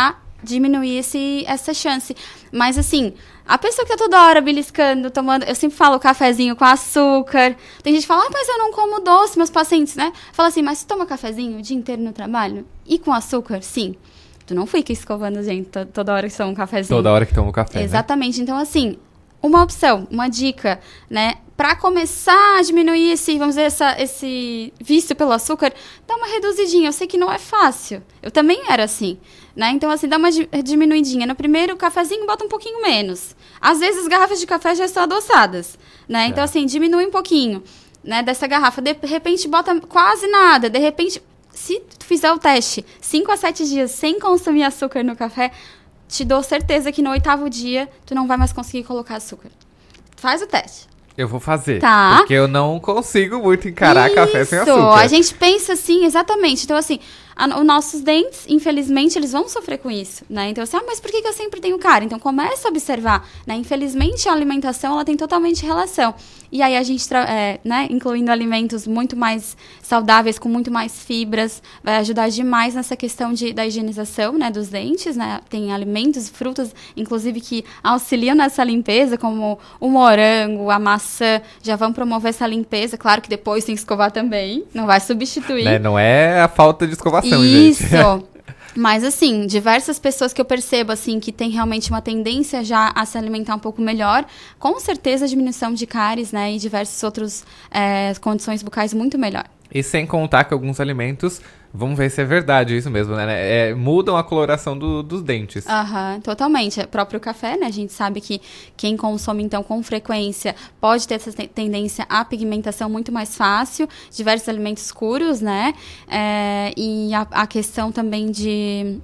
diminuir esse, essa chance. Mas assim, a pessoa que tá toda hora beliscando, tomando... Eu sempre falo cafezinho com açúcar. Tem gente que fala, ah, mas eu não como doce, meus pacientes, né? Fala assim, mas você toma cafezinho o dia inteiro no trabalho? E com açúcar? Sim. Tu não fica escovando, gente, to- toda hora que toma um cafezinho. Toda hora que toma um café, Exatamente. Né? Então, assim, uma opção, uma dica, né? Pra começar a diminuir esse, vamos dizer, essa, esse vício pelo açúcar, dá uma reduzidinha. Eu sei que não é fácil. Eu também era assim, né? Então, assim, dá uma di- diminuidinha. No primeiro cafezinho, bota um pouquinho menos. Às vezes, as garrafas de café já estão adoçadas, né? Então, assim, diminui um pouquinho, né, dessa garrafa. De repente, bota quase nada. De repente, se tu fizer o teste cinco a sete dias sem consumir açúcar no café, te dou certeza que no oitavo dia, tu não vai mais conseguir colocar açúcar. Faz o teste. Eu vou fazer. Tá. Porque eu não consigo muito encarar Isso. café sem açúcar. A gente pensa assim, exatamente. Então, assim, a, os nossos dentes, infelizmente, eles vão sofrer com isso, né? Então, assim, ah, mas por que, que eu sempre tenho cárie? Então, começa a observar, né? Infelizmente, a alimentação, ela tem totalmente relação. E aí, a gente, tra- é, né, incluindo alimentos muito mais saudáveis, com muito mais fibras, vai ajudar demais nessa questão de, da higienização, né, dos dentes, né? Tem alimentos, frutas, inclusive, que auxiliam nessa limpeza, como o morango, a maçã, já vão promover essa limpeza. Claro que depois tem que escovar também, não vai substituir. Né? Não é a falta de escovação, Isso. gente. Mas, assim, diversas pessoas que eu percebo, assim, que tem realmente uma tendência já a se alimentar um pouco melhor, com certeza a diminuição de cáries, né, e diversas outras é, condições bucais muito melhor. E sem contar que alguns alimentos, vamos ver se é verdade isso mesmo, né? É, mudam a coloração do, dos dentes. Aham, totalmente. O próprio café, né? A gente sabe que quem consome, então, com frequência, pode ter essa te- tendência à pigmentação muito mais fácil, diversos alimentos escuros, né? É, e a, a questão também de,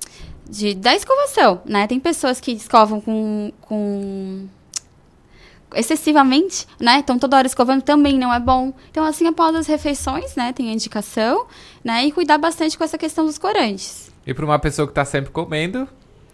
de... da escovação, né? Tem pessoas que escovam com... com excessivamente, né? Então, toda hora escovando também não é bom. Então, assim, após as refeições, né? Tem a indicação, né? E cuidar bastante com essa questão dos corantes. E para uma pessoa que tá sempre comendo...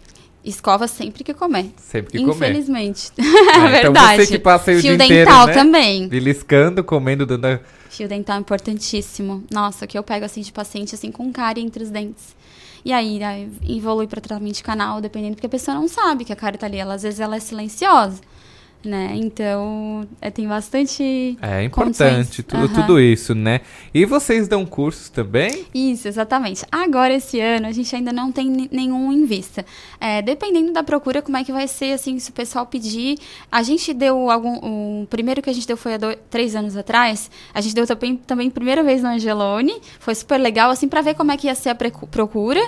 Escova sempre que comer. Sempre que comer. Infelizmente. É, É verdade. Então você que passa aí o Fio dia dental inteiro, né? também. Beliscando, comendo, dando... A... Fio dental é importantíssimo. Nossa, que eu pego, assim, de paciente, assim, com cárie entre os dentes. E aí, aí evolui para tratamento de canal, dependendo, porque a pessoa não sabe que a cárie tá ali. Ela, às vezes ela é silenciosa. Né? Então, é, tem bastante É importante tu, uhum. tudo isso, né? E vocês dão cursos também? Isso, exatamente. Agora, esse ano, a gente ainda não tem n- nenhum em vista. É, dependendo da procura, como é que vai ser, assim, se o pessoal pedir. A gente deu algum... O primeiro que a gente deu foi há dois, três anos atrás. A gente deu também, também primeira vez no Angelone. Foi super legal, assim, pra ver como é que ia ser a precu- procura.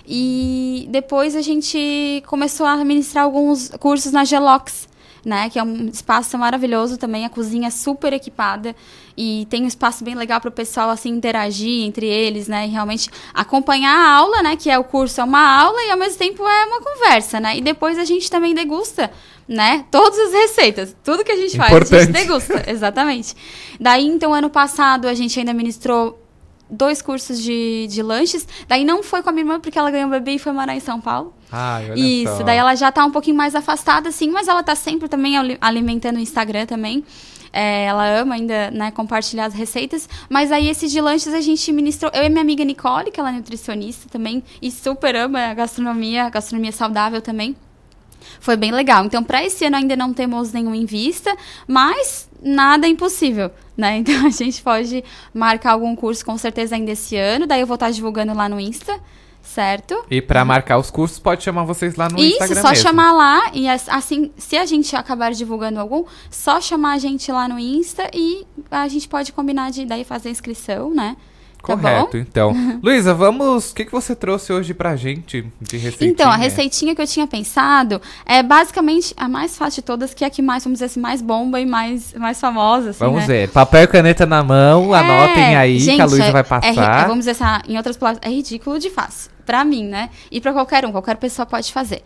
E depois a gente começou a ministrar alguns cursos na Gelox, né, que é um espaço maravilhoso também, a cozinha é super equipada e tem um espaço bem legal para o pessoal, assim, interagir entre eles, né, e realmente acompanhar a aula, né, que é o curso, é uma aula e ao mesmo tempo é uma conversa, né, e depois a gente também degusta, né, todas as receitas, tudo que a gente faz, Importante. a gente degusta, exatamente. Daí, então, ano passado, a gente ainda ministrou dois cursos de, de lanches, daí não foi com a minha irmã porque ela ganhou um bebê e foi morar em São Paulo. Ah, olha Isso, só. daí ela já tá um pouquinho mais afastada, assim, mas ela tá sempre também ali- alimentando o Instagram também. É, ela ama ainda, né, compartilhar as receitas. Mas aí, esses de lanches a gente ministrou... Eu e minha amiga Nicole, que ela é nutricionista também, e super ama a gastronomia, a gastronomia saudável também. Foi bem legal. Então, para esse ano ainda não temos nenhum em vista, mas nada é impossível, né? Então, a gente pode marcar algum curso com certeza ainda esse ano. Daí eu vou estar divulgando lá no Insta, certo? E pra marcar os cursos, pode chamar vocês lá no Isso, Instagram só mesmo. chamar lá. E as- assim, se a gente acabar divulgando algum, só chamar a gente lá no Insta e a gente pode combinar de daí fazer a inscrição, né? Tá Correto, bom? então. Luísa, vamos... O que, que você trouxe hoje pra gente de receitinha? Então, a receitinha que eu tinha pensado é basicamente a mais fácil de todas, que é a que mais, vamos dizer assim, mais bomba e mais, mais famosa, assim, Vamos né? ver. Papel e caneta na mão, É, anotem aí gente, que a Luísa é- vai é ri- passar. é, vamos dizer assim, em outras palavras, é ridículo de fácil. Pra mim, né? E pra qualquer um, qualquer pessoa pode fazer.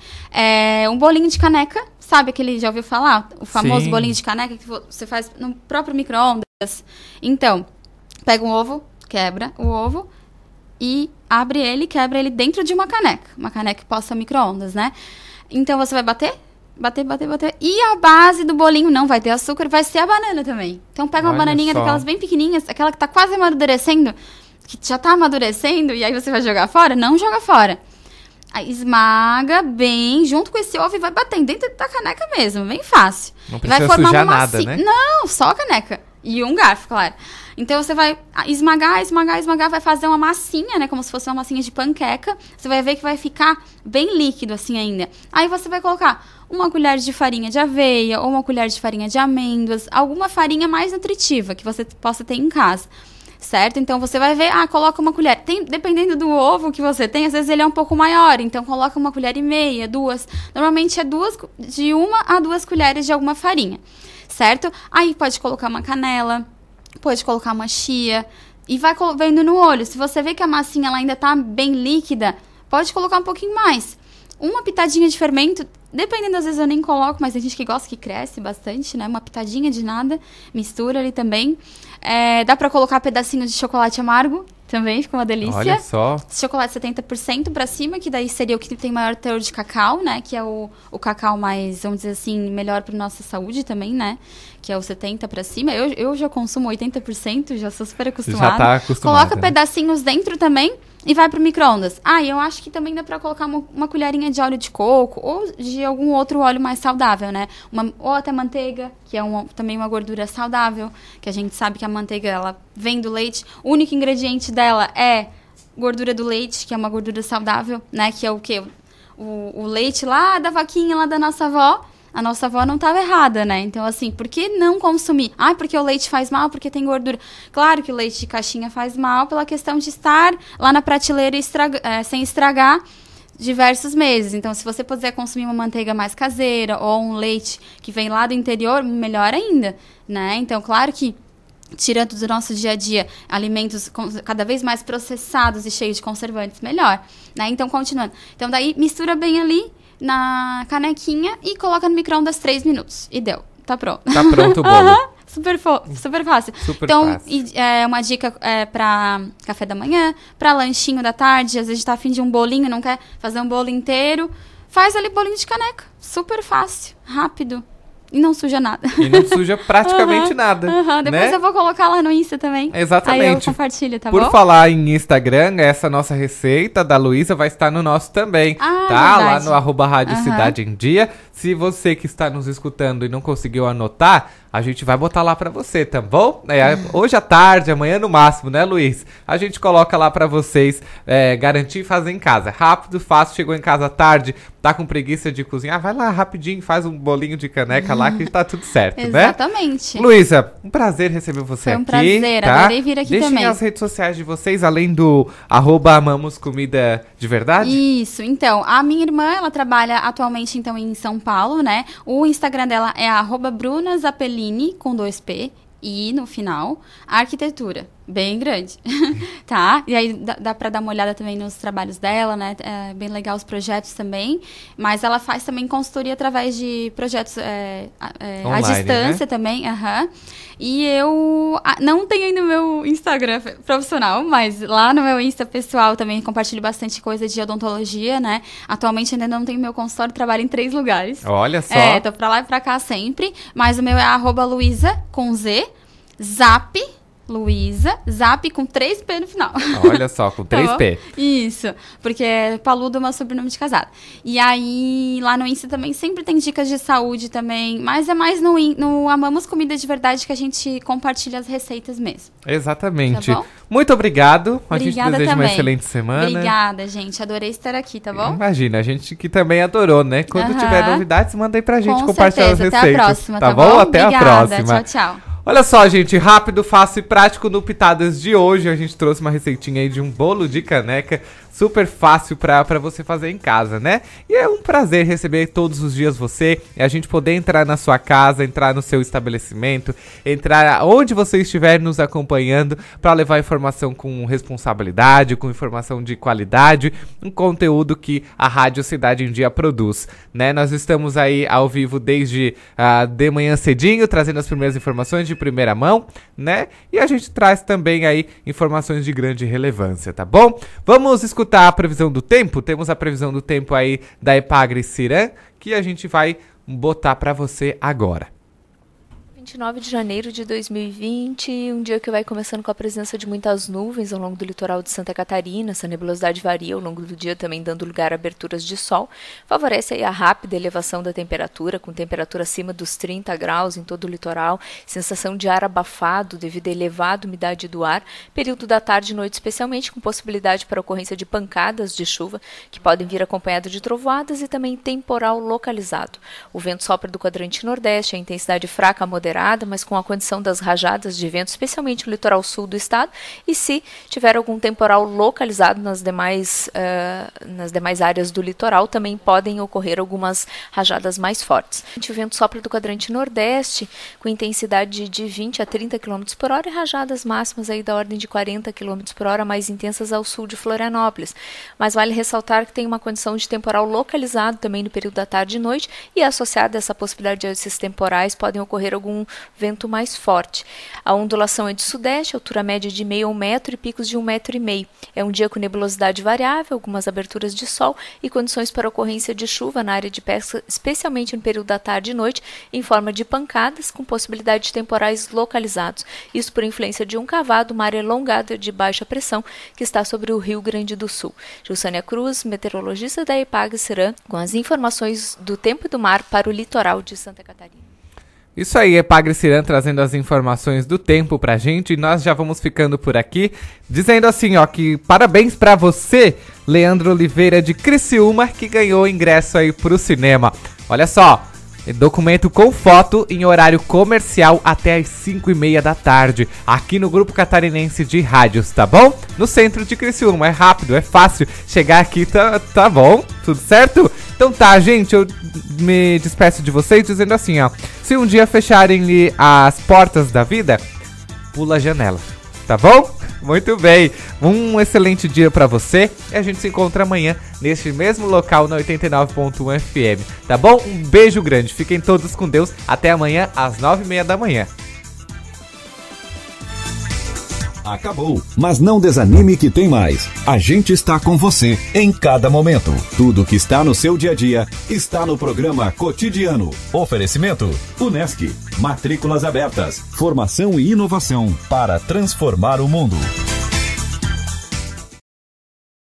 É um bolinho de caneca, sabe aquele, já ouviu falar? O famoso Sim. bolinho de caneca que vo- você faz no próprio micro-ondas. Então, pega um ovo, quebra o ovo e abre ele, quebra ele dentro de uma caneca. Uma caneca que possa micro-ondas, né? Então, você vai bater, bater, bater, bater. E a base do bolinho não vai ter açúcar, vai ser a banana também. Então, pega uma Olha bananinha só. daquelas bem pequenininhas, aquela que tá quase amadurecendo, que já tá amadurecendo, e aí você vai jogar fora? Não joga fora. Aí esmaga bem, junto com esse ovo e vai batendo dentro da caneca mesmo, bem fácil. Não E precisa vai formar sujar uma nada, massinha. né? Não, só a caneca. E um garfo, claro. Então você vai esmagar, esmagar, esmagar, vai fazer uma massinha, né? Como se fosse uma massinha de panqueca. Você vai ver que vai ficar bem líquido assim ainda. Aí você vai colocar uma colher de farinha de aveia ou uma colher de farinha de amêndoas, alguma farinha mais nutritiva que você possa ter em casa. Certo? Então você vai ver, ah, coloca uma colher. Tem, dependendo do ovo que você tem, às vezes ele é um pouco maior, então coloca uma colher e meia, duas. Normalmente é duas, de uma a duas colheres de alguma farinha, certo? Aí pode colocar uma canela, pode colocar uma chia e vai vendo no olho. Se você vê que a massinha ela ainda tá bem líquida, pode colocar um pouquinho mais. Uma pitadinha de fermento, dependendo, às vezes eu nem coloco, mas tem gente que gosta que cresce bastante, né? Uma pitadinha de nada, mistura ali também. É, dá pra colocar pedacinhos de chocolate amargo, também fica uma delícia. Olha só. Chocolate setenta por cento pra cima, que daí seria o que tem maior teor de cacau, né? Que é o, o cacau mais, vamos dizer assim, melhor pra nossa saúde também, né? Que é o setenta por cento pra cima. Eu, eu já consumo oitenta por cento, já sou super acostumada. Já tá acostumada. Coloca pedacinhos dentro também e vai pro micro-ondas. Ah, e eu acho que também dá pra colocar uma, uma colherinha de óleo de coco ou de algum outro óleo mais saudável, né? Uma, ou até manteiga, que é uma, também uma gordura saudável, que a gente sabe que a manteiga, ela vem do leite. O único ingrediente dela é gordura do leite, que é uma gordura saudável, né? Que é o quê? O, o leite lá da vaquinha, lá da nossa avó. A nossa avó não estava errada, né? Então, assim, por que não consumir? Ah, porque o leite faz mal, porque tem gordura. Claro que o leite de caixinha faz mal pela questão de estar lá na prateleira estraga, é, sem estragar diversos meses. Então, se você puder consumir uma manteiga mais caseira ou um leite que vem lá do interior, melhor ainda, né? Então, claro que tirando do nosso dia a dia alimentos cada vez mais processados e cheios de conservantes, melhor, né? Então, continuando. Então, daí, mistura bem ali na canequinha e coloca no micro-ondas três minutos. E deu. Tá pronto. Tá pronto o bolo. super, super fácil. Super então, fácil. E, é uma dica é, pra café da manhã, pra lanchinho da tarde. Às vezes tá afim de um bolinho, não quer fazer um bolo inteiro. Faz ali bolinho de caneca. Super fácil, rápido. E não suja nada. E não suja praticamente uhum, nada. Uhum. Depois né? eu vou colocar lá no Insta também. Exatamente. Aí eu compartilho, tá Por bom? Por falar em Instagram, essa nossa receita da Luísa vai estar no nosso também. Ah, tá? verdade. Lá no arroba Rádio Uhum. Cidade em Dia. Se você que está nos escutando e não conseguiu anotar, a gente vai botar lá pra você, tá bom? É, hoje à tarde, amanhã no máximo, né, Luiz? A gente coloca lá pra vocês é, garantir e fazer em casa. Rápido, fácil, chegou em casa à tarde, tá com preguiça de cozinhar, vai lá rapidinho, faz um bolinho de caneca lá que tá tudo certo, né? Exatamente. Luísa, um prazer receber você aqui. Foi um prazer, tá? adorei vir aqui Deixem também. as redes sociais de vocês, além do arroba Amamos Comida de Verdade. Isso, então, a minha irmã, ela trabalha atualmente, então, em São Paulo, né? O Instagram dela é arroba Bruna Zappellini, com dois P, e no final, arquitetura, bem grande, tá? E aí dá, dá pra dar uma olhada também nos trabalhos dela, né? É bem legal os projetos também, mas ela faz também consultoria através de projetos é, é, Online, à distância, né? Também, aham. E eu ah, não tenho ainda o meu Instagram profissional, mas lá no meu Insta pessoal também compartilho bastante coisa de odontologia, né? Atualmente ainda não tenho meu consultório, trabalho em três lugares. Olha só. É, tô pra lá e pra cá sempre, mas o meu é arroba Luísa, com Z, Zap, Luísa, Zap com três P no final. Olha só, com três P. Tá, isso, porque é Paludo é meu sobrenome de casada. E aí, lá no Insta também sempre tem dicas de saúde também, mas é mais no, no Amamos Comida de Verdade que a gente compartilha as receitas mesmo. Exatamente. Tá bom? Muito obrigado. A Obrigada gente deseja também. uma excelente semana. Obrigada, gente. Adorei estar aqui, tá bom? Imagina, a gente que também adorou, né? Quando Aham. tiver novidades, manda aí pra gente Com compartilhar certeza. as receitas. Até a próxima, tá, tá bom? bom? Até Obrigada. a próxima. Tchau, tchau. Olha só, gente, rápido, fácil e prático no Pitadas de hoje. A gente trouxe uma receitinha aí de um bolo de caneca super fácil pra, pra você fazer em casa, né? E é um prazer receber todos os dias você e a gente poder entrar na sua casa, entrar no seu estabelecimento, entrar onde você estiver nos acompanhando pra levar informação com responsabilidade, com informação de qualidade, um conteúdo que a Rádio Cidade em Dia produz, né? Nós estamos aí ao vivo desde uh, de manhã cedinho, trazendo as primeiras informações de primeira mão, né? E a gente traz também aí informações de grande relevância, tá bom? Vamos escutar a previsão do tempo? Temos a previsão do tempo aí da Epagre Ciran, que a gente vai botar pra você agora. vinte e nove de janeiro de dois mil e vinte, um dia que vai começando com a presença de muitas nuvens ao longo do litoral de Santa Catarina. Essa nebulosidade varia ao longo do dia, também dando lugar a aberturas de sol. Favorece aí a rápida elevação da temperatura, com temperatura acima dos trinta graus em todo o litoral, sensação de ar abafado devido à elevada umidade do ar, período da tarde e noite especialmente, com possibilidade para ocorrência de pancadas de chuva, que podem vir acompanhado de trovoadas e também temporal localizado. O vento sopra do quadrante nordeste, a intensidade fraca a moderada, mas com a condição das rajadas de vento, especialmente no litoral sul do estado, e se tiver algum temporal localizado nas demais, uh, nas demais áreas do litoral, também podem ocorrer algumas rajadas mais fortes. O vento sopra do quadrante nordeste, com intensidade de vinte a trinta quilômetros por hora e rajadas máximas aí da ordem de quarenta quilômetros por hora, mais intensas ao sul de Florianópolis. Mas vale ressaltar que tem uma condição de temporal localizado também no período da tarde e noite, e associada a essa possibilidade de esses temporais podem ocorrer algum vento mais forte. A ondulação é de sudeste, altura média de meio a um metro e picos de um metro e meio. É um dia com nebulosidade variável, algumas aberturas de sol e condições para ocorrência de chuva na área de pesca, especialmente no período da tarde e noite, em forma de pancadas, com possibilidade de temporais localizados. Isso por influência de um cavado, uma área alongada de baixa pressão que está sobre o Rio Grande do Sul. Gilsânia Cruz, meteorologista da Epagre-Ciran, com as informações do tempo e do mar para o litoral de Santa Catarina. Isso aí, Epagre-Ciran trazendo as informações do tempo pra gente, e nós já vamos ficando por aqui, dizendo assim, ó, que parabéns pra você, Leandro Oliveira de Criciúma, que ganhou ingresso aí pro cinema. Olha só, documento com foto em horário comercial até às cinco e meia da tarde, aqui no Grupo Catarinense de Rádios, tá bom? No centro de Criciúma, é rápido, é fácil chegar aqui, tá, tá bom? Tudo certo? Então tá, gente, eu me despeço de vocês dizendo assim, ó, se um dia fecharem as portas da vida, pula a janela, tá bom? Muito bem, um excelente dia pra você e a gente se encontra amanhã neste mesmo local na oitenta e nove ponto um F M, tá bom? Um beijo grande, fiquem todos com Deus, até amanhã às nove e meia da manhã. Acabou, mas não desanime que tem mais. A gente está com você em cada momento. Tudo que está no seu dia a dia está no programa Cotidiano. Oferecimento Unesc, matrículas abertas, formação e inovação para transformar o mundo.